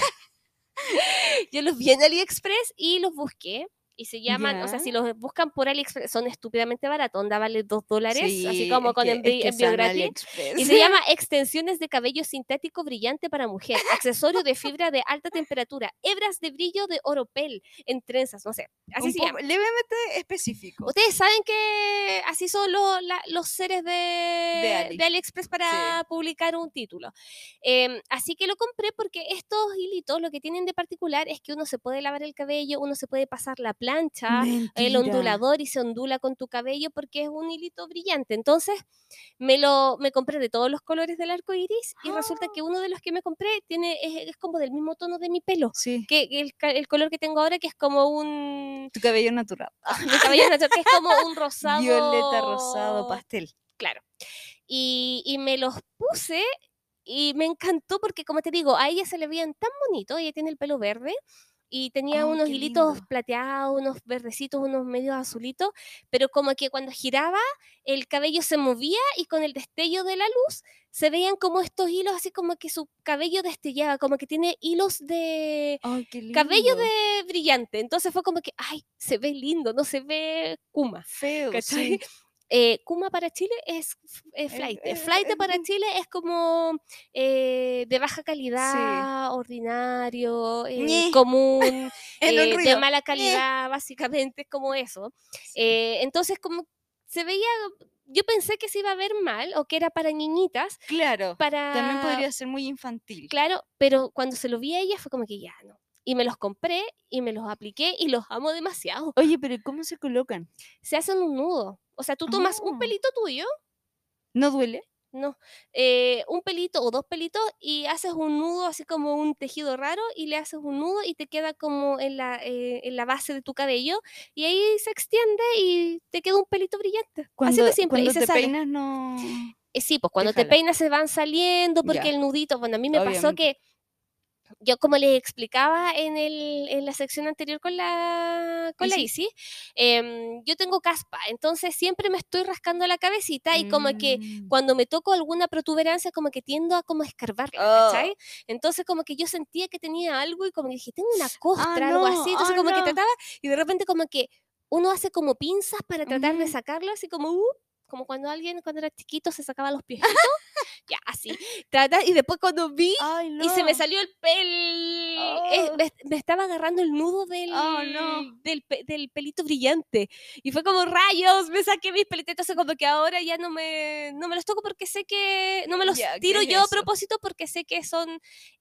Yo los vi en AliExpress y los busqué. Y se llaman, o sea, Ya. si los buscan por AliExpress, son estúpidamente baratos, onda vale dos dólares, así Sí, como es con que, es envi- que envío son gratis. AliExpress. Y se llama extensiones de cabello sintético brillante para mujer, accesorio de fibra de alta temperatura, hebras de brillo de oropel en trenzas, no sé, así Un se poco llama. levemente específico. Ustedes saben que así son los, la- los seres de, de, Ali. AliExpress para publicar un título. Em, así que lo compré porque estos hilitos lo que tienen de particular es que uno se puede lavar el cabello, uno se puede pasar la plancha, el Mentira. ondulador y se ondula con tu cabello porque es un hilito brillante. Entonces me lo me compré de todos los colores del arco iris y resulta que uno de los que me compré tiene es, es como del mismo tono de mi pelo. Sí, Que el, ca- el color que tengo ahora que es como un tu cabello natural. mi cabello natural, que es como un rosado Violeta, rosado, pastel. claro. Y, y me los puse y me encantó porque, como te digo, a ella se le veían tan bonitos. Ella tiene el pelo verde y tenía Oh, unos qué hilitos lindo. plateados, unos verdecitos, unos medios azulitos, pero como que cuando giraba el cabello se movía y con el destello de la luz se veían como estos hilos, así como que su cabello destellaba, como que tiene hilos de Ay, qué lindo. cabello de brillante. Entonces fue como que, ay, se ve lindo, no se ve Kuma. Feo, ¿Cachai? sí. Eh, Kuma para Chile es, es flight. eh, Flight eh, para eh. Chile es como eh, de baja calidad, ordinario, eh, Ñe. común, En un eh, de ruido. mala Ñe. calidad, básicamente es como eso. Sí. Eh, entonces, como se veía, yo pensé que se iba a ver mal o que era para niñitas, Claro, para... también podría ser muy infantil. Claro, pero cuando se lo vi a ella fue como que ya no. Y me los compré y me los apliqué y los amo demasiado. Oye, pero ¿cómo se colocan? Se hacen un nudo. O sea, tú tomas un Ah. pelito tuyo, ¿No duele? no, eh, un pelito o dos pelitos y haces un nudo así como un tejido raro y le haces un nudo y te queda como en la, eh, en la base de tu cabello y ahí se extiende y te queda un pelito brillante. Así Cuando, de simple. Y cuando se te sale. peinas no... Eh, sí, pues cuando te jala. peinas se van saliendo porque Ya. el nudito, bueno, a mí me pasó Obviamente. que yo como les explicaba en, el, en la sección anterior con la, con la Isi. Isi, em, yo tengo caspa, entonces siempre me estoy rascando la cabecita y como que Mm. cuando me toco alguna protuberancia como que tiendo a como escarbarla, Oh. ¿cachai? Entonces como que yo sentía que tenía algo y como que dije, tengo una costra, Ah, algo no, así, entonces ah, como que no. trataba y de repente como que uno hace como pinzas para tratar de Ujú. sacarlo, así como, uh, como cuando alguien cuando era chiquito se sacaba los piojitos, ya, así, trata, y después cuando vi Ay, y se me no. salió el pel, eh, Oh. me, me estaba agarrando el nudo del, Oh, no. del, pe- del pelito brillante, y fue como rayos, me saqué mis pelitos, entonces como que ahora ya no me, no me los toco porque sé que, no me los Ya, ¿qué tiro es yo a eso? propósito porque sé que son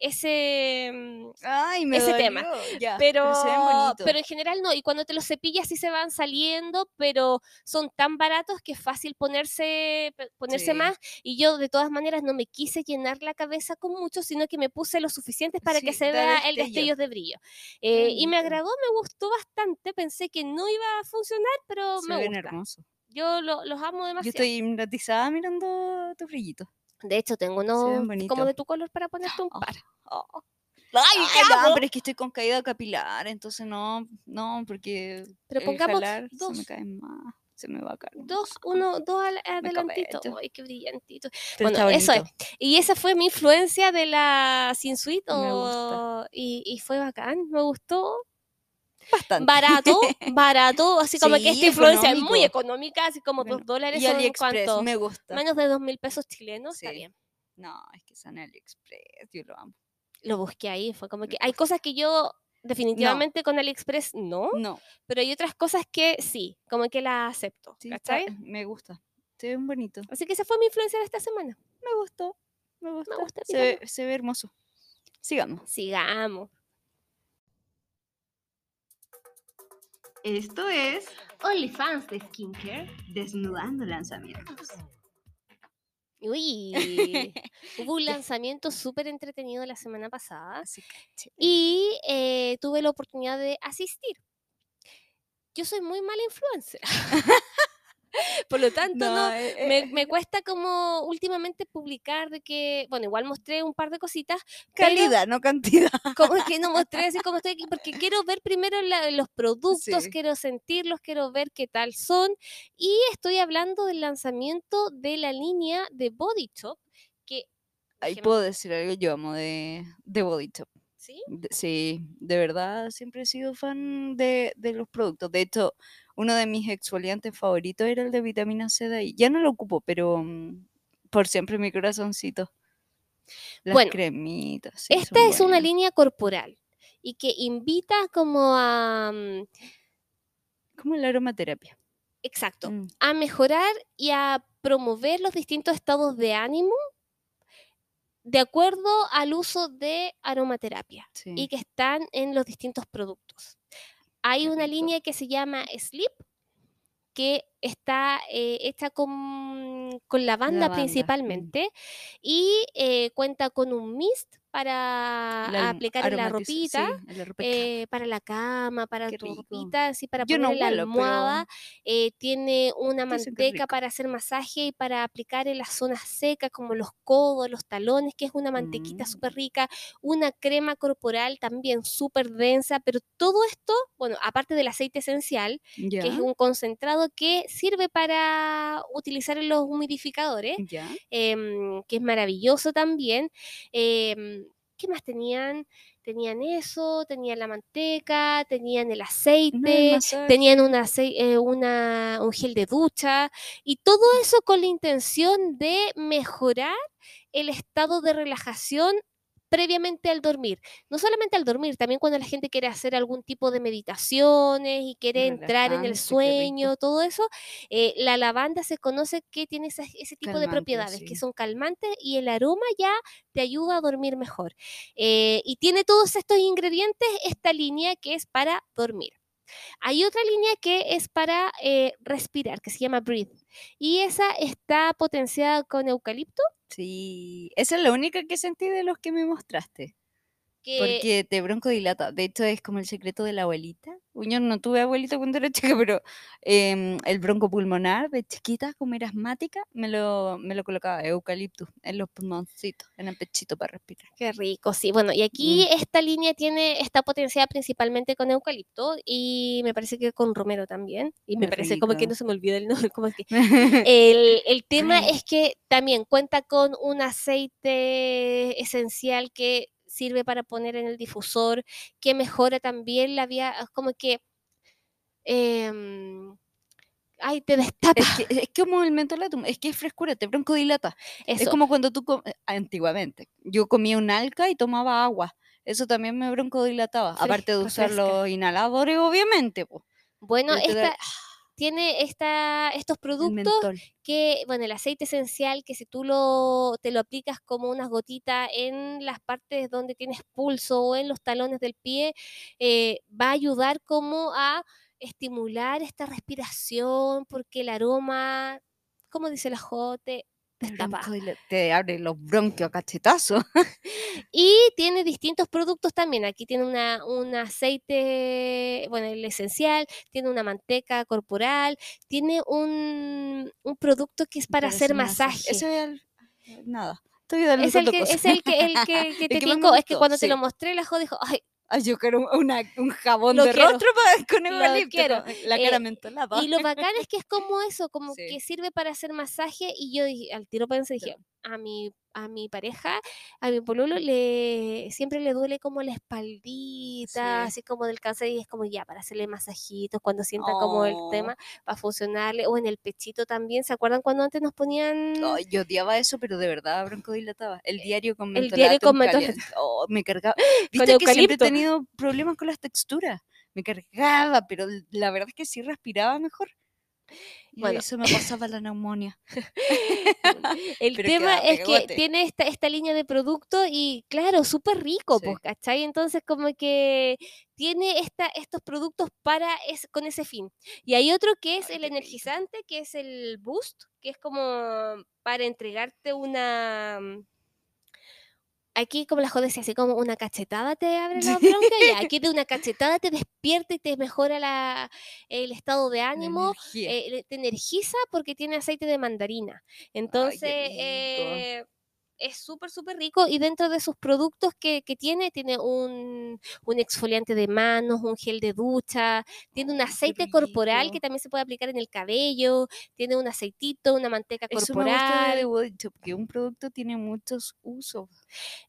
ese, mm, Ay, me ese dolió. tema. Ya, Pero, pero se ven bonitos. pero en general no, y cuando te los cepillas sí se van saliendo, pero son tan baratos que es fácil ponerse, pe- ponerse Sí. más, y yo de todas maneras no me quise llenar la cabeza con mucho, sino que me puse lo suficientes para que Sí, se da vea el destello. destello de brillo. Qué Eh, y me bonito. agradó, me gustó bastante, pensé que no iba a funcionar, pero Se me ven gusta. hermosos. Yo lo- los amo Yo demasiado. estoy hipnotizada mirando tus brillitos. De hecho, tengo Se ven unos como bonitos. de tu color para ponerte un Oh, par. oh. ¡Ay, qué Ay, no, hago! pero es que estoy con caída capilar, entonces no, no, porque Pero el pongamos jalar se me dos. cae más, se me va a caer Dos, más. uno, dos al- Me adelantito. cabeto. Ay, qué brillantito. Pero Bueno, está eso es. bonito. Y esa fue mi influencia de la Sin Suite Me gusta. o- y, y fue bacán, me gustó. Bastante. Barato, barato, así como que Sí, esta influencia es muy económico. económica, así como Bueno, dos dólares y son AliExpress, cuánto, me gusta. menos de dos mil pesos chilenos, está Sí. bien. No, es que son AliExpress, yo lo amo. Lo busqué ahí, fue como Me que hay gusta. cosas que yo definitivamente con AliExpress no, No, pero hay otras cosas que sí, como que las acepto, sí, está, ¿cachai? me gusta. Se ven bonito. Así que esa fue mi influencia de esta semana. Me gustó, me Me gusta. gusta a mí Se también. ve, se ve hermoso. Sigamos. Sigamos. Esto es OnlyFans de skincare. Desnudando Lanzamientos. Uy, hubo un Ya. lanzamiento súper entretenido la semana pasada Así que, y eh, tuve la oportunidad de asistir. Yo soy muy mala influencer. Por lo tanto, no, no, eh, me, eh, me cuesta como últimamente publicar de que, bueno, igual mostré un par de cositas, pero calidad, no cantidad. como que no mostré así como estoy aquí, porque quiero ver primero la- los productos, Sí. quiero sentirlos, quiero ver qué tal son, y estoy hablando del lanzamiento de la línea de Body Shop, que, Ahí déjeme- puedo decir algo, yo amo de, de Body Shop. ¿sí? De- Sí, de verdad siempre he sido fan de, de los productos. De hecho, uno de mis exfoliantes favoritos era el de vitamina C de ahí. Ya no lo ocupo, pero mm, por siempre mi corazoncito. Las Bueno, cremitas, sí, esta son es una buenas. línea corporal y que invita como a, mm, Como la aromaterapia. exacto, Mm, a mejorar y a promover los distintos estados de ánimo de acuerdo al uso de aromaterapia y sí, que están en los distintos productos. Hay qué una rico. línea que se llama Sleep, que está eh, hecha con, con lavanda, Lavanda, mm. principalmente y eh, cuenta con un mist para La alm- aplicar en la aromatiza- ropita, sí, en la ropita. eh, para la cama, para Qué tu rico. ropita, así para Yo poner no en la huelo, pero almohada. eh, tiene una dicen que es manteca rico. para hacer masaje y para aplicar en las zonas secas como los codos, los talones, que es una mantequita Mm, súper rica, una crema corporal también súper densa, pero todo esto, bueno, aparte del aceite esencial, que es ya, un concentrado que sirve para utilizar en los humidificadores, ya. em, que es maravilloso también. Em, ¿Qué más tenían? Tenían eso, tenían la manteca, tenían el No, el aceite, tenían masaje. una, acei- eh, una- un gel de ducha y todo eso con la intención de mejorar el estado de relajación previamente al dormir. No solamente al dormir, también cuando la gente quiere hacer algún tipo de meditaciones y quiere entrar en el Relajante, qué rico. sueño, todo eso, eh, la lavanda se conoce que tiene esa- ese tipo de Calmante, propiedades que sí. son calmantes y el aroma ya te ayuda a dormir mejor. Eh, y tiene todos estos ingredientes esta línea que es para dormir. Hay otra línea que es para eh, respirar, que se llama Breathe. Y esa está potenciada con eucalipto, Sí, esa es la única que sentí de los que me mostraste. que Porque te broncodilata. De hecho, es como el secreto de la abuelita. Yo no tuve abuelito cuando era chica, pero em, el broncopulmonar de chiquita, como era asmática, me lo, me lo colocaba eucaliptus en los pulmoncitos, en el pechito para respirar. Qué rico, sí. Bueno, y aquí esta línea tiene, está potenciada principalmente con eucalipto y me parece que con romero también. Y me Qué parece como que rico. no se me olvida el nombre, como que el, el tema Right. es que también cuenta con un aceite esencial que sirve para poner en el difusor, que mejora también la vía, como que, em, ay, te destapa. Es que es como el mentolatum, es que es frescura, te broncodilata. Es Eso, como cuando tú, com- eh, antiguamente, yo comía un alca y tomaba agua. Eso también me broncodilataba, aparte de fresca, usar fresca. los inhaladores, obviamente, po. Bueno, Pero te da esta tiene esta, estos el productos mentol. que, bueno, el aceite esencial que si tú lo, te lo aplicas como unas gotitas en las partes donde tienes pulso o en los talones del pie, eh, va a ayudar como a estimular esta respiración porque el aroma, como dice la Jote, Te destapa. broncodila- te abre los bronquios a cachetazos. Y tiene distintos productos también. Aquí tiene una, un aceite, bueno, el esencial, tiene una manteca corporal, tiene un, un producto que es para hacer masaje. Ese es el- nada. Estoy Es el anotando que, cosas. es el que, el que, que El te que más me tincó. Es que gustó, cuando te sí. lo mostré, la Jo dijo, ay, Ay, yo quiero una- un jabón Lo de quiero, rostro para, con lo eucalipto, quiero. con la cara Eh, mentolada. y lo bacán es que es como eso, como Sí. que sirve para hacer masaje. Y yo dije, al tiro pensé, dije, Ya. a mi, a mi pareja, a mi pololo, le, siempre le duele como la espaldita, Sí. así como del cáncer, y es como ya, para hacerle masajitos, cuando sienta como el Oh. tema, para funcionarle, o en el pechito también. ¿Se acuerdan cuando antes nos ponían Ay, yo odiaba eso, pero de verdad broncodilataba. El diario con el diario mentolatum con mentol- caliente. Oh, me cargaba. con Viste que siempre he eucalipto? tenido problemas con las texturas. Me cargaba, pero l- la verdad es que sí respiraba mejor. Y Bueno. eso me pasaba la neumonía. El Pero tema quedaba es que pegote. tiene esta, esta línea de producto y claro, súper rico, Sí. pues, ¿cachai? Entonces como que tiene esta, estos productos para es, con ese fin. Y hay otro que es Ay, el qué rico. energizante, que es el Boost, que es como para entregarte una... Aquí, como la jodes, así como una cachetada te abre la Sí. bronca, y aquí de una cachetada te despierta y te mejora la, el estado de La ánimo, energía. eh, te energiza porque tiene aceite de mandarina. Ay, Entonces, qué rico. eh, es súper, súper rico y dentro de sus productos que, que tiene, tiene un, un exfoliante de manos, un gel de ducha, tiene un Ay, qué aceite corporal que rico. también se puede aplicar en el cabello, tiene un aceitito, una manteca Eso me gusta de The corporal. Body Shop, que un producto tiene muchos usos. Son tan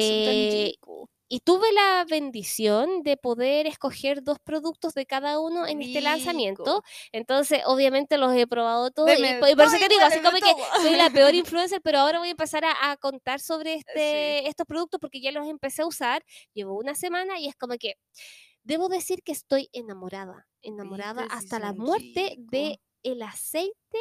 eh, ricos. Y tuve la bendición de poder escoger dos productos de cada uno en este lanzamiento. Rico. Entonces, obviamente los he probado todos. Y, Deme po- y por eso todo te digo, igual, así deme como que todo. soy la peor influencer, pero ahora voy a empezar a, a contar sobre Sí. este, estos productos porque ya los empecé a usar. Llevo una semana y es como que debo decir que estoy enamorada, enamorada Viste, sí hasta la son muerte ricos. de el aceite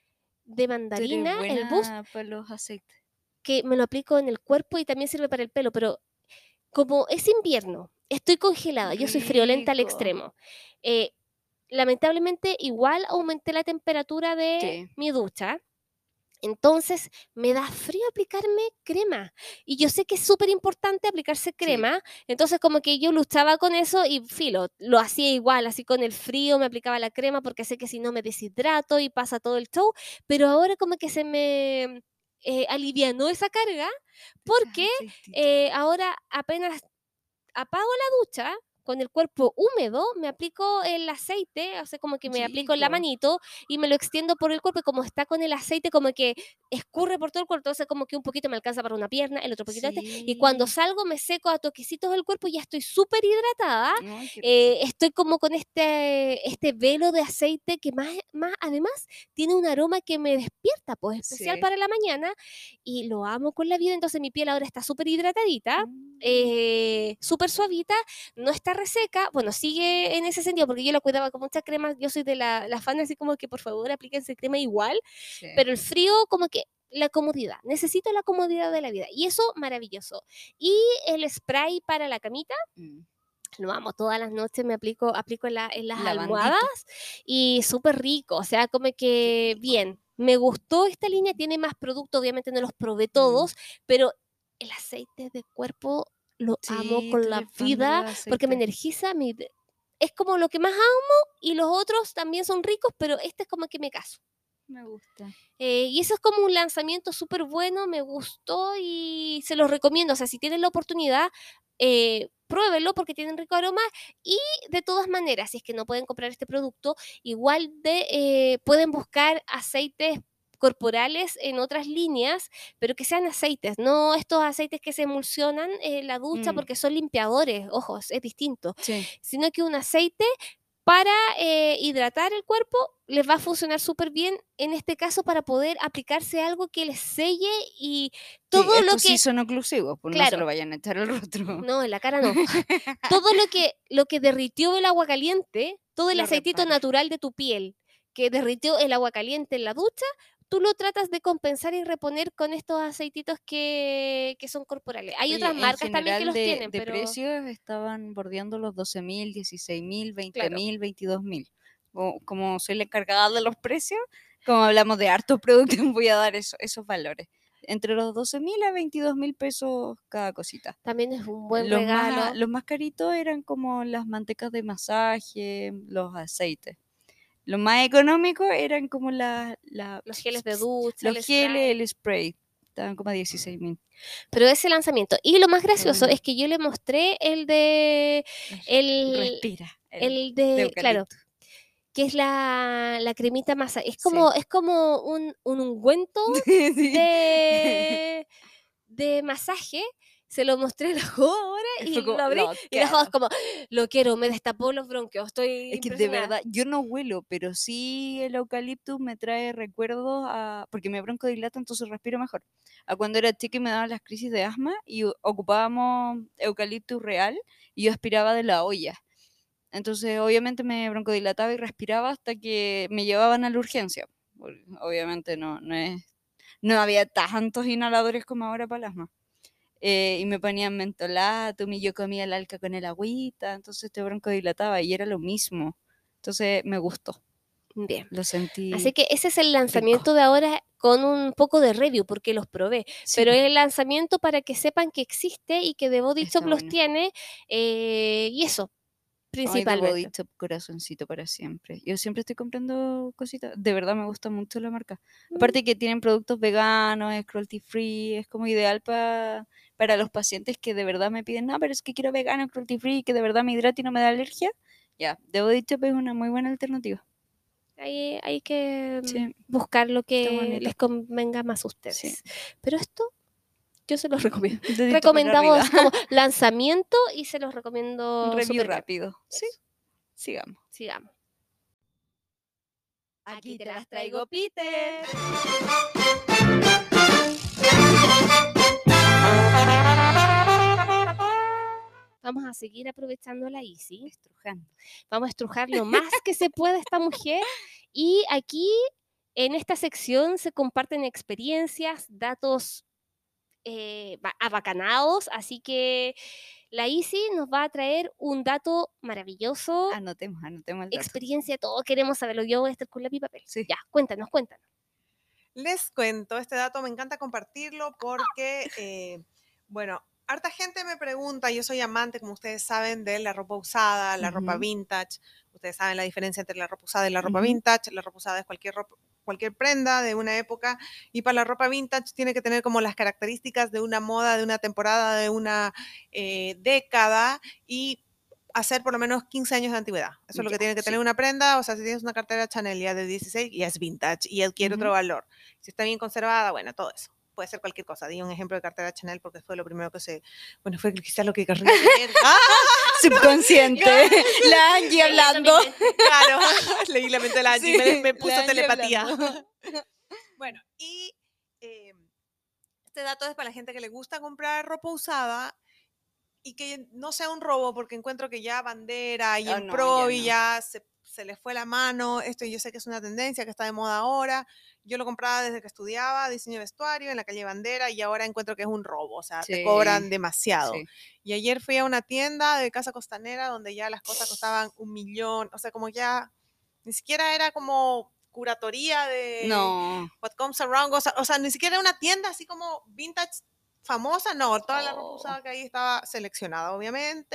de Tú eres mandarina, el Boost, buena para los aceites. que me lo aplico en el cuerpo y también sirve para el pelo, pero como es invierno, estoy congelada, yo soy friolenta al Rico. extremo. Eh, lamentablemente, igual aumenté la temperatura de Sí. mi ducha. Entonces me da frío aplicarme crema. Y yo sé que es súper importante aplicarse Sí. crema. Entonces como que yo luchaba con eso y filo, lo hacía igual, así con el frío me aplicaba la crema porque sé que si no me deshidrato y pasa todo el show. Pero ahora como que se me eh, alivianó esa carga porque Aceitito. eh, ahora apenas apago la ducha con el cuerpo húmedo, me aplico el aceite, o sea, como que me aplico en la Rico. manito y me lo extiendo por el cuerpo y como está con el aceite, como que escurre por todo el cuerpo, entonces como que un poquito me alcanza para una pierna, el otro poquito este, y cuando Sí. salgo me seco a toquecitos del cuerpo y ya estoy súper hidratada. Ay, qué rico. Eh, estoy como con este, este velo de aceite que más, más además tiene un aroma que me despierta, pues especial Sí. para la mañana y lo amo con la vida, entonces mi piel ahora está súper hidratadita, Mm. eh, súper suavita, no está reseca, bueno, sigue en ese sentido porque yo la cuidaba con muchas cremas, yo soy de la, la fan así como que por favor aplíquense crema igual, Sí. pero el frío como que la comodidad, necesito la comodidad de la vida y eso maravilloso. Y el spray para la camita, Mm. lo amo, todas las noches me aplico, aplico en, la- en las Lavandito. almohadas y súper rico, o sea, como Qué que rico. bien, me gustó esta línea, tiene más productos, obviamente no los probé Mm. todos, pero el aceite de cuerpo lo amo Sí, con tú la eres fan de vida los porque me aceites. energiza, me, es como lo que más amo y los otros también son ricos, pero este es como que me caso. Me gusta. Eh, y eso es como un lanzamiento súper bueno, me gustó y se los recomiendo. O sea, si tienen la oportunidad, eh, pruébenlo porque tienen rico aroma. Y de todas maneras, si es que no pueden comprar este producto, igual de, eh, pueden buscar aceites corporales en otras líneas, pero que sean aceites, no estos aceites que se emulsionan en la ducha Mm. porque son limpiadores, ojos, es distinto, Sí. sino que un aceite para eh, hidratar el cuerpo les va a funcionar súper bien, en este caso para poder aplicarse algo que les selle y todo sí, lo estos que... sí son oclusivos, pues no se Claro. lo vayan a echar al rostro. No, en la cara no. Todo lo que, lo que derritió el agua caliente, todo el Lo aceitito repara. natural de tu piel que derritió el agua caliente en la ducha, tú lo tratas de compensar y reponer con estos aceititos que, que son corporales. Hay Oye, otras en marcas también que general los de, tienen, de pero precios estaban bordeando los doce mil, dieciséis mil, veinte claro. mil, veintidós mil. O- Como soy la encargada de los precios, como hablamos de hartos productos, voy a dar eso- esos valores. Entre los doce mil a veintidós mil pesos cada cosita. También es un buen Los regalo. más, los más caritos eran como las mantecas de masaje, los aceites. Los más económicos eran como la, la- Los geles de ducha, los el geles, spray. el spray. Estaban como a dieciséis mil. Pero ese lanzamiento. Y lo más gracioso bueno. es que yo le mostré el de. El, Respira. El, el de de. Claro, eucalipto. que es la, la cremita masa. Es Sí. como, es como un, un ungüento Sí. de, de masaje. Se lo mostré a la Jo ahora y Fue como, lo abrí. lo Y la Jo es quiero. como, lo quiero, me destapó los bronquios. Estoy Es que de impresionada. verdad, yo no huelo, pero sí el eucaliptus me trae recuerdos a. Porque me broncodilata, entonces respiro mejor. A cuando era chica y me daban las crisis de asma y u- ocupábamos eucaliptus real y yo aspiraba de la olla. Entonces, obviamente me broncodilataba y respiraba hasta que me llevaban a la urgencia. Porque obviamente no, no es. No había tantos inhaladores como ahora para el asma. Eh, y me ponían mentolatum y yo comía el alca con el agüita, entonces te broncodilataba y era lo mismo. Entonces me gustó, Bien. lo sentí Así que ese es el rico. lanzamiento de ahora con un poco de review porque los probé. Sí, Pero po, es el lanzamiento para que sepan que existe y que The Body está Shop los bueno. tiene. eh, y eso, Ay, The Body principalmente. Shop, corazoncito para siempre. Yo siempre estoy comprando cositas. De verdad me gusta mucho la marca. Mm, Aparte que tienen productos veganos, es cruelty free, es como ideal pa- para los pacientes que de verdad me piden, no, pero es que quiero vegano, cruelty free, que de verdad me hidrate y no me da alergia. Ya, The Body Shop es una muy buena alternativa. Hay, hay que mm, Sí, buscar lo está que bonito. les convenga más a ustedes. Sí. Pero esto yo se los recomiendo. Dedito para Recomendamos arriba. como lanzamiento y se los recomiendo Un review súper bien. rápido. Sí, Eso, sigamos. sigamos. Aquí te las traigo, Peter. Vamos a seguir aprovechando la Easy. Estrujando. Vamos a estrujar lo más que se pueda a esta mujer. Y aquí, en esta sección, se comparten experiencias, datos eh, ba- abacanados. Así que la Easy nos va a traer un dato maravilloso. Anotemos, anotemos el dato. Experiencia, todo queremos saberlo. Yo voy a estar con lápiz y papel. Sí. Ya, cuéntanos, cuéntanos. Les cuento, este dato me encanta compartirlo porque, eh, bueno, harta gente me pregunta, yo soy amante, como ustedes saben, de la ropa usada, la ropa Ujú. vintage. Ustedes saben la diferencia entre la ropa usada y la ropa Ujú. vintage. La ropa usada es cualquier ropa, cualquier prenda de una época, y para la ropa vintage tiene que tener como las características de una moda, de una temporada, de una eh, década, y hacer por lo menos quince años de antigüedad. Eso es lo Ya, que tiene que sí. tener una prenda. O sea, si tienes una cartera Chanel ya de dieciséis, ya es vintage y adquiere otro Ujú. valor. Si está bien conservada, bueno, todo eso. Puede ser cualquier cosa. Di un ejemplo de cartera Chanel porque fue lo primero que se... Bueno, fue quizás lo que querría leer. ¡Ah! Subconsciente. La Angie hablando. Claro, leí la mente de la Angie, Sí, me, me puso la Angie telepatía. hablando. Bueno, y eh, este dato es para la gente que le gusta comprar ropa usada y que no sea un robo, porque encuentro que ya Bandera y Oh, en no, Pro ya y no. ya se, se les fue la mano. Esto yo sé que es una tendencia que está de moda ahora. Yo lo compraba desde que estudiaba diseño de vestuario en la calle Bandera y ahora encuentro que es un robo, o sea, te Sí, cobran demasiado. sí. Y ayer fui a una tienda de Casa Costanera donde ya las cosas costaban un millón, o sea, como ya ni siquiera era como curatoría de No. what comes around, o sea, o sea, ni siquiera era una tienda así como vintage famosa, no, toda la ropa Oh. usada que ahí estaba seleccionada, obviamente,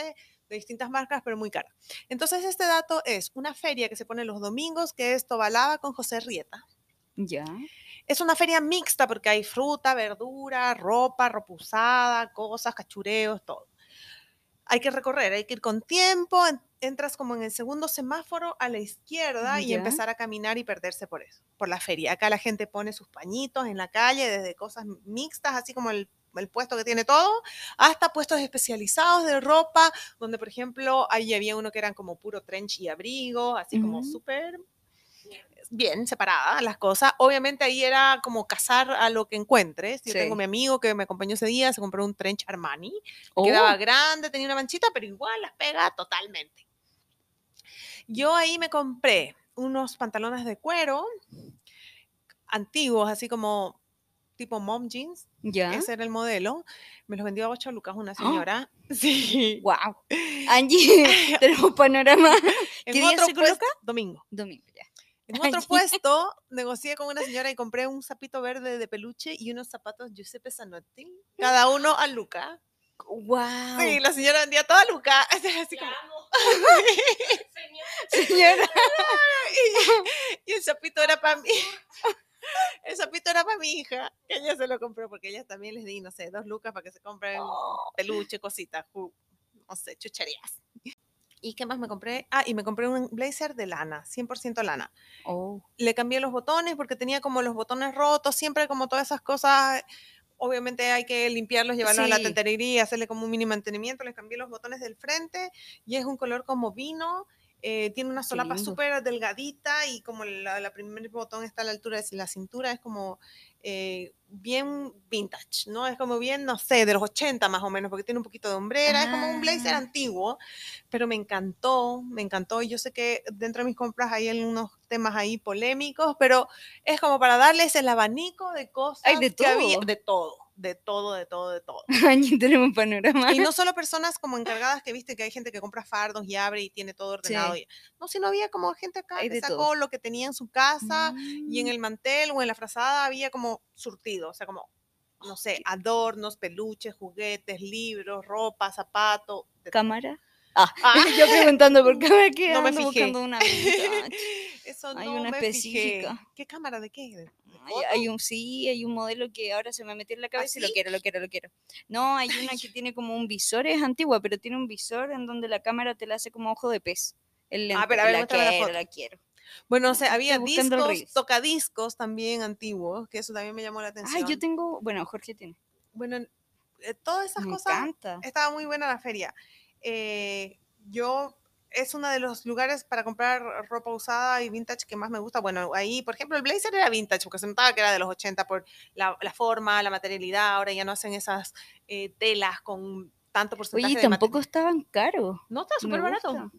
de distintas marcas, pero muy cara. Entonces, este dato es una feria que se pone los domingos, que es Tobalaba con José Rieta. Ya. Es una feria mixta porque hay fruta, verdura, ropa, ropa usada, cosas, cachureos, todo. Hay que recorrer, hay que ir con tiempo, en- entras como en el segundo semáforo a la izquierda y Ya. empezar a caminar y perderse por eso, por la feria. Acá la gente pone sus pañitos en la calle, desde cosas mixtas, así como el, el puesto que tiene todo, hasta puestos especializados de ropa, donde por ejemplo ahí había uno que eran como puro trench y abrigo, así como Mm. súper bien separadas las cosas. Obviamente ahí era como cazar a lo que encuentres. Yo Sí. tengo mi amigo que me acompañó ese día, se compró un trench Armani, Oh. quedaba grande, tenía una manchita, pero igual las pega totalmente. Yo ahí me compré unos pantalones de cuero antiguos, así como tipo mom jeans. Ya. Ese era el modelo. Me los vendió a ocho lucas una señora. Sí. Wow. Angie, tenemos panorama. En ¿Qué día otro se puesto, coloca? domingo. Domingo, ya. En otro Angie. puesto, negocié con una señora y compré un sapito verde de peluche y unos zapatos Giuseppe Zanotti, cada uno a Luca. Wow. Sí, la señora vendía toda Luca. Así como, Señora. y el sapito era para mí. El sapito era para mi hija, que ella se lo compró porque ella también les di, no sé, dos lucas para que se compren peluche, cositas, ju- no sé, chucherías. ¿Y qué más me compré? Ah, y me compré un blazer de lana, cien por ciento lana. Oh. Le cambié los botones porque tenía como los botones rotos, siempre como todas esas cosas. Obviamente hay que limpiarlos, llevarlos a la Sí. tenterería, hacerle como un mini mantenimiento. Les cambié los botones del frente y es un color como vino. Eh, tiene una Qué solapa lindo. súper delgadita y como la, la primer botón está a la altura de la cintura, es como eh, bien vintage, ¿no? Es como bien, no sé, de los ochenta más o menos, porque tiene un poquito de hombrera, es como un blazer Ah. antiguo, pero me encantó, me encantó. Y yo sé que dentro de mis compras hay algunos temas ahí polémicos, pero es como para darles el abanico de cosas Hay de que había, todo. de todo, de todo, de todo, de todo. Angie, tenemos panorama. Y no solo personas como encargadas que viste que hay gente que compra fardos y abre y tiene todo ordenado. Sí. y- no, sino había como gente acá Hay que de sacó todo. lo que tenía en su casa y en Mm. el mantel o en la frazada había como surtido, o sea, como, no sé, adornos, peluches, juguetes, libros, ropa, zapatos. de todo. ¿Cámara? Ah, Ah, yo preguntando por cámara que no me ando fijé. buscando una vintage. Eso Hay no una me fijé. específica. ¿Qué cámara de qué? ¿De, de Hay, foto? hay un sí, hay un modelo que ahora se me metió en la cabeza y lo ¿Así? quiero, lo quiero, lo quiero. No, hay una que tiene como un visor, es antigua, pero tiene un visor en donde la cámara te la hace como ojo de pez. El Ah, lente, pero a y ver, la muéstrame la quiero, foto. la quiero. Bueno, o sea, había Estoy buscando el discos, Reels. tocadiscos también antiguos, que eso también me llamó la Ah, atención. yo tengo, bueno, Jorge tiene. Bueno, eh, todas esas Me cosas, encanta. estaba muy buena la feria. Eh, yo, es uno de los lugares para comprar ropa usada y vintage que más me gusta. Bueno, ahí, por ejemplo, el blazer era vintage, porque se notaba que era de los ochenta por la, la forma, la materialidad. Ahora ya no hacen esas eh, telas con tanto Oye, porcentaje y de tampoco material. estaban caros. No, está Me súper barato. gusta.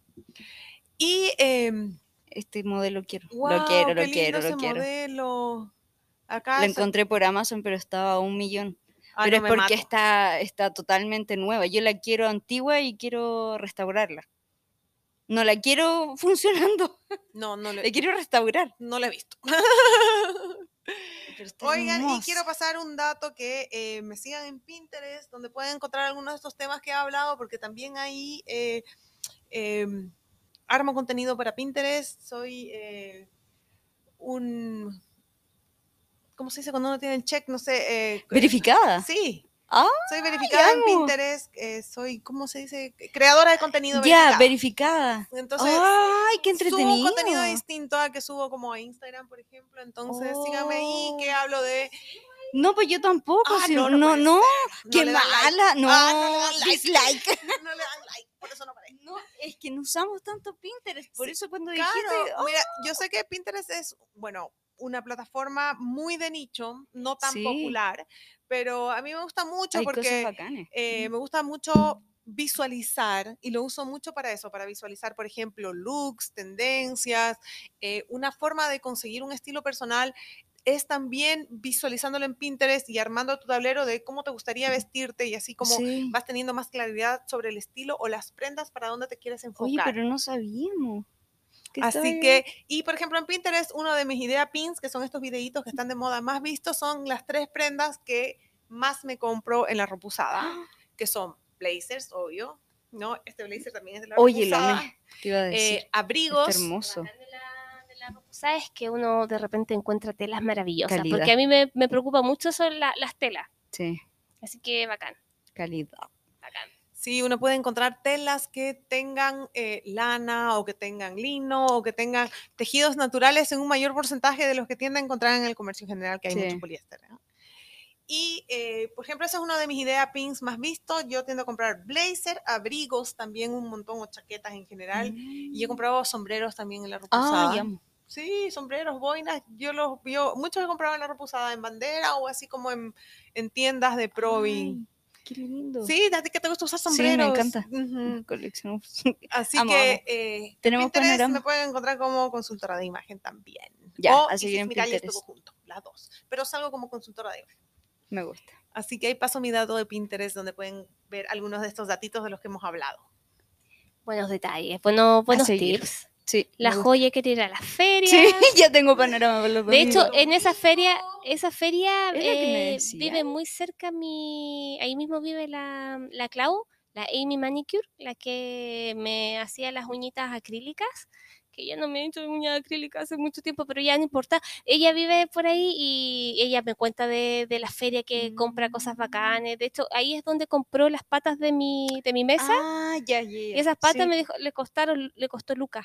Y, em, Este modelo quiero. Lo wow, quiero, qué lo lindo quiero, ese lo quiero. modelo. Acá La es- encontré por Amazon, pero estaba a un millón. ah, Pero no es me porque mato. está, está totalmente nueva. Yo la quiero antigua y quiero restaurarla. No la quiero funcionando, No, no la le, quiero restaurar. no la he visto. Pero está Oigan, y hermosa. quiero pasar un dato que eh, me sigan en Pinterest, donde pueden encontrar algunos de estos temas que he hablado, porque también ahí eh, eh, armo contenido para Pinterest. Soy eh, un, ¿cómo se dice cuando uno tiene el check? No sé. eh, ¿Verificada? Sí, Ah, soy verificada en amo. Pinterest. eh, soy, ¿cómo se dice? Creadora de contenido Ya, verificada. verificada. Entonces, Ay, qué subo entretenido. contenido distinto al que subo como a Instagram, por ejemplo. Entonces, síganme ahí, que Oh. hablo de... No, pues yo tampoco. Ah, si- no, no, no no, puede ser. No qué le dan like. mala. No, Ah, no le dan like. dislike. No le dan like, por eso no aparece. No, es que no usamos tanto Pinterest. Por Sí, eso cuando Claro, dijiste, oh, mira, yo sé que Pinterest es, bueno, una plataforma muy de nicho, no tan Sí. popular, pero a mí me gusta mucho hay cosas porque bacanes. eh, Mm. me gusta mucho visualizar y lo uso mucho para eso, para visualizar, por ejemplo, looks, tendencias, eh, una forma de conseguir un estilo personal es también visualizándolo en Pinterest y armando tu tablero de cómo te gustaría vestirte y así como Sí. vas teniendo más claridad sobre el estilo o las prendas para dónde te quieres enfocar. Oye, pero no sabíamos. ¿Qué estaba Así ahí? que, y por ejemplo en Pinterest, uno de mis idea pins, que son estos videitos que están de moda más vistos, son las tres prendas que más me compro en la ropa usada, ¡Ah! que son blazers, obvio, ¿no? Este blazer también es de la Oye, lo Reposada. amé. Te iba a decir. Eh, abrigos. Está hermoso. Bacán de la, de la Reposada es que uno de repente encuentra telas maravillosas, Calidad. porque a mí me, me preocupa mucho son la- las telas, Sí, así que bacán, calidad. bacán. Sí, uno puede encontrar telas que tengan eh, lana o que tengan lino o que tengan tejidos naturales en un mayor porcentaje de los que tiende a encontrar en el comercio general, que hay Sí. mucho poliéster, ¿no? Y, eh, por ejemplo, esa es una de mis idea pins más vistos. Yo tiendo a comprar blazer, abrigos también un montón o chaquetas en general. Y he comprado sombreros también en la Reposada. Ah, ya. amo. Sí, sombreros, boinas. Yo los yo, muchos he comprado en la Reposada en bandera o así como en, en tiendas de Provi. Ay, qué lindo. Sí, a ti que te gusta usar Sí, me sombreros. encanta. Ujú. Coleccionamos. Así Amo, que amo. eh, en Tenemos Pinterest panorama. me pueden encontrar como consultora de imagen también. Ya, o a seguir Isis en Miralles, Pinterest. todo junto, las dos. Pero salgo como consultora de imagen. Me gusta. Así que ahí paso mi dato de Pinterest donde pueden ver algunos de estos datitos de los que hemos hablado. Buenos detalles, bueno, buenos seguir. tips. Sí. La me gusta. joya quiere ir a la feria. Sí, ya tengo panorama por los De hecho, domingos. en esa feria, esa feria Es lo que me eh, decía. vive muy cerca mi, ahí mismo vive la, la Clau, la Amy Manicure, la que me hacía las uñitas acrílicas, que ya no me he hecho uñas acrílicas hace mucho tiempo, pero ya no importa. Ella vive por ahí y ella me cuenta de, de la feria que compra cosas bacanes. De hecho, ahí es donde compró las patas de mi, de mi mesa Ah, ya, ya, ya. y esas patas Sí. me dijo, le costaron, le costó lucas.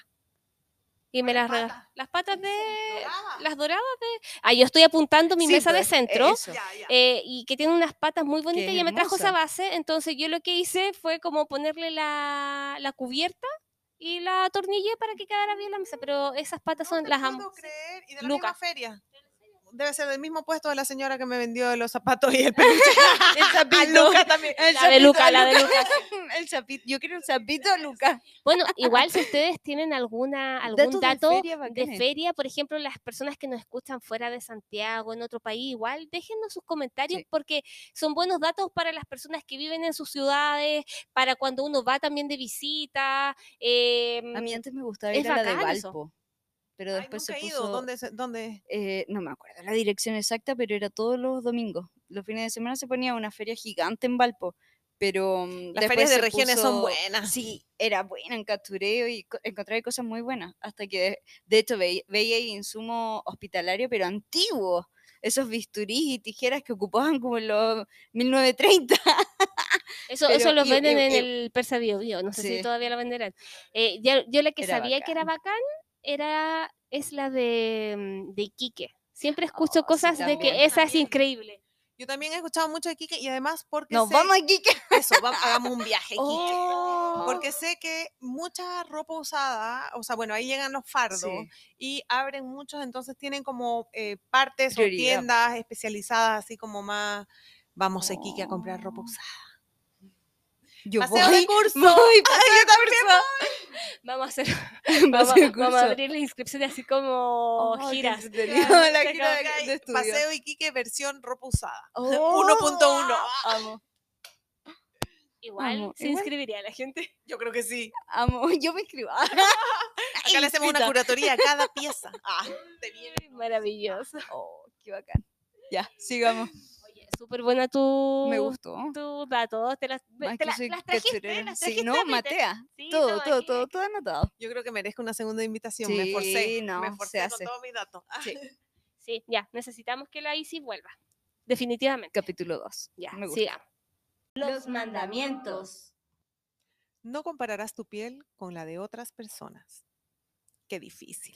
Y me las ¿Cuáles regaló. patas? Las patas de. ¿Doradas? Las doradas de. Ah, yo estoy apuntando mi Sí, mesa de pues, centro. eso. Ya, ya. eh, y que tiene unas patas muy bonitas. es Y ella me trajo esa hermosa. base. Entonces yo lo que hice fue como ponerle la, la cubierta y la atornillé para que quedara bien la mesa. Pero esas patas No son te las puedo amo. creer. Y de la Lucas. misma feria. Debe ser del mismo puesto de la señora que me vendió los zapatos y el peluche. El sapito. A Luca también. El La de sapito Luca, la de Luca. El sapito. Yo quiero un sapito, Luca. Bueno, igual si ustedes tienen alguna, algún Datos de dato feria de bacanes. feria, por ejemplo, las personas que nos escuchan fuera de Santiago, en otro país, igual déjennos sus comentarios Sí. porque son buenos datos para las personas que viven en sus ciudades, para cuando uno va también de visita. eh, A mí antes me gustaba es ir a la de bacán eso. Valpo. Pero Ay, después nunca se he ido. puso. ¿Dónde? se- dónde? eh, no me acuerdo la dirección exacta, pero era todos los domingos. Los fines de semana se ponía una feria gigante en Valpo. Pero mm, Las después ferias de se regiones son puso- buenas. Sí, era buena en captureo y co- encontré cosas muy buenas. Hasta que, de, de hecho, ve- veía ahí insumo hospitalario, pero antiguo. Esos bisturís y tijeras que ocupaban como en los mil novecientos treinta. Eso, Pero eso lo y- venden y- en y- el Persa Bio Bio, no sé si Sí. todavía lo venderán. Eh, ya- yo la que Era sabía que era bacán. bacán era, es la de, mm, de Iquique. Siempre escucho Oh, sí, cosas de también. que esa es También. increíble. Yo también he escuchado mucho de Quique y además porque Nos sé... vamos aquí. Eso, vamos, hagamos un viaje, Quique. Oh. Porque sé que mucha ropa usada, o sea, bueno, ahí llegan los fardos Sí. y abren muchos, entonces tienen como eh, partes Prioridad. o tiendas especializadas, así como más, vamos a Iquique a comprar ropa Oh. usada. Yo Paseo voy, de curso. voy, Ay, paseo yo de curso. Vamos a hacer, Paseo vamos, de vamos a curso. abrir las inscripciones así como Oh, qué giras. entretenido. Claro, La que gira de- hay de estudio. Paseo Iquique versión ropa usada. Oh, uno punto uno. Amo, Igual Amo, se igual. inscribiría la gente. Yo creo que sí. amo. Yo me inscribo. Acá le hacemos una Inscrita. curatoría a cada pieza. Ah, te viene. Maravilloso. Oh, qué bacán. Ya, sigamos. Oye, súper buena tu, Me gustó. tu dato. Te las, Más te que la- soy las trajiste, cachurera. las Sí, trajiste, no, ¿viste? Matea. Sí, todo, todo, todo, aquí, todo, aquí. todo anotado. Yo creo que merezco una segunda invitación. me Sí, esforcé. no, me se esforcé con hace. todos mis datos. Ah. Sí. Sí, ya, necesitamos que la Isis vuelva. Definitivamente. Capítulo dos. Ya, Me gusta. sigamos. Los mandamientos. No compararás tu piel con la de otras personas. Qué difícil.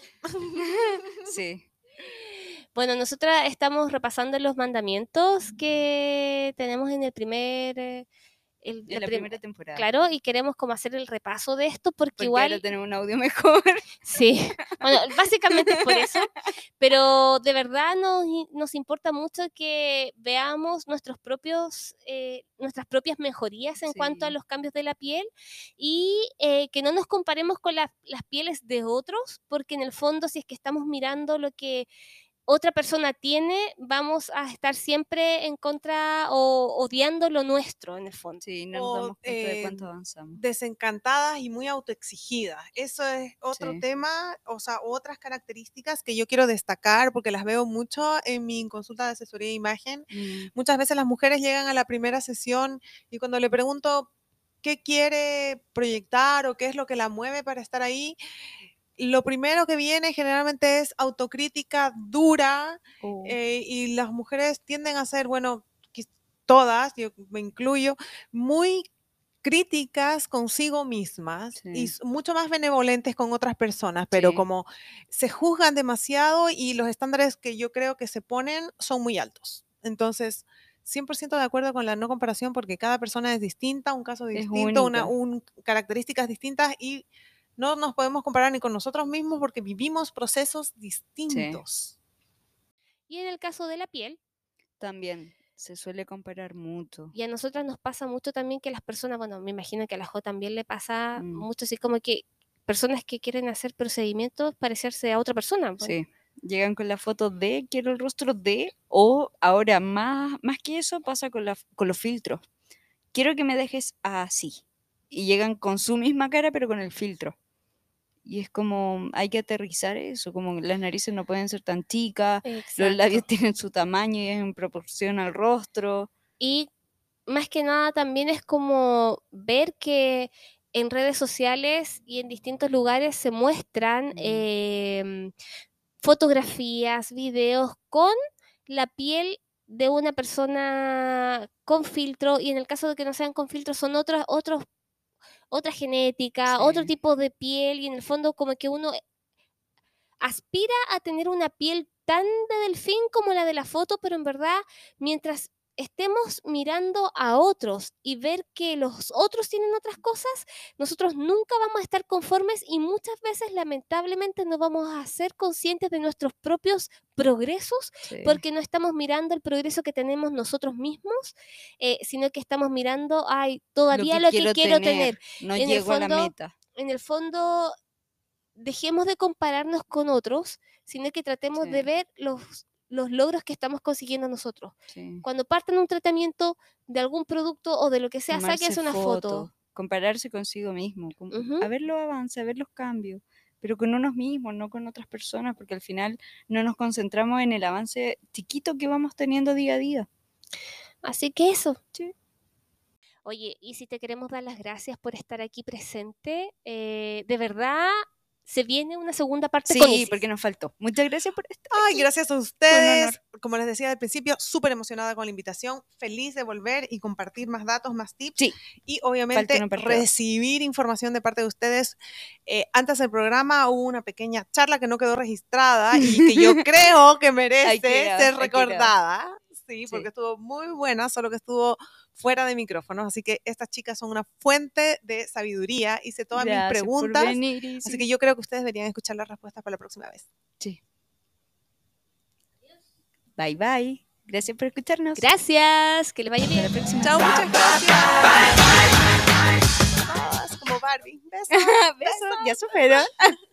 Sí. Bueno, nosotras estamos repasando los mandamientos que tenemos en el primer... eh, el- En la prim- primera temporada. Claro, y queremos como hacer el repaso de esto porque, Porque igual... ahora tenemos un audio mejor. Sí, bueno, básicamente es por eso, pero de verdad nos, i- nos importa mucho que veamos nuestros propios, eh, nuestras propias mejorías en cuanto a Sí. los cambios de la piel y eh, que no nos comparemos con la- las pieles de otros, porque en el fondo si es que estamos mirando lo que otra persona tiene, vamos a estar siempre en contra o odiando lo nuestro en el fondo. Sí, no nos O, damos cuenta de eh, cuánto avanzamos. Desencantadas y muy autoexigidas. Eso es otro Sí. tema, o sea, otras características que yo quiero destacar porque las veo mucho en mi consulta de asesoría de imagen. Mm, Muchas veces las mujeres llegan a la primera sesión y cuando le pregunto, qué quiere proyectar o qué es lo que la mueve para estar ahí, lo primero que viene generalmente es autocrítica dura, Oh. eh, y las mujeres tienden a ser, bueno, quiz- todas, yo me incluyo, muy críticas consigo mismas y Sí. s- mucho más benevolentes con otras personas, pero Sí. como se juzgan demasiado y los estándares que yo creo que se ponen son muy altos. Entonces, cien por ciento de acuerdo con la no comparación porque cada persona es distinta, un caso Es distinto, una, única. un, características distintas y no nos podemos comparar ni con nosotros mismos porque vivimos procesos distintos. Y en el caso de la piel, También se suele comparar mucho. y a nosotras nos pasa mucho también que las personas, bueno, me imagino que a la Jo también le pasa Mm. mucho, así como que personas que quieren hacer procedimientos parecerse a otra persona. pues. Sí. Llegan con la foto de, quiero el rostro de, o ahora más, más que eso pasa con, la, con los filtros. Quiero que me dejes así. Y llegan con su misma cara, pero con el filtro. Y es como, hay que aterrizar eso, como las narices no pueden ser tan chicas, los labios Exacto. tienen su tamaño y es en proporción al rostro. Y más que nada también es como ver que en redes sociales y en distintos lugares se muestran Mm. em, fotografías, videos con la piel de una persona con filtro, y en el caso de que no sean con filtro son otras otros otra genética, otro Sí. tipo de piel, y en el fondo como que uno aspira a tener una piel tan de delfín como la de la foto, pero en verdad, mientras estemos mirando a otros y ver que los otros tienen otras cosas, nosotros nunca vamos a estar conformes y muchas veces lamentablemente no vamos a ser conscientes de nuestros propios progresos Sí. porque no estamos mirando el progreso que tenemos nosotros mismos, eh, sino que estamos mirando, ay, todavía lo que quiero, tener. No En el llego a la fondo- meta. En el fondo, dejemos de compararnos con otros, sino que tratemos Sí. de ver los, los logros que estamos consiguiendo nosotros. Sí. Cuando partan un tratamiento de algún producto o de lo que sea, Tomarse sáquense una foto. compararse consigo mismo, com- Ujú. a ver los avances, a ver los cambios, pero con unos mismos, no con otras personas, porque al final no nos concentramos en el avance chiquito que vamos teniendo día a día. Así que eso. Sí. Oye, y si te queremos dar las gracias por estar aquí presente, eh, de verdad se viene una segunda parte con Sí, Isis. porque nos faltó. Muchas gracias por estar Ay, aquí. gracias a ustedes. Como les decía al principio, súper emocionada con la invitación, feliz de volver y compartir más datos, más tips. Sí. Y Falta obviamente una parte dos. recibir información de parte de ustedes. Eh, antes del programa hubo una pequeña charla que no quedó registrada y que yo creo que merece Hay que grabar, ser hay que grabar. recordada. Sí, porque Sí. estuvo muy buena, solo que estuvo fuera de micrófonos. Así que estas chicas son una fuente de sabiduría. Hice todas mis Gracias por preguntas. venir, Así Isis. que yo creo que ustedes deberían escuchar las respuestas para la próxima vez. Sí. Bye, bye. Gracias por escucharnos. Gracias, que le vaya bien. Hasta la próxima. Chao, muchas gracias. Todas como Barbie. Besos. Besos, ya supero.